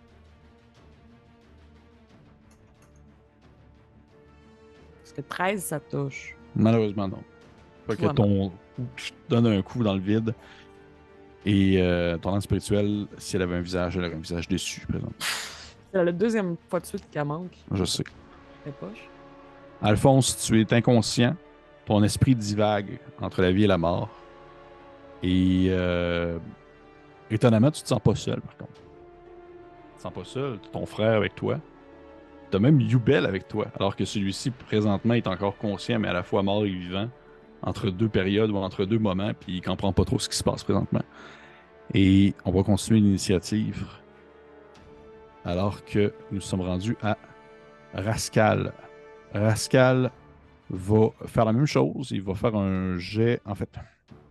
Parce que treize, ça touche. Malheureusement, non. Fait que Vraiment. ton coup te donne un coup dans le vide. Et euh, ton âme spirituelle, si elle avait un visage, elle aurait un visage déçu, par exemple. C'est la deuxième fois de suite qu'elle manque. Je sais. Les poches. Alphonse, tu es inconscient. Ton esprit divague entre la vie et la mort. Et euh, étonnamment, tu te sens pas seul, par contre. Tu te sens pas seul. T'as ton frère avec toi. T'as même Yubel avec toi, alors que celui-ci, présentement, est encore conscient, mais à la fois mort et vivant, entre deux périodes ou entre deux moments, puis il comprend pas trop ce qui se passe présentement. Et on va continuer l'initiative, alors que nous sommes rendus à Rascal. Rascal va faire la même chose. Il va faire un jet, en fait.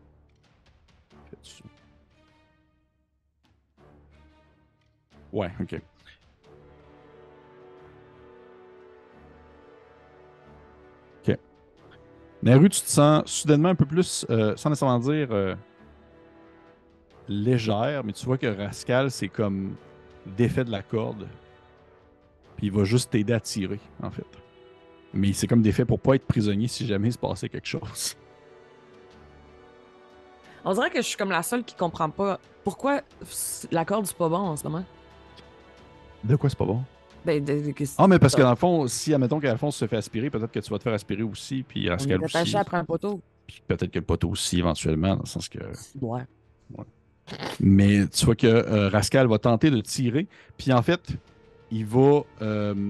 Ouais, ok. Ok. Naru, tu te sens soudainement un peu plus, euh, sans nécessairement dire euh, légère, mais tu vois que Rascal, c'est comme défait de la corde. Puis il va juste t'aider à tirer, en fait. Mais c'est comme défait pour pas être prisonnier si jamais il se passait quelque chose. On dirait que je suis comme la seule qui comprend pas pourquoi la corde, c'est pas bon en ce moment. De quoi c'est pas bon? Ben, de- de- que- Ah, mais parce que dans le fond, si, admettons qu'Alphonse se fait aspirer, peut-être que tu vas te faire aspirer aussi, puis on Rascal est aussi. attaché après un poteau. Puis peut-être que le poteau aussi, éventuellement, dans le sens que... Ouais. Mais tu vois que euh, Rascal va tenter de tirer, puis en fait, il va. Euh,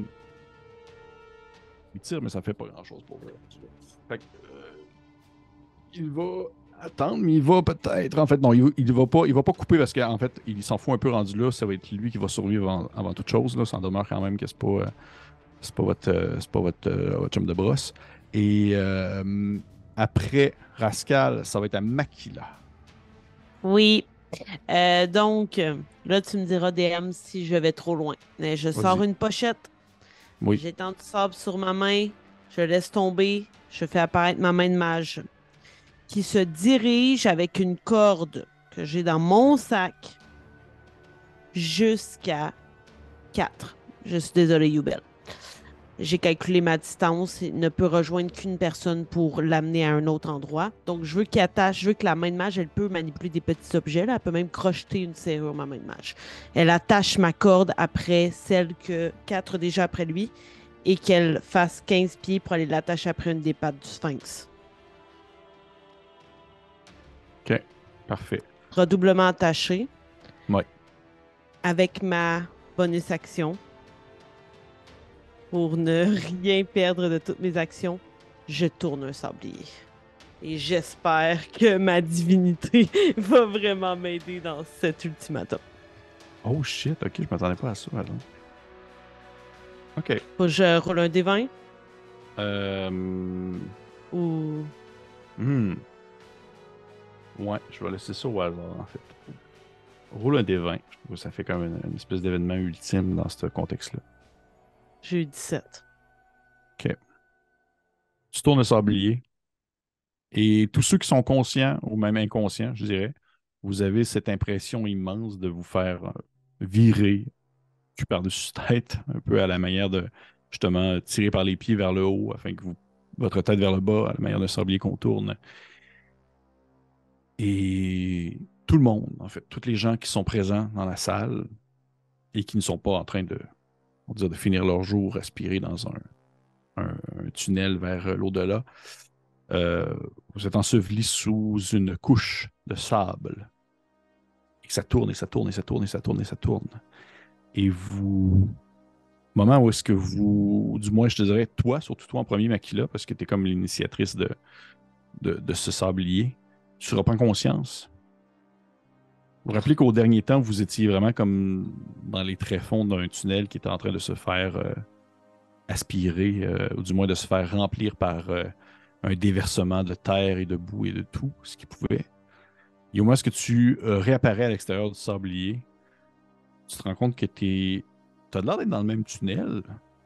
il tire, mais ça fait pas grand-chose pour lui. Fait que, euh, il va attendre, mais il va peut-être. En fait, non, il, il va pas, il va pas couper parce qu'en fait, il s'en fout un peu rendu là. Ça va être lui qui va survivre avant, avant toute chose. Là. Ça en demeure quand même que c'est pas, euh, c'est pas votre, euh, c'est pas votre, euh, votre chum de brosse. Et euh, après Rascal, ça va être à Makila. Oui. Euh, donc, euh, là, tu me diras, D M, si je vais trop loin. Mais je sors Vas-y. une pochette. Oui. J'étends du sable sur ma main. Je laisse tomber. Je fais apparaître ma main de mage qui se dirige avec une corde que j'ai dans mon sac jusqu'à quatre. Je suis désolée, Youbel. J'ai calculé ma distance. Il ne peut rejoindre qu'une personne pour l'amener à un autre endroit. Donc, je veux qu'il attache, je veux que la main de mage, elle peut manipuler des petits objets. Là. Elle peut même crocheter une serrure, ma main de mage. Elle attache ma corde après celle que quatre déjà après lui et qu'elle fasse quinze pieds pour aller l'attacher après une des pattes du sphinx. OK. Parfait. Redoublement attaché. Ouais. Avec ma bonus action. Pour ne rien perdre de toutes mes actions, je tourne un sablier. Et j'espère que ma divinité va vraiment m'aider dans cet ultimatum. Oh shit, ok, je m'attendais pas à ça. Alors. Ok. Faut que je roule un D vingt Euh... ou. hmm. Ouais, je vais laisser ça au hasard en fait. Roule un D vingt. Je trouve que ça fait comme une, une espèce d'événement ultime dans ce contexte-là. J'ai eu dix-sept. Ok. Tu tournes le sablier. Et tous ceux qui sont conscients, ou même inconscients, je dirais, vous avez cette impression immense de vous faire euh, virer cul par-dessus tête, un peu à la manière de, justement, tirer par les pieds vers le haut, afin que vous, votre tête vers le bas, à la manière d'un sablier qu'on tourne. Et tout le monde, en fait, tous les gens qui sont présents dans la salle et qui ne sont pas en train de, on va dire, de finir leur jour aspirés dans un, un, un tunnel vers l'au-delà, euh, vous êtes ensevelis sous une couche de sable. Et que ça tourne et ça tourne et ça tourne et ça tourne et ça tourne. Et vous... Moment où est-ce que vous... Du moins, je te dirais, toi, surtout toi en premier, Makila, parce que tu es comme l'initiatrice de, de, de ce sablier, tu reprends conscience. Vous vous rappelez qu'au dernier temps, vous étiez vraiment comme dans les tréfonds d'un tunnel qui était en train de se faire euh, aspirer, euh, ou du moins de se faire remplir par euh, un déversement de terre et de boue et de tout ce qui pouvait. Et au moins, est-ce que tu euh, réapparais à l'extérieur du sablier, tu te rends compte que tu as l'air d'être dans le même tunnel,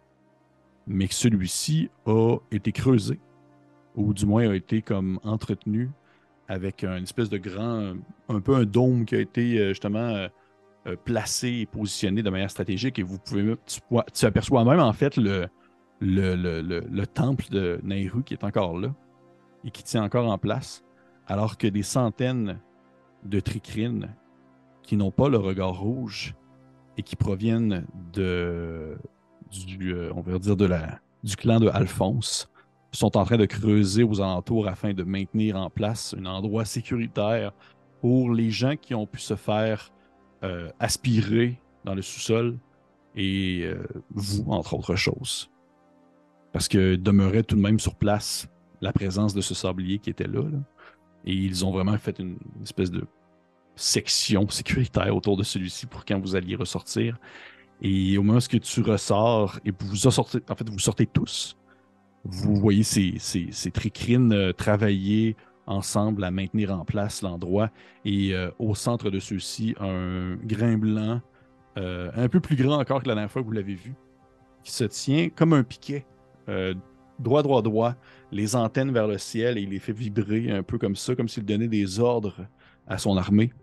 mais que celui-ci a été creusé, ou du moins a été comme entretenu avec une espèce de grand, un peu un dôme qui a été euh, justement euh, euh, placé et positionné de manière stratégique. Et vous pouvez, tu, tu aperçois même en fait le, le, le, le, le temple de Nairu qui est encore là et qui tient encore en place, alors que des centaines de tricrines qui n'ont pas le regard rouge et qui proviennent de, du, euh, on va dire de la, du clan de Alphonse, sont en train de creuser aux alentours afin de maintenir en place un endroit sécuritaire pour les gens qui ont pu se faire euh, aspirer dans le sous-sol et euh, vous, entre autres choses. Parce que demeurait tout de même sur place la présence de ce sablier qui était là, là. Et ils ont vraiment fait une, une espèce de section sécuritaire autour de celui-ci pour quand vous alliez ressortir. Et au moment où tu ressors, et vous sortez, en fait, vous sortez tous, vous voyez ces, ces, ces tricrines euh, travailler ensemble à maintenir en place l'endroit. Et euh, au centre de ceux-ci, un grain blanc, euh, un peu plus grand encore que la dernière fois que vous l'avez vu, qui se tient comme un piquet, euh, droit, droit, droit, les antennes vers le ciel, et il les fait vibrer un peu comme ça, comme s'il donnait des ordres à son armée.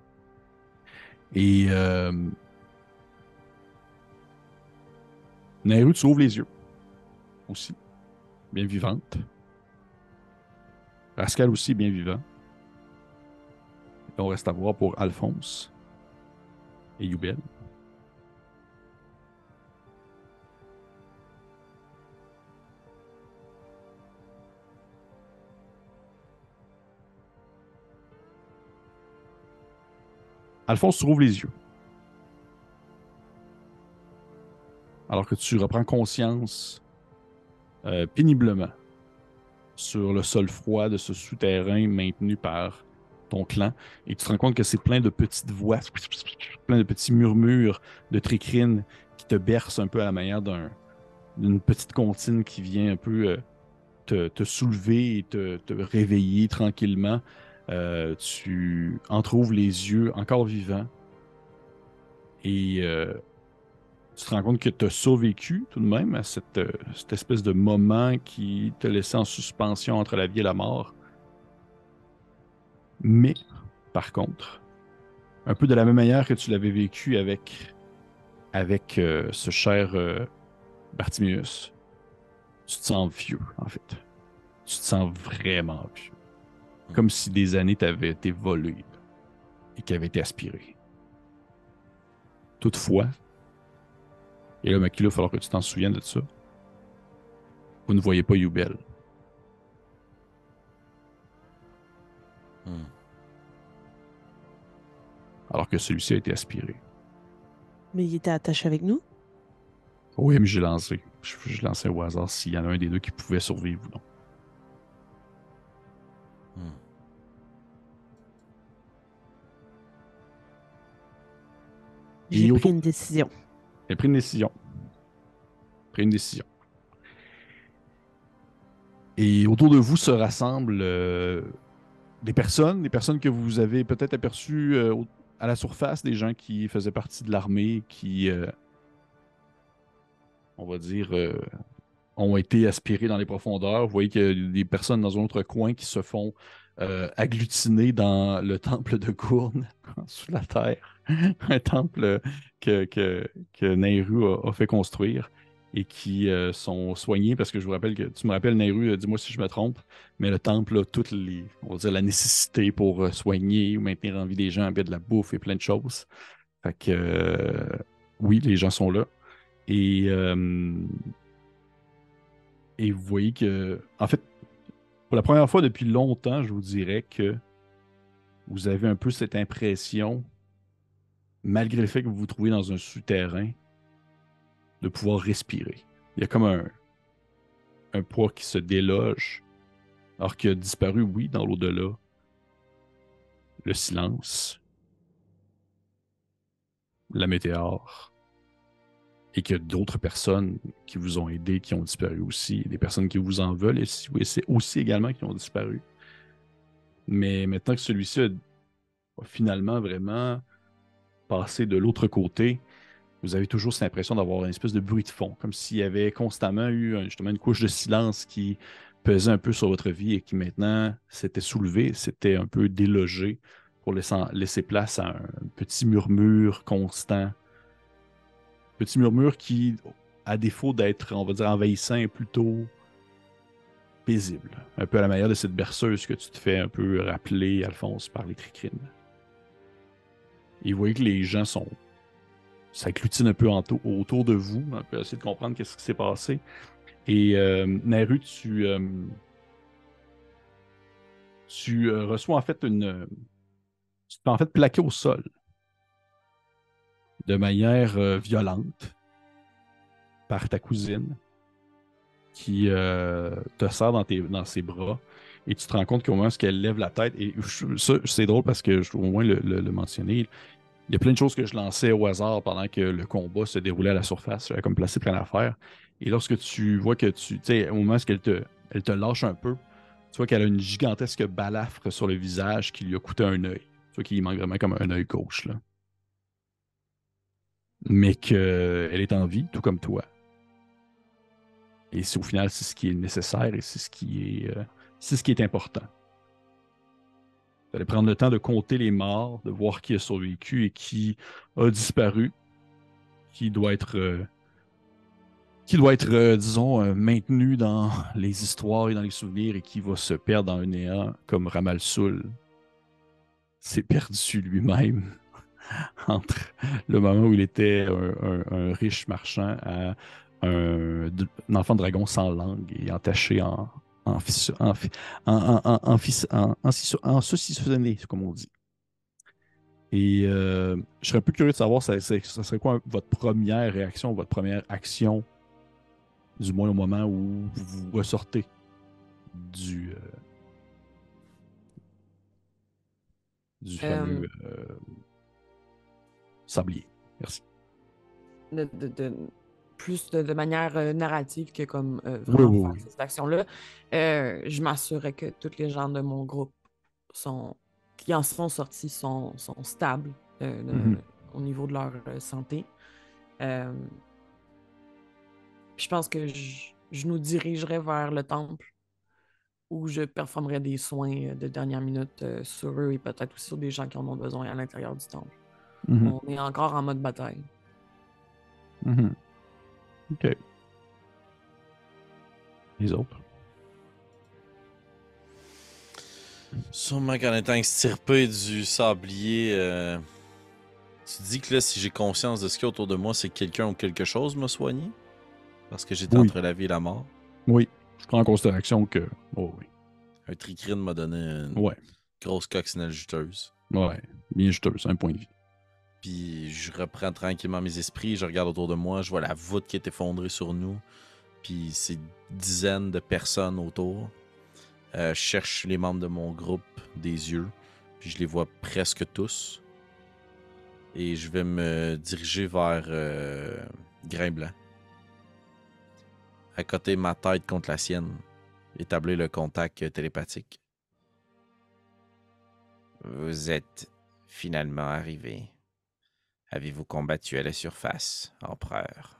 Et euh, Nairu, tu ouvres les yeux aussi, bien vivante. Rascal aussi, bien vivant. Et on reste à voir pour Alphonse et Youbel. Alphonse, tu ouvres les yeux. alors que tu reprends conscience euh, péniblement sur le sol froid de ce souterrain maintenu par ton clan, et tu te rends compte que c'est plein de petites voix, plein de petits murmures de tricrines qui te bercent un peu à la manière d'un, d'une petite comptine qui vient un peu euh, te, te soulever et te, te réveiller tranquillement. Euh, tu entrouvres les yeux encore vivants et euh, tu te rends compte que tu as survécu tout de même à cette, euh, cette espèce de moment qui te laissait en suspension entre la vie et la mort. Mais, par contre, un peu de la même manière que tu l'avais vécu avec, avec euh, ce cher euh, Bartimius, tu te sens vieux, en fait. Tu te sens vraiment vieux. Comme si des années t'avaient été volées et qui avaient été aspirées. Toutefois, et là, Makila, il va falloir que tu t'en souviennes de ça, vous ne voyez pas Yubel. Hmm. Alors que celui-ci a été aspiré. Mais il était attaché avec nous? Oui, mais j'ai lancé. Je, je lançais au hasard s'il y en a un des deux qui pouvait survivre ou non. Hmm. J'ai Et pris autour- une décision. Elle a pris une décision. Pris une décision. Et autour de vous se rassemblent euh, des personnes, des personnes que vous avez peut-être aperçues euh, au- à la surface, des gens qui faisaient partie de l'armée, qui, euh, on va dire, euh, ont été aspirés dans les profondeurs. Vous voyez qu'il y a des personnes dans un autre coin qui se font euh, agglutiner dans le temple de Gourne, sous la terre. Un temple que, que, que Nehru a, a fait construire et qui euh, sont soignés parce que je vous rappelle que, tu me rappelles, Nehru, euh, dis-moi si je me trompe, mais le temple a toutes les, on va dire, la nécessité pour euh, soigner ou maintenir en vie des gens, bien de la bouffe et plein de choses. Fait que, euh, oui, les gens sont là. Et, euh, et vous voyez que, en fait, pour la première fois depuis longtemps, je vous dirais que vous avez un peu cette impression, malgré le fait que vous vous trouvez dans un souterrain, de pouvoir respirer. Il y a comme un, un poids qui se déloge, alors qu'il a disparu, oui, dans l'au-delà, le silence, la météore, et qu'il y a d'autres personnes qui vous ont aidé, qui ont disparu aussi, des personnes qui vous en veulent, et si- oui, c'est aussi également qui ont disparu. Mais maintenant que celui-ci a, a finalement vraiment passé de l'autre côté, vous avez toujours cette impression d'avoir une espèce de bruit de fond, comme s'il y avait constamment eu un- justement une couche de silence qui pesait un peu sur votre vie et qui maintenant s'était soulevé, s'était un peu délogé pour laisser, laisser place à un petit murmure constant. Petit murmure qui, à défaut d'être, on va dire, envahissant, est plutôt paisible. Un peu à la manière de cette berceuse que tu te fais un peu rappeler, Alphonse, par les tricrines. Et vous voyez que les gens sont s'agglutinent un peu en to- autour de vous, un peu essayer de comprendre qu'est-ce qui s'est passé. Et euh, Nehru, tu, euh, tu euh, reçois en fait une... Tu te fais en fait plaquer au sol de manière euh, violente par ta cousine qui euh, te serre dans, tes, dans ses bras. Et tu te rends compte qu'au moment où elle lève la tête, et je- ça, c'est drôle parce que je dois au moins le, le- le mentionner, il y a plein de choses que je lançais au hasard pendant que le combat se déroulait à la surface. J'avais comme placé plein d'affaires. Et lorsque tu vois que tu... Tu sais, au moment où elle te, elle te lâche un peu, tu vois qu'elle a une gigantesque balafre sur le visage qui lui a coûté un œil. Tu vois qu'il manque vraiment comme un œil gauche, là. Mais qu'elle est en vie, tout comme toi. Et c'est au final, c'est ce qui est nécessaire et c'est ce qui est, euh, c'est ce qui est important. Vous allez prendre le temps de compter les morts, de voir qui a survécu et qui a disparu, qui doit être... euh, qui doit être, euh, disons, euh, maintenu dans les histoires et dans les souvenirs et qui va se perdre dans un néant comme Ramal-Soul s'est perdu lui-même entre le moment où il était un, un- un riche marchand à un, un enfant dragon sans langue et entaché en en, fis- en, fi- en, en, en, en, fis- en, en, en saucissonné, comme on dit. Et euh, je serais un peu curieux de savoir, ça, ça, ça serait quoi votre première réaction, votre première action, du moins au moment où vous vous ressortez du, euh, du fameux Euh, euh, sablier. Merci. de, de- de- plus de, de manière euh, narrative que comme euh, Oui, vraiment oui, faire oui. cette action-là, euh, je m'assurais que tous les gens de mon groupe sont, qui en sont sortis sont, sont stables euh, de- Mhm. au niveau de leur euh, santé. Euh, je pense que je, je nous dirigerais vers le temple où je performerais des soins euh, de dernière minute euh, sur eux et peut-être aussi sur des gens qui en ont besoin à l'intérieur du temple. Mhm. On est encore en mode bataille. Mhm. OK. Les autres. Sûrement qu'en étant extirpé du sablier, euh, tu dis que là, si j'ai conscience de ce qu'il y a autour de moi, c'est que quelqu'un ou quelque chose m'a soigné? Parce que j'étais Oui. entre la vie et la mort. Oui. Je prends en considération que. Oh oui. Un tricrine m'a donné une Ouais. grosse coccinelle juteuse. Ouais. Bien juteuse, un point de vie. Puis je reprends tranquillement mes esprits, je regarde autour de moi, je vois la voûte qui est effondrée sur nous. Puis ces dizaines de personnes autour. Euh, je cherche les membres de mon groupe des yeux. Puis je les vois presque tous. Et je vais me diriger vers euh, Grain Blanc. À côté ma tête contre la sienne. Établir le contact télépathique. Vous êtes finalement arrivé. Avez-vous combattu à la surface, empereur?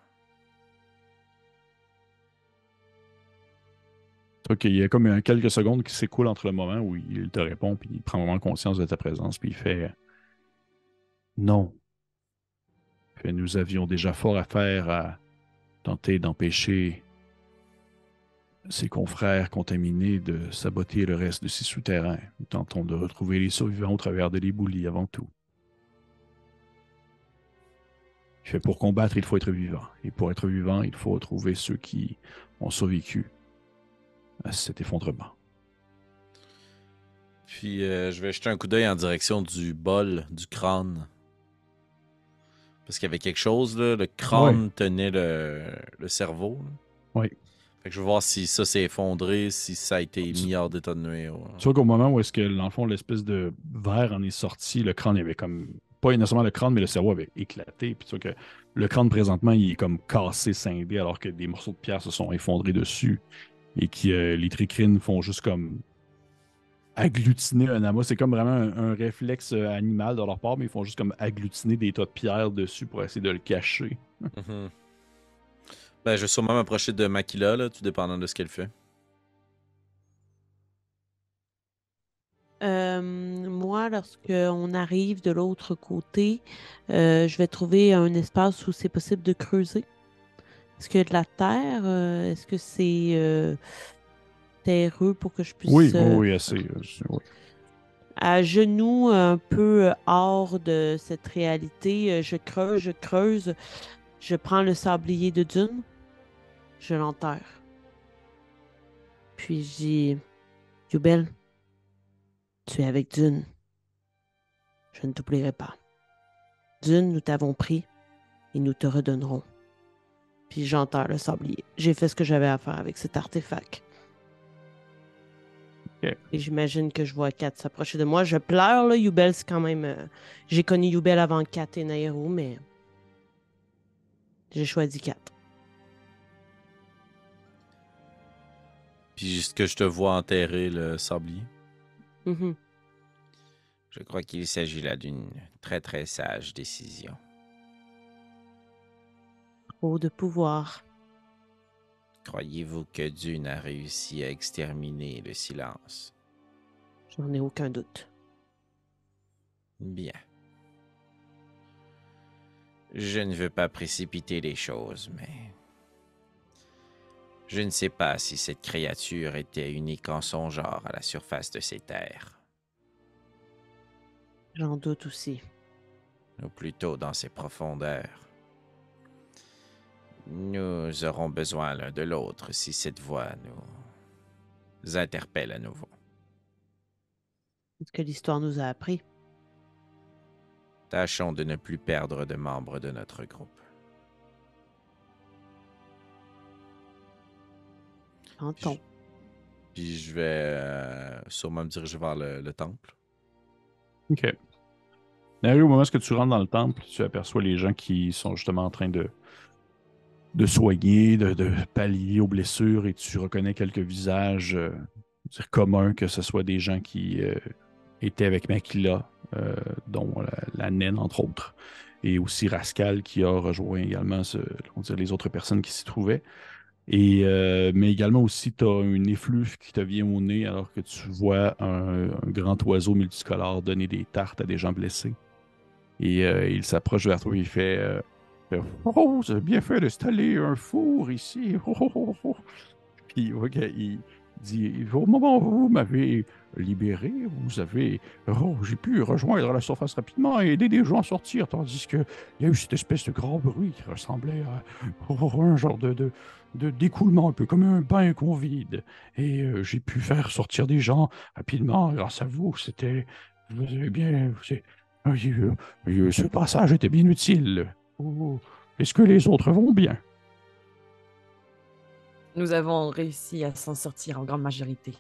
Ok, il y a comme un- quelques secondes qui s'écoulent entre le moment où il te répond, puis il prend vraiment conscience de ta présence, puis il fait non. Puis nous avions déjà fort à faire à tenter d'empêcher ses confrères contaminés de saboter le reste de ses souterrains. Nous tentons de retrouver les survivants au travers de l'éboulis avant tout. Il fait pour combattre, il faut être vivant. Et pour être vivant, il faut retrouver ceux qui ont survécu à cet effondrement. Puis euh, je vais jeter un coup d'œil en direction du bol, du crâne. Parce qu'il y avait quelque chose, là. Le crâne Ouais. tenait le, le cerveau. Là. Oui. Fait que je veux voir si ça s'est effondré, si ça a été mis hors d'état de nuire. Ouais. Tu vois qu'au moment où est-ce que, dans le fond, l'espèce de verre en est sorti, le crâne avait comme. Pas nécessairement le crâne, mais le cerveau avait éclaté. Puis tu vois que le crâne, présentement, il est comme cassé, scindé, alors que des morceaux de pierre se sont effondrés dessus. Et que euh, les tricrines font juste comme agglutiner un amas. C'est comme vraiment un, un réflexe euh, animal de leur part, mais ils font juste comme agglutiner des tas de pierres dessus pour essayer de le cacher. Mhm. Ben, je vais sûrement m'approcher de Makila, là, tout dépendant de ce qu'elle fait. Euh, moi, lorsqu'on arrive de l'autre côté, euh, je vais trouver un espace où c'est possible de creuser. Est-ce qu'il y a de la terre? Euh, Est-ce que c'est euh, terreux pour que je Oui, puisse, oui, euh, oui, assez. euh, c'est- oui. à genoux, un peu euh, hors de cette réalité, euh, je creuse, je creuse, je prends le sablier de dune, je l'enterre. Puis je dis, Yubel, tu es avec Dune. Je ne t'oublierai pas. Dune, nous t'avons pris et nous te redonnerons. Puis j'enterre le sablier. J'ai fait ce que j'avais à faire avec cet artefact. Ok. Et j'imagine que je vois Kat s'approcher de moi. Je pleure, là. Yubel, c'est quand même... euh, J'ai connu Yubel avant Kat et Nairo, mais... J'ai choisi Kat. Puis est-ce que je te vois enterrer le sablier? Mhm. Je crois qu'il s'agit là d'une très très sage décision. Trop de pouvoir. Croyez-vous que Dune a réussi à exterminer le silence? J'en ai aucun doute. Bien. Je ne veux pas précipiter les choses, mais... Je ne sais pas si cette créature était unique en son genre à la surface de ces terres, J'en doute aussi. ou plutôt dans ses profondeurs. Nous aurons besoin l'un de l'autre si cette voie nous interpelle à nouveau. C'est ce que l'histoire nous a appris. Tâchons de ne plus perdre de membres de notre groupe. Entends. Puis je vais euh, sûrement me diriger vers le, le temple. OK. D'ailleurs, au moment où tu rentres dans le temple, tu aperçois les gens qui sont justement en train de, de soigner, de, de pallier aux blessures, et tu reconnais quelques visages euh, dire communs, que ce soit des gens qui euh, étaient avec Makila, euh, dont la, la naine, entre autres, et aussi Rascal, qui a rejoint également ce, on dirait, les autres personnes qui s'y trouvaient. Et, euh, mais également aussi, tu as une effluve qui te vient au nez alors que tu vois un, un grand oiseau multicolore donner des tartes à des gens blessés. Et euh, il s'approche vers toi et il fait, euh, fait, Oh, vous avez bien fait d'installer un four ici. Oh, oh, oh, oh. Puis ok, il dit Au moment où vous m'avez libéré, vous avez. Oh, j'ai pu rejoindre la surface rapidement et aider des gens à sortir, tandis qu'il y a eu cette espèce de grand bruit qui ressemblait à oh, un genre de, de, de d'écoulement, un peu comme un bain qu'on vide. Et euh, j'ai pu faire sortir des gens rapidement grâce à vous. C'était. Vous avez bien. c'est- euh, euh, euh, Ce passage était bien utile. Oh, est-ce que les autres vont bien? Nous avons réussi à s'en sortir en grande majorité.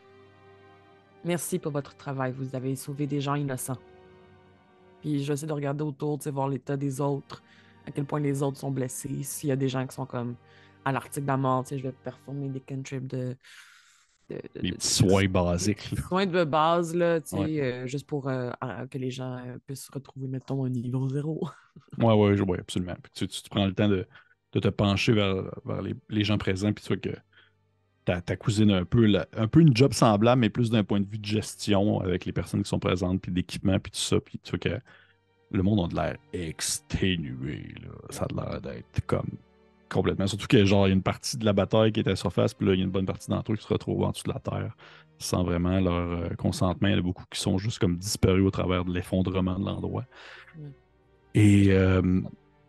Merci pour votre travail. Vous avez sauvé des gens innocents. Puis j'essaie de regarder autour, tu sais, voir l'état des autres, à quel point les autres sont blessés, s'il y a des gens qui sont comme à l'article de la mort, tu sais, je vais performer des cantrips de, de, de, Les de- petits de- soins des basiques. petits là. soins de base, là, tu sais, Ouais. euh, juste pour euh, euh, que les gens euh, puissent retrouver, mettons, un niveau zéro. Ouais, ouais, ouais, absolument. Puis tu, tu te prends le temps de, de te pencher vers, vers les, les gens présents, puis tu vois que ta, ta cousine a un peu, la- un peu une job semblable, mais plus d'un point de vue de gestion avec les personnes qui sont présentes, puis d'équipement, puis tout ça. Puis tu vois que le monde a de l'air exténué, là. Ça a l'air d'être comme complètement. Surtout que, genre, il y a une partie de la bataille qui est à la surface, puis là, il y a une bonne partie d'entre eux qui se retrouvent en dessous de la terre, sans vraiment leur euh, consentement. Il y en a beaucoup qui sont juste comme disparus au travers de l'effondrement de l'endroit. Ouais. Et. euh,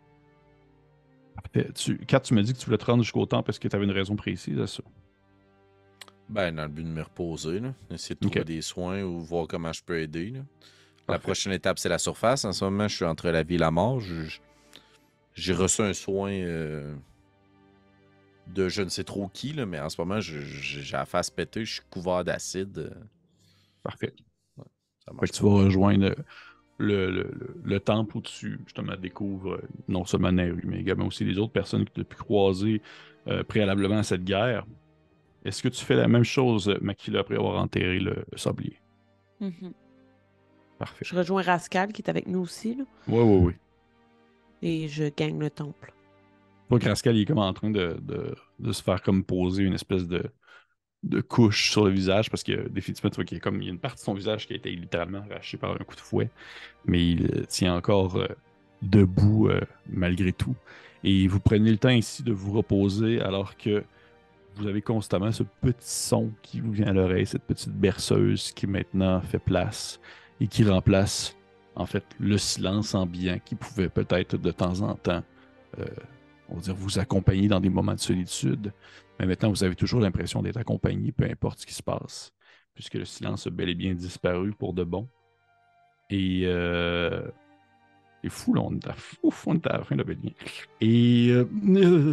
Parfait. Tu, Kat, tu m'as dit que tu voulais te rendre jusqu'au temple parce que tu avais une raison précise à ça. Ben, dans le but de me reposer, là. Essayer de Ok. trouver des soins ou voir comment je peux aider, là. La Parfait. prochaine étape, c'est la surface. En ce moment, je suis entre la vie et la mort. Je- je- J'ai reçu un soin euh, de je ne sais trop qui, là, mais en ce moment, je- je- j'ai la face pétée, je suis couvert d'acide. euh, Parfait. Ça Fait marche que tu vas rejoindre le, le, le, le temple où tu justement découvres euh, non seulement Nehru, mais également aussi les autres personnes que tu as pu croiser euh, préalablement à cette guerre. Est-ce que tu fais la même chose, euh, Makila, après avoir enterré le, le sablier? Mhm. Parfait. Je rejoins Rascal qui est avec nous aussi, là, Oui, oui, oui. et je gagne le temple. Donc, Rascal, il est comme en train de, de, de se faire comme poser une espèce de, de couche sur le visage parce que définitivement, tu vois qu'il y a comme il y a une partie de son visage qui a été littéralement arrachée par un coup de fouet, mais il euh, tient encore euh, debout euh, malgré tout. Et vous prenez le temps ici de vous reposer alors que vous avez constamment ce petit son qui vous vient à l'oreille, cette petite berceuse qui maintenant fait place et qui remplace en fait le silence ambiant qui pouvait peut-être de temps en temps, euh, on va dire, vous accompagner dans des moments de solitude. Mais maintenant, vous avez toujours l'impression d'être accompagné, peu importe ce qui se passe, puisque le silence a bel et bien disparu pour de bon. Et euh, c'est fou, là, on est à, ouf, on est à la fin de la bien. Et euh, euh,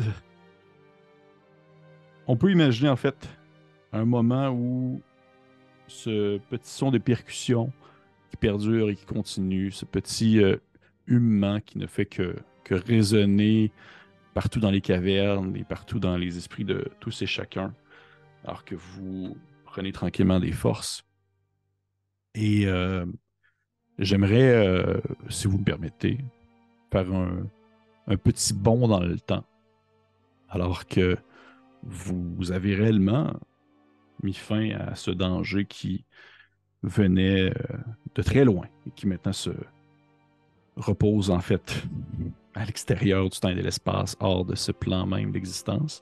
on peut imaginer en fait un moment où ce petit son de percussion qui perdure et qui continue, ce petit euh, humement qui ne fait que, que résonner partout dans les cavernes et partout dans les esprits de tous et chacun, alors que vous prenez tranquillement des forces. Et euh, j'aimerais, euh, si vous me permettez, faire un, un petit bond dans le temps, alors que vous avez réellement mis fin à ce danger qui venait euh, de très loin et qui maintenant se repose en fait à l'extérieur du temps et de l'espace, hors de ce plan même d'existence.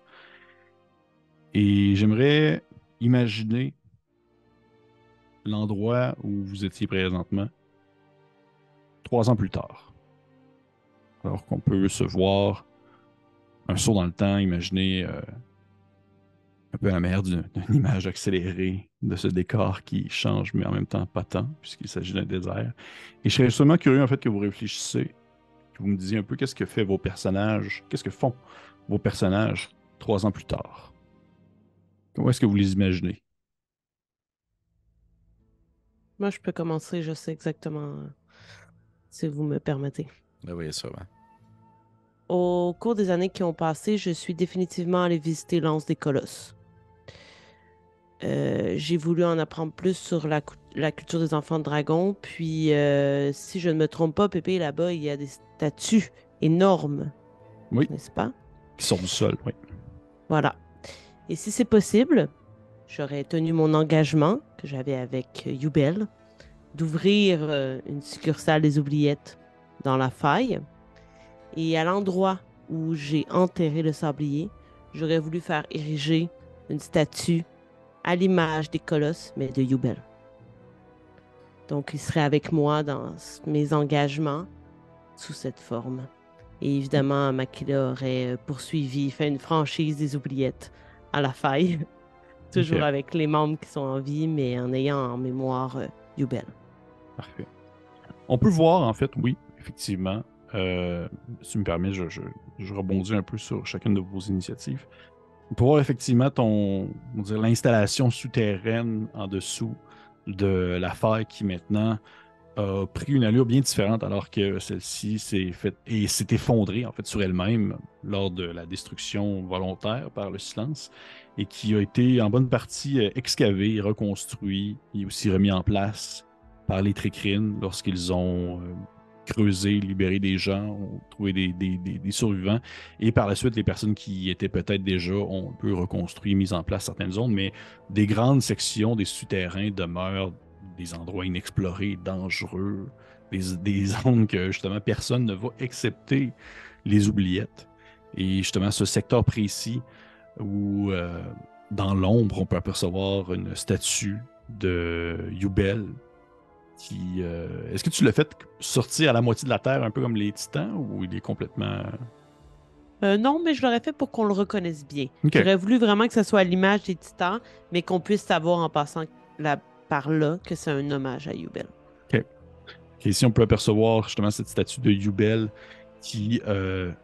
Et j'aimerais imaginer l'endroit où vous étiez présentement trois ans plus tard. Alors qu'on peut se voir un saut dans le temps, imaginer euh, un peu à la manière d'une d'une image accélérée de ce décor qui change, mais en même temps pas tant, puisqu'il s'agit d'un désert. Et je serais seulement curieux, en fait, que vous réfléchissiez, que vous me disiez un peu qu'est-ce que fait vos personnages, qu'est-ce que font vos personnages trois ans plus tard. Comment est-ce que vous les imaginez? Moi, je peux commencer, je sais exactement, euh, si vous me permettez. Ben oui, sûrement. Au cours des années qui ont passé, je suis définitivement allée visiter l'Anse des Colosses. Euh, j'ai voulu en apprendre plus sur la, cou- la culture des enfants de dragon. Puis, euh, si je ne me trompe pas, Pépé, là-bas, il y a des statues énormes, Oui, n'est-ce pas? qui sort du sol, oui. Voilà. Et si c'est possible, j'aurais tenu mon engagement que j'avais avec euh, Youbel d'ouvrir euh, une succursale des oubliettes dans la faille. Et à l'endroit où j'ai enterré le sablier, j'aurais voulu faire ériger une statue à l'image des colosses, mais de Youbel. Donc, il serait avec moi dans s- mes engagements sous cette forme. Et évidemment, Makila aurait euh, poursuivi, fait une franchise des oubliettes à la faille, toujours Ok. avec les membres qui sont en vie, mais en ayant en mémoire euh, Youbel. Parfait. On peut voir, en fait, oui, effectivement. Euh, si tu me permets, je, je, je rebondis un peu sur chacune de vos initiatives. On peut voir effectivement ton, on va dire, l'installation souterraine en dessous de la faille qui maintenant a pris une allure bien différente alors que celle-ci s'est fait et s'est effondrée en fait sur elle-même lors de la destruction volontaire par le silence et qui a été en bonne partie euh, excavée, reconstruit et aussi remis en place par les Tricrines lorsqu'ils ont euh, creusé, libéré des gens, ont trouvé des, des- des- des survivants et par la suite les personnes qui y étaient peut-être déjà ont un peu reconstruit, mis en place certaines zones, mais des grandes sections des souterrains demeurent des endroits inexplorés, dangereux, des, des zones que justement personne ne va excepter les oubliettes. Et justement, ce secteur précis où euh, dans l'ombre, on peut apercevoir une statue de Youbel qui... euh, Est-ce que tu l'as fait sortir à la moitié de la Terre, un peu comme les Titans, ou il est complètement... Euh, non, mais je l'aurais fait pour qu'on le reconnaisse bien. OK. J'aurais voulu vraiment que ce soit à l'image des titans, mais qu'on puisse savoir en passant là, par là que c'est un hommage à Youbel. OK. Et ici, on peut apercevoir justement cette statue de Youbel qui euh,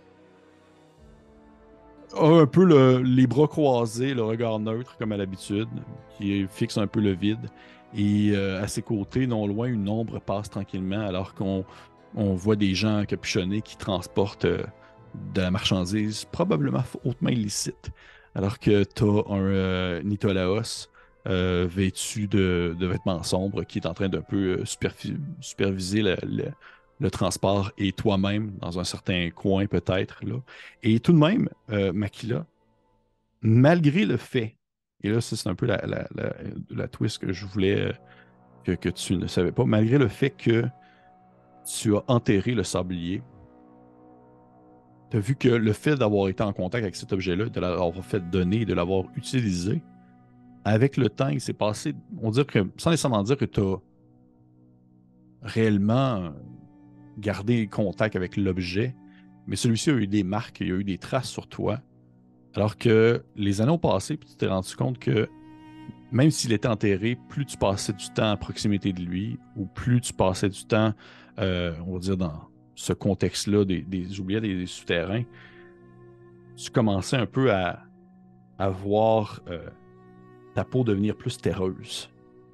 a un peu le- les bras croisés, le regard neutre comme à l'habitude, qui fixe un peu le vide. Et euh, à ses côtés, non loin, une ombre passe tranquillement alors qu'on on voit des gens capuchonnés qui transportent euh, de la marchandise probablement hautement illicite. Alors que tu as un euh, Nitolaos euh, vêtu de, de vêtements sombres qui est en train d'un peu euh, superfi- superviser le, le- le transport et toi-même dans un certain coin peut-être là. Et tout de même, euh, Makila, malgré le fait, et là, ça, c'est un peu la, la, la, la twist que je voulais euh, que, que tu ne savais pas, malgré le fait que tu as enterré le sablier, tu as vu que le fait d'avoir été en contact avec cet objet-là, de l'avoir fait donner, de l'avoir utilisé, avec le temps, il s'est passé, on dirait que, sans nécessairement dire que tu as réellement gardé contact avec l'objet, mais celui-ci a eu des marques, il y a eu des traces sur toi. Alors que les années ont passé, puis tu t'es rendu compte que même s'il était enterré, plus tu passais du temps à proximité de lui, ou plus tu passais du temps, euh, on va dire, dans ce contexte-là des, des oubliettes et des souterrains, tu commençais un peu à, à voir euh, ta peau devenir plus terreuse.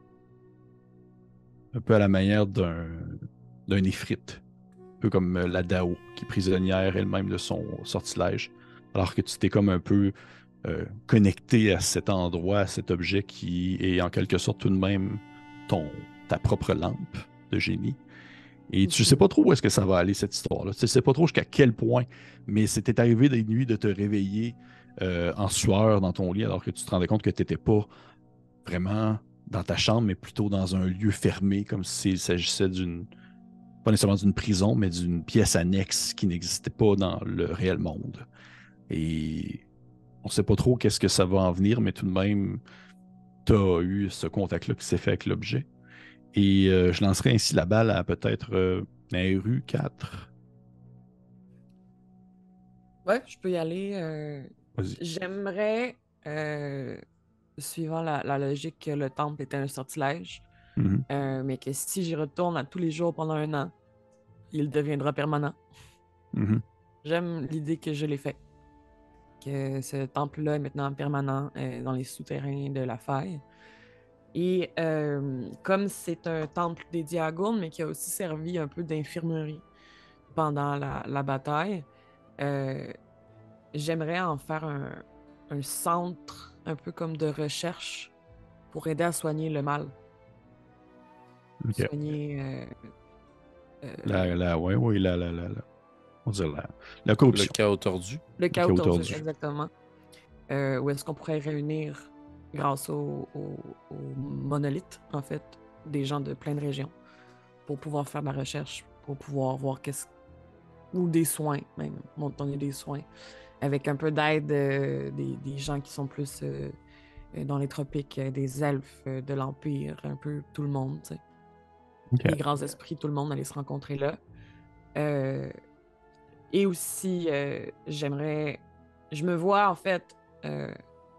Un peu à la manière d'un d'un Ifrit. Un peu comme euh, la Dao, qui est prisonnière elle-même de son sortilège. Alors que tu t'es comme un peu euh, connecté à cet endroit, à cet objet qui est en quelque sorte tout de même ton, ta propre lampe de génie. Et tu ne sais pas trop où est-ce que ça va aller, cette histoire-là. Tu ne sais pas trop jusqu'à quel point, mais c'était arrivé des nuits de te réveiller euh, en sueur dans ton lit alors que tu te rendais compte que tu n'étais pas vraiment dans ta chambre, mais plutôt dans un lieu fermé, comme s'il s'agissait d'une, pas nécessairement d'une prison, mais d'une pièce annexe qui n'existait pas dans le réel monde. Et on ne sait pas trop qu'est-ce que ça va en venir, mais tout de même, tu as eu ce contact-là qui s'est fait avec l'objet. Et euh, je lancerai ainsi la balle à peut-être euh, Nehru quatre. Ouais, je peux y aller. euh, Vas-y. J'aimerais euh, suivant la, la logique que le temple était un sortilège, Mhm. euh, mais que si j'y retourne à tous les jours pendant un an, il deviendra permanent. Mhm. J'aime l'idée que je l'ai fait. Que ce temple-là est maintenant permanent euh, dans les souterrains de la faille. Et euh, comme c'est un temple dédié à Gourne, mais qui a aussi servi un peu d'infirmerie pendant la, la bataille, euh, j'aimerais en faire un, un centre un peu comme de recherche pour aider à soigner le mal. Ok. Soigner euh, euh, La, la, ouais, ouais, la, la, la, la, on dirait la, la Le corruption. chaos tordu. le Le chaos chaos tordu, tordu. exactement. Euh, où est-ce qu'on pourrait réunir, grâce au, au, au monolithe, en fait, des gens de plein de régions pour pouvoir faire de la recherche, pour pouvoir voir qu'est-ce ou des soins, même, m'ont donné des soins, avec un peu d'aide euh, des, des gens qui sont plus euh, euh, dans les tropiques, euh, des elfes euh, de l'Empire, un peu tout le monde, tu sais. Ok. Les grands esprits, tout le monde allait se rencontrer là. Euh, et aussi, euh, j'aimerais, je me vois en fait, euh,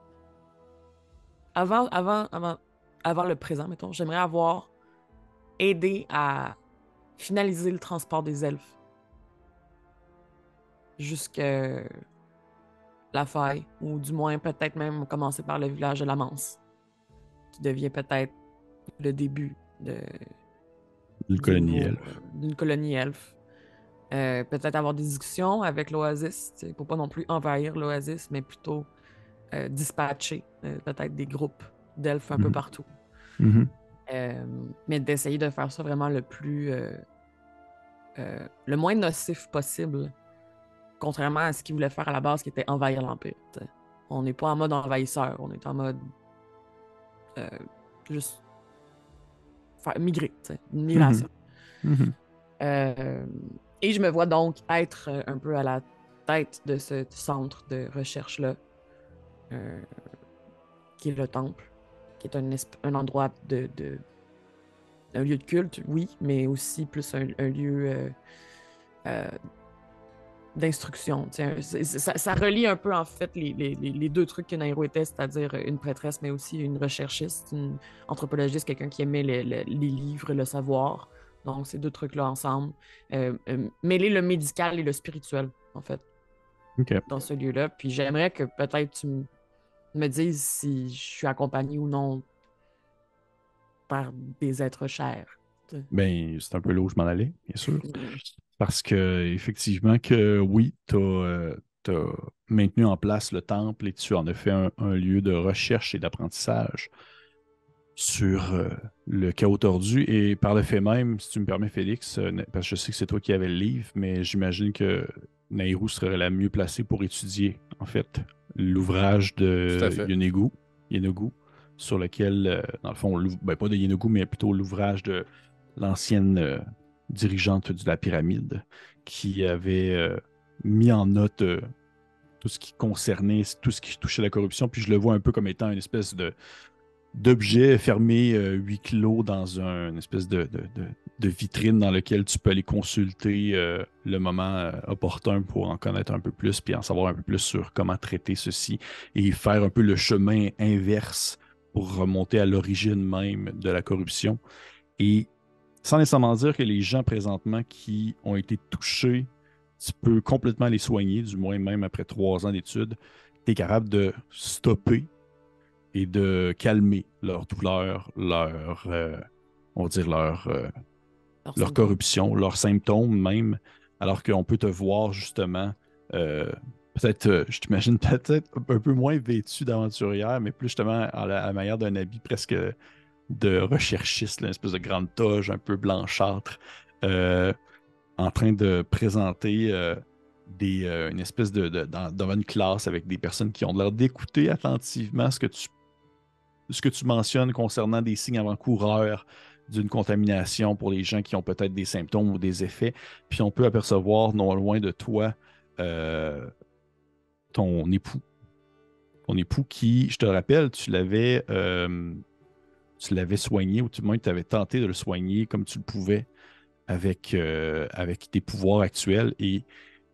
avant, avant, avant, avant le présent, mettons, j'aimerais avoir aidé à finaliser le transport des elfes jusqu'à la faille, ou du moins peut-être même commencer par le village de la Manse, qui devient peut-être le début de, Une du colonie nouveau, elfe. euh, d'une colonie elfe. Euh, peut-être avoir des discussions avec l'Oasis, tu sais, pour pas non plus envahir l'Oasis, mais plutôt euh, dispatcher euh, peut-être des groupes d'elfes un peu Mhm. partout. Mhm. Euh, mais d'essayer de faire ça vraiment le plus... euh, euh, le moins nocif possible, contrairement à ce qu'ils voulaient faire à la base, qui était envahir l'Empire. T'sais. On n'est pas en mode envahisseur, on est en mode euh, juste faire migrer, t'sais, une migration. Mhm. Euh, et je me vois donc être euh, un peu à la tête de ce centre de recherche-là, euh, qui est le temple, qui est un, esp- un endroit de, de- un lieu de culte, oui, mais aussi plus un, un lieu euh, euh, d'instruction. C'est- c'est- Ça, ça relie un peu, en fait, les, les- les- les deux trucs que Nairo était, c'est-à-dire une prêtresse, mais aussi une recherchiste, une anthropologiste, quelqu'un qui aimait le- le- les livres, le savoir. Donc, ces deux trucs-là ensemble. Euh, euh, mêler le médical et le spirituel, en fait, Ok. dans ce lieu-là. Puis j'aimerais que peut-être tu m- me dises si je suis accompagnée ou non par des êtres chers. Tu sais. Ben, c'est un peu là où je m'en allais, bien sûr. Mm. Parce que, effectivement, que oui, tu as maintenu en place le temple et tu en as fait un, un lieu de recherche et d'apprentissage sur euh, le chaos tordu. Et par le fait même, si tu me permets, Félix, euh, parce que je sais que c'est toi qui avais le livre, mais j'imagine que Nairou serait la mieux placée pour étudier, en fait, l'ouvrage Tout à de fait. Yenogu, Yenogu, sur lequel, euh, dans le fond, l'ouv- ben, pas de Yenogu, mais plutôt l'ouvrage de l'ancienne euh, dirigeante de la pyramide, qui avait euh, mis en note euh, tout ce qui concernait, tout ce qui touchait la corruption. Puis je le vois un peu comme étant une espèce de d'objets fermés, euh, huis clos, dans un, une espèce de, de, de- de vitrine dans lequel tu peux aller consulter euh, le moment euh, opportun pour en connaître un peu plus, puis en savoir un peu plus sur comment traiter ceci et faire un peu le chemin inverse pour remonter à l'origine même de la corruption. Et sans nécessairement dire que les gens présentement qui ont été touchés, tu peux complètement les soigner, du moins même après trois ans d'études, tu es capable de stopper et de calmer leur douleur, leur, euh, on va dire leur, euh, Leurs leur symptômes. corruption, leurs symptômes même, alors qu'on peut te voir justement, euh, peut-être, euh, je t'imagine peut-être un peu moins vêtu d'aventurière, mais plus justement à la, à la manière d'un habit presque de recherchiste, là, une espèce de grande toge un peu blanchâtre, euh, en train de présenter euh, des, euh, une espèce de, de- dans- devant une classe avec des personnes qui ont l'air d'écouter attentivement ce que tu ce que tu mentionnes concernant des signes avant-coureurs d'une contamination pour les gens qui ont peut-être des symptômes ou des effets. Puis on peut apercevoir non loin de toi euh, ton époux. Ton époux qui, je te rappelle, tu l'avais euh, tu l'avais soigné, ou tout le moins tu avais tenté de le soigner comme tu le pouvais avec, euh, avec tes pouvoirs actuels. Et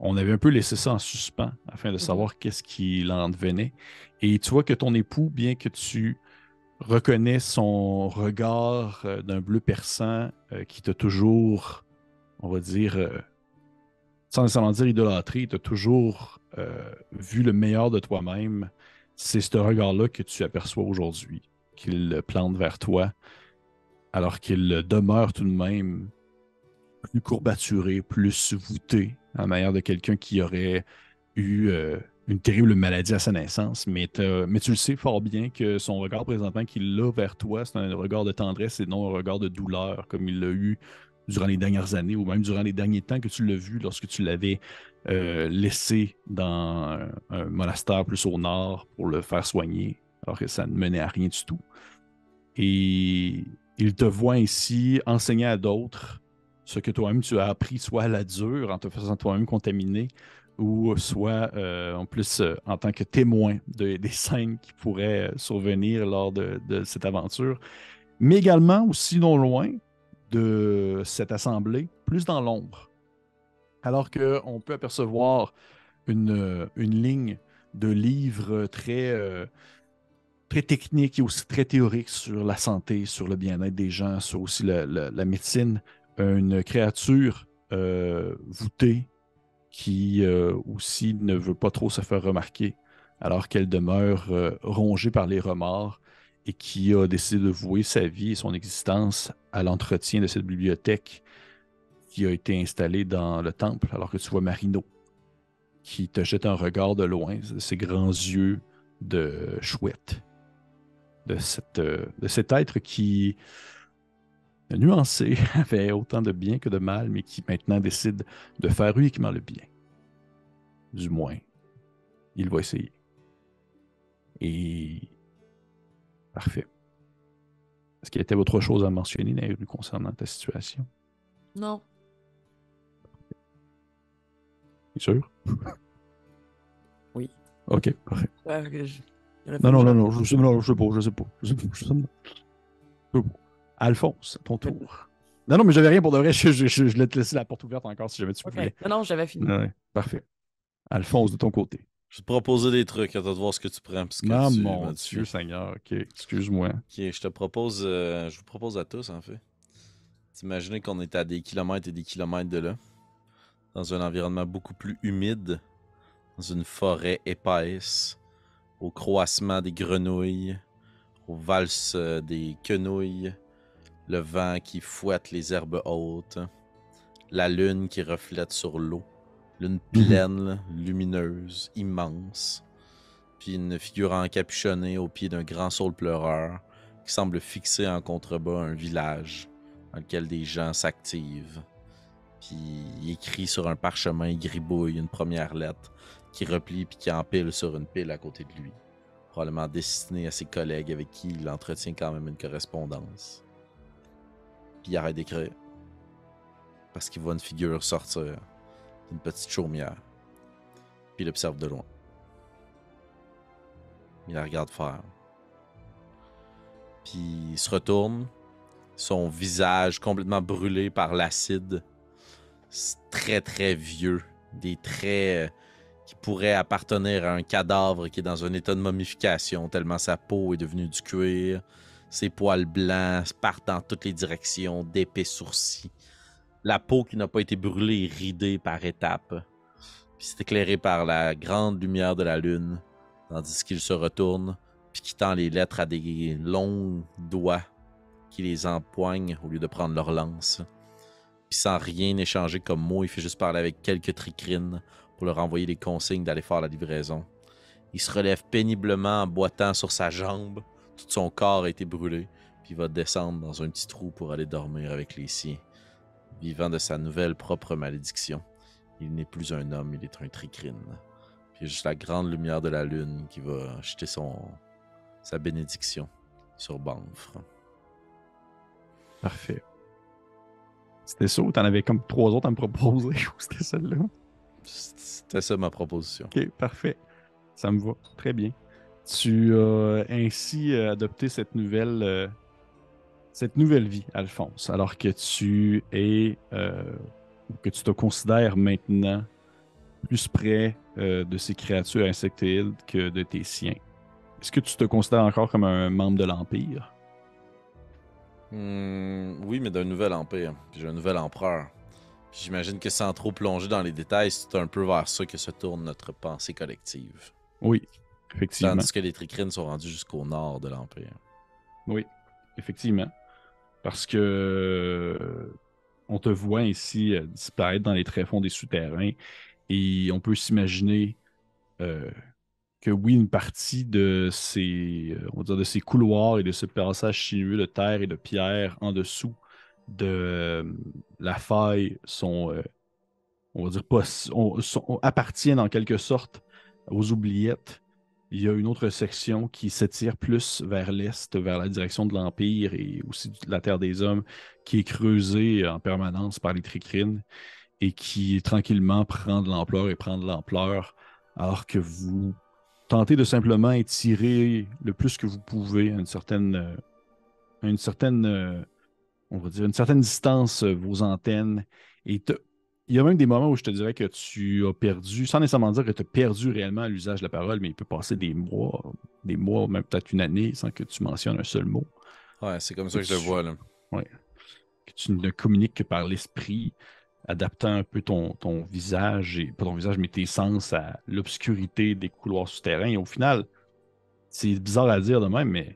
on avait un peu laissé ça en suspens afin de savoir mm-hmm. qu'est-ce qu'il en devenait. Et tu vois que ton époux, bien que tu reconnais son regard euh, d'un bleu perçant euh, qui t'a toujours, on va dire, euh, sans nécessairement dire idolâtré, t'a toujours euh, vu le meilleur de toi-même, c'est ce regard-là que tu aperçois aujourd'hui, qu'il plante vers toi, alors qu'il demeure tout de même plus courbaturé, plus voûté, à la manière de quelqu'un qui aurait eu euh, une terrible maladie à sa naissance. Mais, mais tu le sais fort bien que son regard présentement qu'il a vers toi, c'est un regard de tendresse et non un regard de douleur, comme il l'a eu durant les dernières années ou même durant les derniers temps que tu l'as vu lorsque tu l'avais euh, laissé dans un, un monastère plus au nord pour le faire soigner, alors que ça ne menait à rien du tout. Et il te voit ainsi enseigner à d'autres ce que toi-même tu as appris, soit à la dure, en te faisant toi-même contaminer, ou soit euh, en plus euh, en tant que témoin de, des scènes qui pourraient survenir lors de, de cette aventure, mais également aussi non loin de cette assemblée, plus dans l'ombre. Alors qu'on peut apercevoir une, une ligne de livres très, euh, très techniques et aussi très théoriques sur la santé, sur le bien-être des gens, sur aussi la, la, la médecine. Une créature euh, voûtée qui euh, aussi ne veut pas trop se faire remarquer, alors qu'elle demeure euh, rongée par les remords et qui a décidé de vouer sa vie et son existence à l'entretien de cette bibliothèque qui a été installée dans le temple, alors que tu vois Marino, qui te jette un regard de loin, ses grands yeux de chouette, de, cette, de cet être qui, nuancé, avait autant de bien que de mal, mais qui maintenant décide de faire uniquement le bien. Du moins, il va essayer. Et... Parfait. Est-ce qu'il y avait autre chose à mentionner, Nairu, concernant ta situation? Non. T'es sûr? Oui. Ok, parfait. Ouais, que je... Non, non, non, non, je sais, non, je sais pas, je sais pas. Je sais pas, je sais pas. Je sais pas. Alphonse, ton tour. Non, non, mais j'avais rien pour de vrai. Je, je, je, je voulais te laisser la porte ouverte encore si jamais tu okay. voulais. Non, non, j'avais fini. Ouais, parfait. Alphonse, de ton côté. Je vais te proposer des trucs, attends de voir ce que tu prends. Parce que non, tu mon Dieu Seigneur, ok, excuse-moi. Ok, je te propose, euh, je vous propose à tous en fait. Imaginez qu'on est à des kilomètres et des kilomètres de là, dans un environnement beaucoup plus humide, dans une forêt épaisse, au croassement des grenouilles, aux valses des quenouilles, le vent qui fouette les herbes hautes, la lune qui reflète sur l'eau. Lune pleine, là, lumineuse, immense. Puis une figure encapuchonnée au pied d'un grand saule pleureur qui semble fixer en contrebas un village dans lequel des gens s'activent. Puis il écrit sur un parchemin, il gribouille une première lettre qui replie puis qui empile sur une pile à côté de lui. Probablement destinée à ses collègues avec qui il entretient quand même une correspondance. Puis il arrête d'écrire parce qu'il voit une figure sortir d'une petite chaumière. Puis il l'observe de loin. Il la regarde faire. Puis il se retourne, son visage complètement brûlé par l'acide. C'est très très vieux. Des traits qui pourraient appartenir à un cadavre qui est dans un état de momification, tellement sa peau est devenue du cuir. Ses poils blancs partent dans toutes les directions, d'épais sourcils. La peau qui n'a pas été brûlée est ridée par étapes. Puis c'est éclairé par la grande lumière de la lune, tandis qu'il se retourne, puis qui tend les lettres à des longs doigts qui les empoignent au lieu de prendre leur lance. Puis sans rien échanger comme mot, il fait juste parler avec quelques tricrines pour leur envoyer des consignes d'aller faire la livraison. Il se relève péniblement en boitant sur sa jambe. Tout son corps a été brûlé, puis il va descendre dans un petit trou pour aller dormir avec les siens. Vivant de sa nouvelle propre malédiction. Il n'est plus un homme, il est un tricrine. Puis il y a juste la grande lumière de la lune qui va jeter son, sa bénédiction sur Banffre. Parfait. C'était ça ou t'en avais comme trois autres à me proposer ou c'était celle-là? C'était ça ma proposition. Ok, parfait. Ça me va. Très bien. Tu as ainsi adopté cette nouvelle... Euh... cette nouvelle vie, Alphonse, alors que tu es, euh, que tu te considères maintenant plus près euh, de ces créatures insectoïdes que de tes siens. Est-ce que tu te considères encore comme un membre de l'Empire? Hmm, oui, mais d'un nouvel empire. Puis j'ai un nouvel empereur. Puis j'imagine que sans trop plonger dans les détails, c'est un peu vers ça que se tourne notre pensée collective. Oui, effectivement. Tandis que les Tricrines sont rendus jusqu'au nord de l'Empire. Oui, effectivement. Parce que euh, on te voit ainsi euh, disparaître dans les tréfonds des souterrains et on peut s'imaginer euh, que oui, une partie de ces, euh, on va dire de ces couloirs et de ce passage sinueux de terre et de pierre en dessous de euh, la faille sont, euh, on va dire, pas, on- sont- appartiennent en quelque sorte aux oubliettes. Il y a une autre section qui s'étire plus vers l'est, vers la direction de l'Empire et aussi de la Terre des Hommes, qui est creusée en permanence par les tricrines et qui tranquillement prend de l'ampleur et prend de l'ampleur, alors que vous tentez de simplement étirer le plus que vous pouvez à une certaine, euh, à une certaine, euh, on va dire, une certaine distance, euh, vos antennes. Et te- il y a même des moments où je te dirais que tu as perdu, sans nécessairement dire que tu as perdu réellement l'usage de la parole, mais il peut passer des mois, des mois, même peut-être une année, sans que tu mentionnes un seul mot. Ouais, c'est comme ça que je Tu- le vois, là. Ouais. Que tu ne communiques que par l'esprit, adaptant un peu ton, ton visage, et pas ton visage, mais tes sens à l'obscurité des couloirs souterrains. Et au final, c'est bizarre à dire de même, mais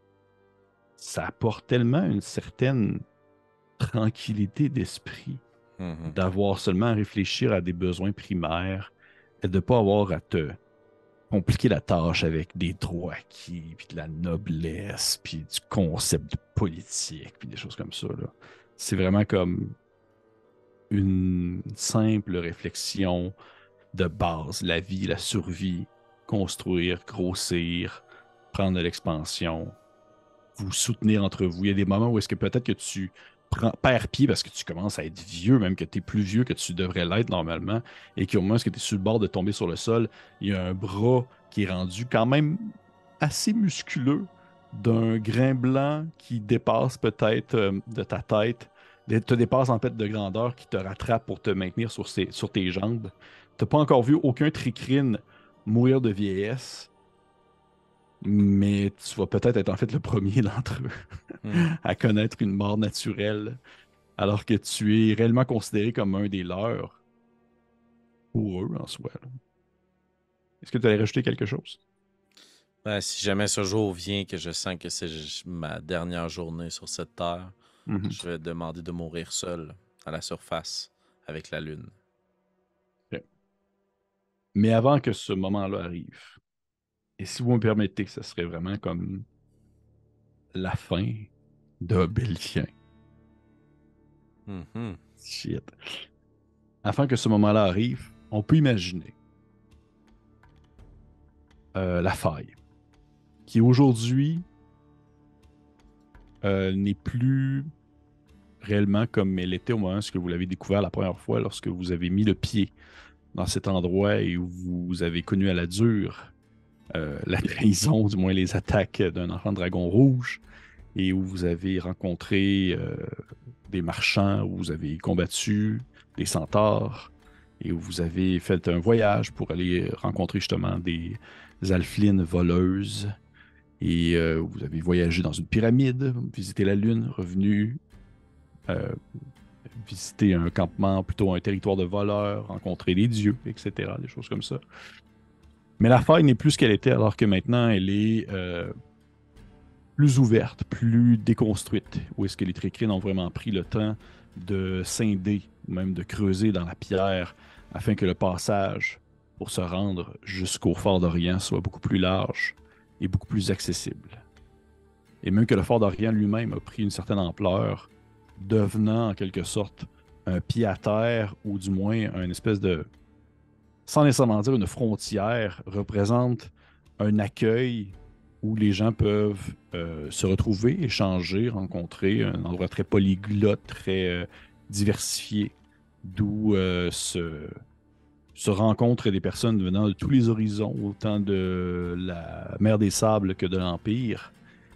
ça apporte tellement une certaine tranquillité d'esprit Mhm. d'avoir seulement à réfléchir à des besoins primaires et de ne pas avoir à te compliquer la tâche avec des droits acquis, puis de la noblesse, puis du concept politique, puis des choses comme ça, là. C'est vraiment comme une simple réflexion de base, la vie, la survie, construire, grossir, prendre de l'expansion, vous soutenir entre vous. Il y a des moments où est-ce que peut-être que tu prends, perds pied parce que tu commences à être vieux, même que tu es plus vieux que tu devrais l'être normalement, et qu'au moment où tu es sur le bord de tomber sur le sol, il y a un bras qui est rendu quand même assez musculeux d'un grain blanc qui dépasse peut-être euh, de ta tête, te dépasse en fait de grandeur, qui te rattrape pour te maintenir sur, ses- sur tes jambes. Tu n'as pas encore vu aucun tricrine mourir de vieillesse, mais tu vas peut-être être en fait le premier d'entre eux Mhm. à connaître une mort naturelle, alors que tu es réellement considéré comme un des leurs pour eux en soi, là. Est-ce que tu allais rajouter quelque chose? Ben, si jamais ce jour vient que je sens que c'est ma dernière journée sur cette terre, Mhm. je vais demander de mourir seul à la surface avec la lune. Ok. Mais avant que ce moment-là arrive, et si vous me permettez, ce serait vraiment comme la fin d'Obélien. Mhm. Shit. Avant que ce moment-là arrive, on peut imaginer euh, la faille, qui aujourd'hui euh, n'est plus réellement comme elle était au moment où vous l'avez découvert la première fois, lorsque vous avez mis le pied dans cet endroit et où vous avez connu à la dure euh, la trahison, du moins les attaques d'un enfant dragon rouge, et où vous avez rencontré euh, des marchands, où vous avez combattu des centaures, et où vous avez fait un voyage pour aller rencontrer justement des alphelines voleuses, et euh, vous avez voyagé dans une pyramide, visité la Lune, revenu, euh, visiter un campement, plutôt un territoire de voleurs, rencontrer des dieux, et cetera, des choses comme ça. Mais la faille n'est plus ce qu'elle était, alors que maintenant, elle est euh, plus ouverte, plus déconstruite. Où est-ce que les Tricrines ont vraiment pris le temps de scinder, ou même de creuser dans la pierre, afin que le passage pour se rendre jusqu'au Fort d'Orient soit beaucoup plus large et beaucoup plus accessible. Et même que le Fort d'Orient lui-même a pris une certaine ampleur, devenant en quelque sorte un pied à terre, ou du moins une espèce de, sans nécessairement dire une frontière, représente un accueil où les gens peuvent euh, se retrouver, échanger, rencontrer, un endroit très polyglotte, très euh, diversifié, d'où euh, se, se rencontrent des personnes venant de tous les horizons, autant de la mer des Sables que de l'Empire.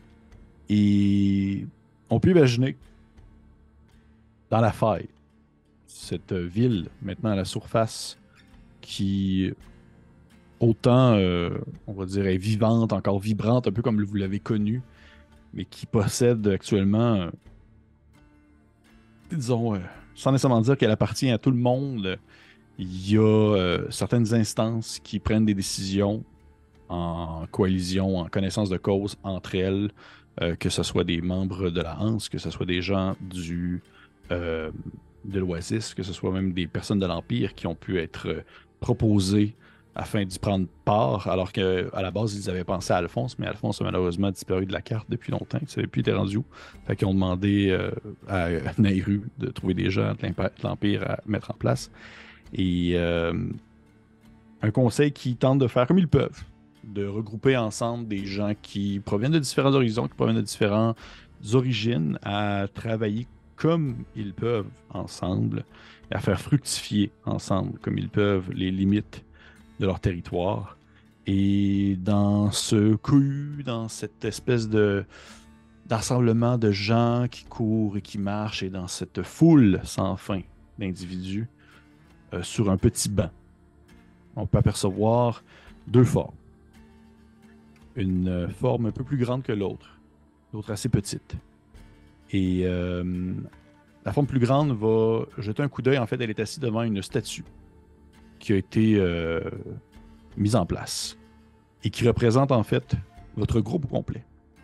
Et on peut imaginer, dans la faille, cette ville, maintenant à la surface, qui, autant, euh, on va dire, est vivante, encore vibrante, un peu comme vous l'avez connue, mais qui possède actuellement, euh, disons, euh, sans nécessairement dire qu'elle appartient à tout le monde, il y a euh, certaines instances qui prennent des décisions en coalition, en connaissance de cause entre elles, euh, que ce soit des membres de la Hanse, que ce soit des gens du euh, de l'Oasis, que ce soit même des personnes de l'Empire qui ont pu être euh, proposées afin d'y prendre part, alors qu'à la base, ils avaient pensé à Alphonse, mais Alphonse a malheureusement disparu de la carte depuis longtemps. Ils ne savaient plus il était rendu où. Fait qu'ils ont demandé euh, à Nairu de trouver des gens de l'Empire à mettre en place. Et euh, un conseil qui tente de faire comme ils peuvent, de regrouper ensemble des gens qui proviennent de différents horizons, qui proviennent de différentes origines, à travailler comme ils peuvent ensemble, et à faire fructifier ensemble comme ils peuvent les limites de leur territoire. Et dans ce cru, dans cette espèce de d'assemblement de gens qui courent et qui marchent, et dans cette foule sans fin d'individus, euh, sur un petit banc, on peut apercevoir deux formes. Une euh, forme un peu plus grande que l'autre, l'autre assez petite. Et euh, la forme plus grande va jeter un coup d'œil. En fait, elle est assise devant une statue qui a été euh, mise en place et qui représente en fait votre groupe au complet.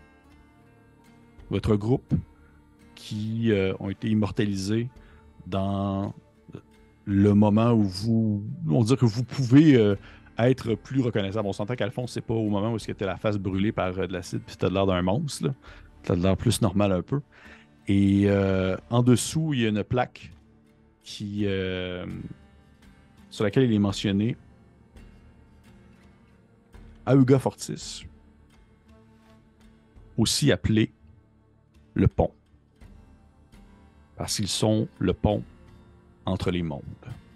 Votre groupe qui euh, ont été immortalisés dans le moment où vous, on va dire que vous pouvez euh, être plus reconnaissable. On s'entend qu'Alphonse, c'est pas au moment où tu as la face brûlée par euh, de l'acide puis tu as l'air d'un monstre. Tu as l'air plus normal un peu. Et euh, en dessous, il y a une plaque qui, euh, sur laquelle il est mentionné Auga Fortis, aussi appelé le pont, parce qu'ils sont le pont entre les mondes,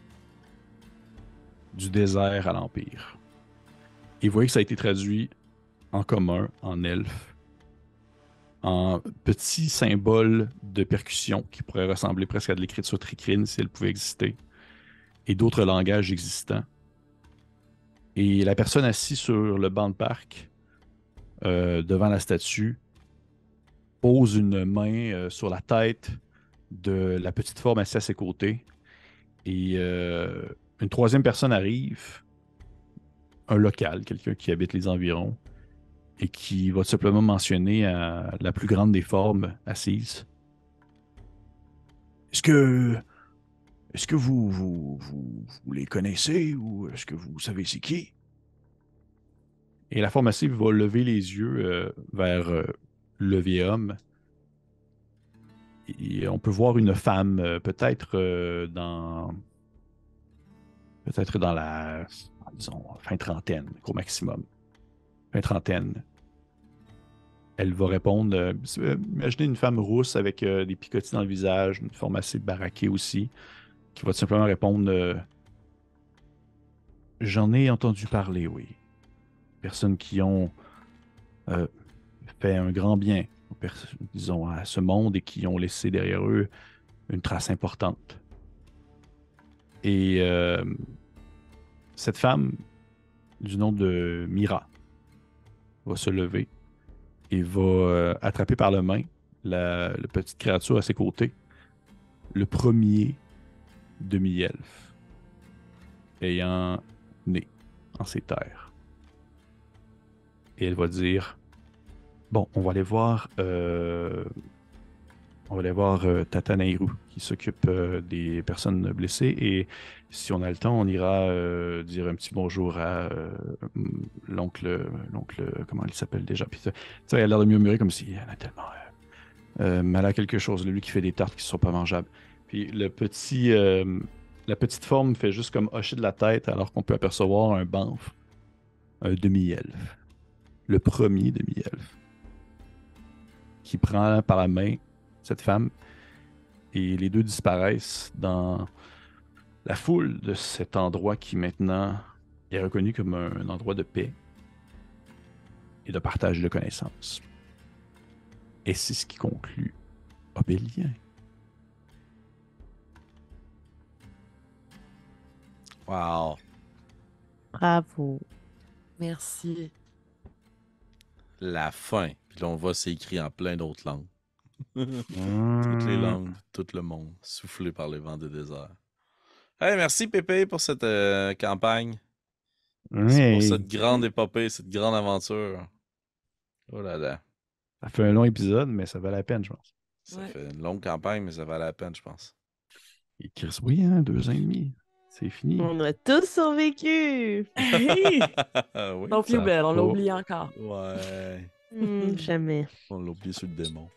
du désert à l'Empire. Et vous voyez que ça a été traduit en commun, en elfe, en petits symboles de percussion qui pourraient ressembler presque à de l'écriture tricrine si elle pouvait exister, et d'autres langages existants. Et la personne assise sur le banc de parc, euh, devant la statue, pose une main euh, sur la tête de la petite forme assise à ses côtés. Et euh, une troisième personne arrive, un local, quelqu'un qui habite les environs, et qui va tout simplement mentionner à la plus grande des formes assise. Est-ce que est-ce que vous, vous, vous, vous les connaissez ou est-ce que vous savez c'est qui? Et la forme assise va lever les yeux euh, vers euh, le vieil homme. Et on peut voir une femme, euh, peut-être euh, dans peut-être dans la, disons, fin trentaine, au maximum. Fin trentaine. Elle va répondre, euh, euh, imaginez une femme rousse avec euh, des picotis dans le visage, une forme assez baraquée aussi, qui va tout simplement répondre euh, j'en ai entendu parler, oui. Personnes qui ont euh, fait un grand bien, disons, à ce monde et qui ont laissé derrière eux une trace importante. Et euh, cette femme, du nom de Mira, va se lever et va euh, attraper par la main la, la petite créature à ses côtés, le premier demi-elfe ayant né en ces terres. Et elle va dire bon, on va aller voir euh, on va aller voir euh, Tata Nairu qui s'occupe euh, des personnes blessées et si on a le temps, on ira euh, dire un petit bonjour à euh, l'oncle, l'oncle, comment il s'appelle déjà? Puis, tu sais, elle a l'air de murmurer comme si elle a tellement euh, euh, mal à quelque chose, lui qui fait des tartes qui ne sont pas mangeables. Puis le petit, euh, la petite forme fait juste comme hocher de la tête alors qu'on peut apercevoir un banff, un demi-elfe, le premier demi-elfe, qui prend par la main cette femme et les deux disparaissent dans la foule de cet endroit qui maintenant est reconnu comme un, un endroit de paix et de partage de connaissances. Et c'est ce qui conclut Obélien. Wow. Bravo. Merci. La fin. Puis là, on voit, c'est écrit en plein d'autres langues. Toutes Mmh. les langues, tout le monde, soufflé par les vents des déserts. Hey, merci Pépé pour cette euh, campagne. Merci pour Ouais, cette grande épopée, cette grande aventure. Oh là là. ça fait un long épisode, mais ça valait la peine, je pense. Ça Ouais. fait une longue campagne, mais ça valait la peine, je pense. Et Chris, oui, hein, deux ans et demi. C'est fini. On a tous survécu. Hey! oui. Don't feel ça bad, on l'a va. oublié encore. Ouais. Hmm, jamais. On l'a oublié sur le démon.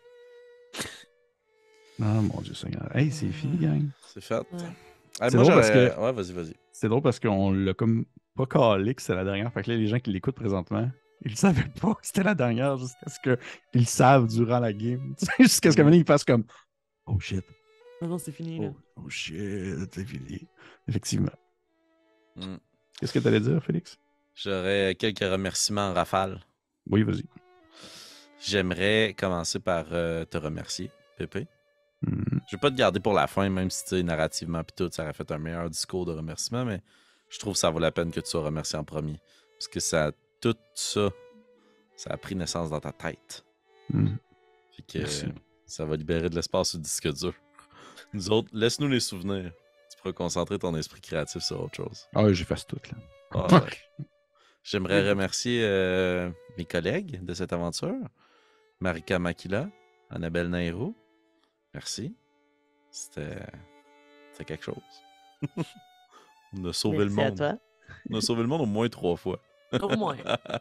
Ah, mon Dieu Seigneur. Hey, c'est fini, gang. C'est fait. Ouais. Hey, C'est moi, drôle parce j'aurais- que- Ouais, vas-y, vas-y. C'est drôle parce qu'on l'a comme pas calé que c'est la dernière. Fait que là, les gens qui l'écoutent présentement, ils le savaient pas que c'était la dernière jusqu'à ce qu'ils le savent durant la game. Tu sais, jusqu'à ce qu'à un moment donné, ils fassent comme oh shit, Non, non, c'est fini, là. oh, oh shit, c'est fini. Effectivement. Hmm. Qu'est-ce que tu allais dire, Félix? J'aurais quelques remerciements en rafale. Oui, vas-y. J'aimerais commencer par euh, te remercier, Pépé. Mhm. Je vais pas te garder pour la fin, même si, tu sais, narrativement pis tout, ça aurait fait un meilleur discours de remerciement, mais je trouve que ça vaut la peine que tu sois remercié en premier. Parce que ça, tout ça, ça a pris naissance dans ta tête. Mhm. Fait que Merci. euh, ça va libérer de l'espace sur le disque dur. Nous autres, laisse-nous les souvenirs. Tu pourras concentrer ton esprit créatif sur autre chose. Ah, j'efface tout, là. Ah ouais. J'aimerais remercier euh, mes collègues de cette aventure. Marika Makila, Annabelle Nairo. Merci. C'était c'était quelque chose. On a sauvé Merci le à monde. toi. On a sauvé le monde au moins trois fois. Au moins.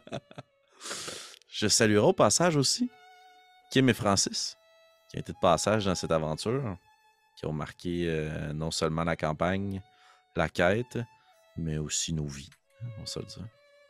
Je saluerai au passage aussi Kim et Francis, qui ont été de passage dans cette aventure, qui ont marqué euh, non seulement la campagne, la quête, mais aussi nos vies, on va se le dire.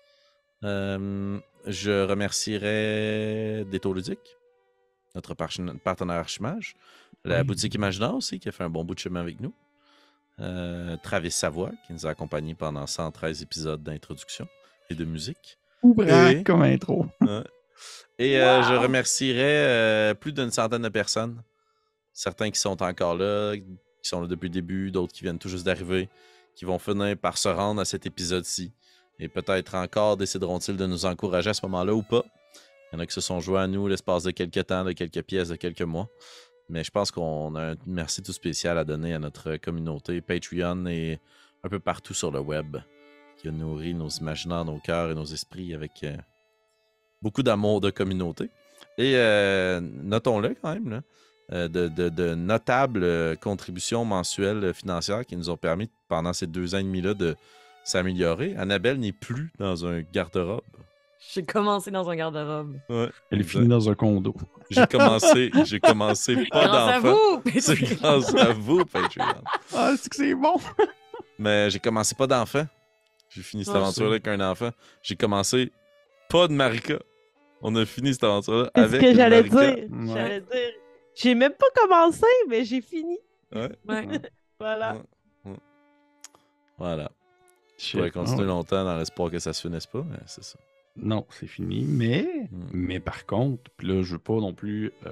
Euh, je remercierai Détour Ludique, notre par- partenaire Archimage, la Oui. boutique Imaginaire aussi, qui a fait un bon bout de chemin avec nous. Euh, Travis Savoie, qui nous a accompagnés pendant cent treize épisodes d'introduction et de musique. Ouvrant Et- comme intro. Ouais. Et euh, je remercierai euh, plus d'une centaine de personnes. Certains qui sont encore là, qui sont là depuis le début, d'autres qui viennent tout juste d'arriver, qui vont finir par se rendre à cet épisode-ci. Et peut-être encore décideront-ils de nous encourager à ce moment-là ou pas. Il y en a qui se sont joués à nous l'espace de quelques temps, de quelques pièces, de quelques mois. Mais je pense qu'on a un merci tout spécial à donner à notre communauté Patreon et un peu partout sur le web, qui a nourri nos imaginaires, nos cœurs et nos esprits avec euh, beaucoup d'amour de communauté. Et euh, notons-le quand même, là, euh, de, de- de notables euh, contributions mensuelles euh, financières qui nous ont permis pendant ces deux ans et demi-là de s'améliorer. Annabelle n'est plus dans un garde-robe. J'ai commencé dans un garde-robe. Ouais, Elle est exact. finie dans un condo. J'ai commencé, j'ai commencé pas Grâce à d'enfant. vous, C'est Patreon. grâce à vous, Patreon. Ah, c'est que c'est bon! Mais j'ai commencé pas d'enfant. J'ai fini cette Ah, aventure-là avec un enfant. J'ai commencé pas de Marika. On a fini cette aventure-là C'est ce avec que une j'allais Marika. dire. Ouais. J'allais dire. J'ai même pas commencé, mais j'ai fini. Ouais, Ouais. Voilà. Ouais. voilà. Je Shit. pourrais continuer Ah ouais. longtemps dans l'espoir que ça se finisse pas, mais c'est ça. Non, c'est fini. Mais, Mm. mais par contre, puis là, je veux pas non plus. euh,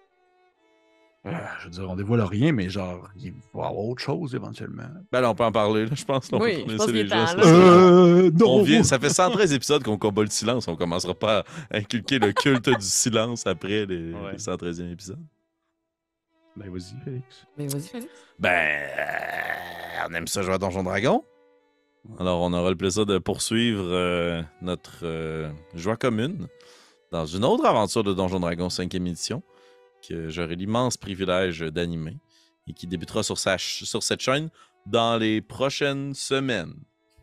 euh, je veux dire, on dévoile rien, mais genre, il va y avoir autre chose éventuellement. Ben là, on peut en parler, là, je pense. Là, on Oui, peut je tourner pense ça qu'il est les temps, gestes, là. là. Euh, non! On vient, ça fait cent treize épisodes qu'on combat le silence. On commencera pas à inculquer le culte du silence après les, Ouais. les cent treizième épisode. Ben, vas-y, Félix. Mais vas-y, Félix. Ben, euh, on aime ça jouer à Donjon Dragon. Alors, on aura le plaisir de poursuivre euh, notre euh, joie commune dans une autre aventure de Donjon Dragon cinquième édition que j'aurai l'immense privilège d'animer et qui débutera sur, sa ch- sur cette chaîne dans les prochaines semaines.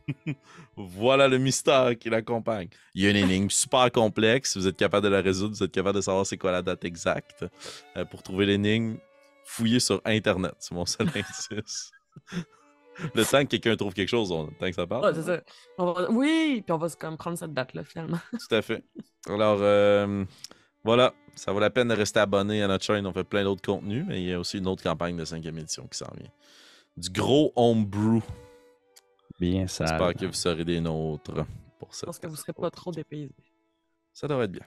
Voilà le mystère qui l'accompagne. Il y a une énigme super complexe. Vous êtes capable de la résoudre, vous êtes capable de savoir c'est quoi la date exacte. Euh, pour trouver l'énigme, fouillez sur Internet. C'est mon seul indice. Le temps que quelqu'un trouve quelque chose, on... le temps que ça part. Ah, c'est ça. On va- Oui, puis on va se comme prendre cette date-là, finalement. Tout à fait. Alors, euh, voilà. Ça vaut la peine de rester abonné à notre chaîne. On fait plein d'autres contenus, mais il y a aussi une autre campagne de cinquième édition qui s'en vient. Du gros homebrew. Bien ça. J'espère que vous serez des nôtres pour Je ça. pense que vous serez pas trop dépaysés. Ça devrait être bien.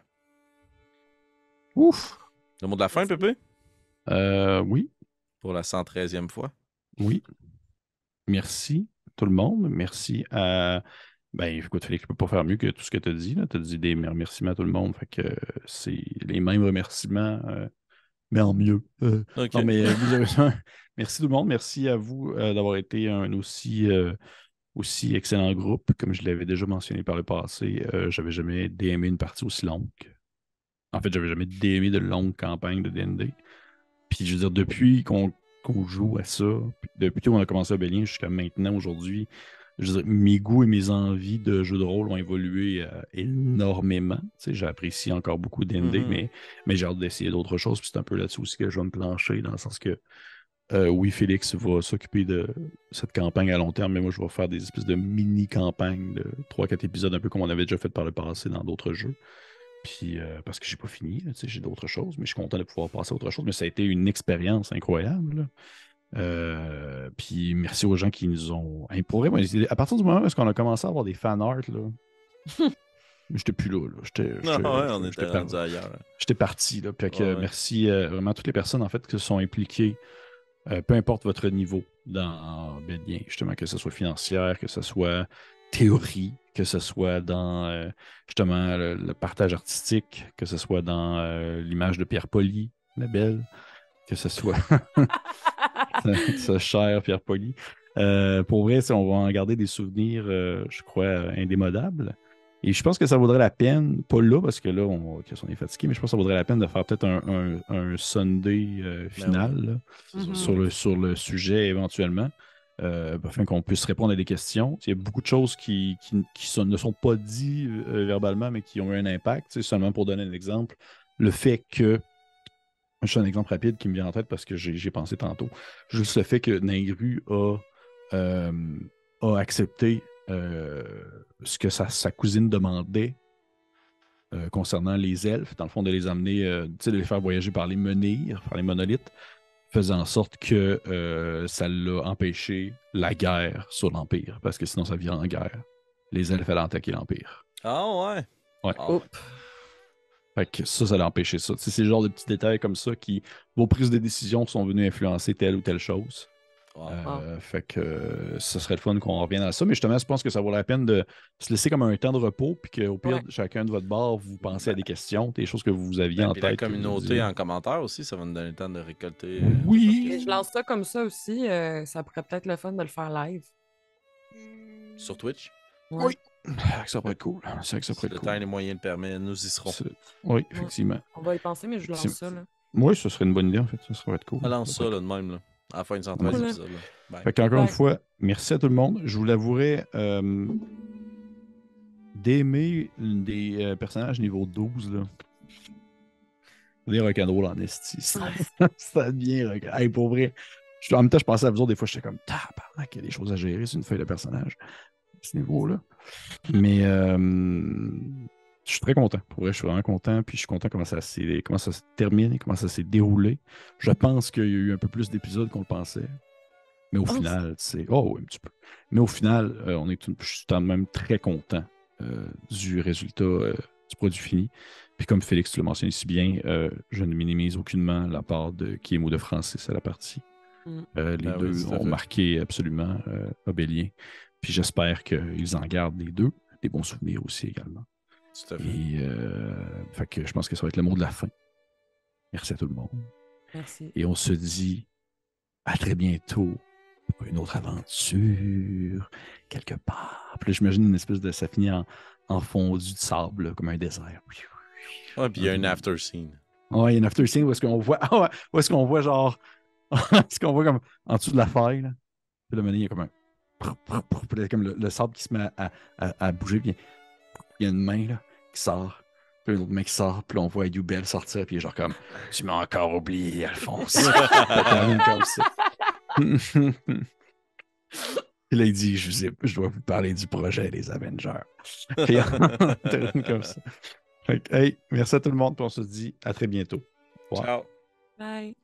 Ouf! Le mot de la fin, Pépé? Euh, oui, Pour la cent treizième fois. oui. Merci tout le monde. Merci à Ben, écoute, Félix, je peux pas faire mieux que tout ce que tu as dit. Tu as dit des remerciements à tout le monde. Fait que euh, c'est les mêmes remerciements, euh, mais en mieux. Euh, OK. non, mais euh, plus sérieusement, merci tout le monde. Merci à vous euh, d'avoir été un aussi, euh, aussi excellent groupe. Comme je l'avais déjà mentionné par le passé, euh, j'avais jamais D M une partie aussi longue. En fait, j'avais jamais D M de longues campagnes de D and D. Puis, je veux dire, depuis qu'on qu'on joue à ça, puis depuis qu'on a commencé à Obélien jusqu'à maintenant, aujourd'hui, je veux dire, mes goûts et mes envies de jeux de rôle ont évolué euh, énormément. Tu sais, j'apprécie encore beaucoup D and D, Mhm. mais, mais j'ai hâte d'essayer d'autres choses. Puis c'est un peu là-dessus aussi que je vais me plancher, dans le sens que, euh, oui, Félix va s'occuper de cette campagne à long terme, mais moi, je vais faire des espèces de mini-campagnes de trois quatre épisodes, un peu comme on avait déjà fait par le passé dans d'autres jeux. Puis, euh, parce que j'ai pas fini, là, tu sais, j'ai d'autres choses, mais je suis content de pouvoir passer à autre chose. Mais ça a été une expérience incroyable, là. Euh, puis merci aux gens qui nous ont. Hey, pour vrai, moi, à partir du moment où on a commencé à avoir des fan art, là, j'étais plus là. là. J'étais, Ah j'étais- ouais, on j'étais était par- rendu ailleurs. j'étais parti. Là. Puis que, Ouais, ouais. merci euh, vraiment à toutes les personnes en fait, qui se sont impliquées, euh, peu importe votre niveau dans Bédien, justement, que ce soit financière, que ce soit théorie, que ce soit dans euh, justement le, le partage artistique, que ce soit dans euh, l'image de Pierre Poli, la belle, que ce soit ce cher Pierre Poli. Euh, pour vrai, on va en garder des souvenirs, euh, je crois, euh, indémodables. Et je pense que ça vaudrait la peine, pas là, parce que là, on, on est fatigué, mais je pense que ça vaudrait la peine de faire peut-être un, un, un Sunday euh, final oui. là, Mhm. sur, le, sur le sujet éventuellement, euh, afin qu'on puisse répondre à des questions. Il y a beaucoup de choses qui, qui, qui sont- ne sont pas dites euh, verbalement, mais qui ont eu un impact. Tu sais, seulement pour donner un exemple, le fait que je donne un exemple rapide qui me vient en tête parce que j'ai j'ai pensé tantôt. Juste le fait que Ningru a, euh, a accepté euh, ce que sa, sa cousine demandait euh, concernant les elfes, dans le fond, de les amener, euh, tu sais, de les faire voyager par les menhirs, par les monolithes, faisant en sorte que euh, ça l'a empêché la guerre sur l'Empire, parce que sinon ça vient en guerre. Les elfes allaient attaquer l'Empire. Ah ouais. Ouais. Ah, Oups. Fait que ça, ça l'a empêché ça. Tu sais, c'est le genre de petits détails comme ça qui, vos prises de décision sont venues influencer telle ou telle chose. wow. Euh, Fait que euh, ce serait le fun qu'on revienne à ça. Mais justement, je pense que ça vaut la peine de se laisser comme un temps de repos, puis qu'au pire, Ouais. chacun de votre bord, vous pensez à des questions, des choses que vous aviez Ben, en puis tête. la que vous communauté disiez. en commentaire aussi, ça va nous donner le temps de récolter. euh, Oui. Mais je lance ça comme ça aussi. euh, ça pourrait peut-être le fun de le faire live. sur Twitch. Ouais. Oui. Ça pourrait être cool. C'est vrai que ça Si pourrait le être temps et cool. les moyens le permettent, nous y serons. C'est- Oui, effectivement. On va y penser, mais je lance ça. Là. Oui, ce serait une bonne idée, en fait. Ça serait être cool. On lance Ça ça pourrait là, être de même, là, à la fin de cent treize Ouais. épisodes. Là. Bye. Fait qu'encore une Ouais. fois, merci à tout le monde. Je vous l'avouerai, euh, d'aimer des euh, personnages niveau douze, là. Des rock'n'roll en esti. Ça, ça devient rock. Hey, pour vrai. Je- en même temps, je pensais à vous autres, des fois, j'étais comme, tabarnak, il y a des choses à gérer sur une feuille de personnage à ce niveau-là. Mais euh, je suis très content. Pour vrai, je suis vraiment content. Puis je suis content comment ça s'est, comment ça se termine et comment ça s'est déroulé. Je pense qu'il y a eu un peu plus d'épisodes qu'on le pensait. Mais au Pense. final, c'est. Oh, oui, un petit peu. Mais au final, euh, on est, je suis quand même très content euh, du résultat euh, du produit fini. Puis comme Félix, tu l'as mentionné si bien, euh, je ne minimise aucunement la part de Guillemot de Francis à la partie. Mm. Euh, les Ben oui, deux tout à ont fait. marqué absolument euh, Obélien. Puis j'espère qu'ils en gardent les deux. Des bons souvenirs aussi également. Tout à fait. Et euh, fait que je pense que ça va être le mot de la fin. Merci à tout le monde. Merci. Et on se dit à très bientôt pour une autre aventure quelque part. Puis là, j'imagine une espèce de. Ça finit en, en fondu de sable, là, comme un désert. Ouais, puis il y a un after scene. Ouais, il y a une after scene où est-ce qu'on voit. Ah ouais, où est-ce qu'on voit genre. Est-ce qu'on voit comme en dessous de la faille, là. Puis là, maintenant, il y a comme un. Puis là, comme le, le sable qui se met à, à, à bouger. Puis il y a une main là, qui sort. Puis une autre main qui sort. Puis là, on voit Youbel sortir. Puis il est genre comme tu m'as encore oublié, Alphonse. Ça termine comme ça. Puis là, il dit je, vous ai- je dois vous parler du projet des Avengers. Puis on termine comme ça. Fait que, hey, merci à tout le monde. Puis on se dit à très bientôt. Au revoir. Ciao. Bye.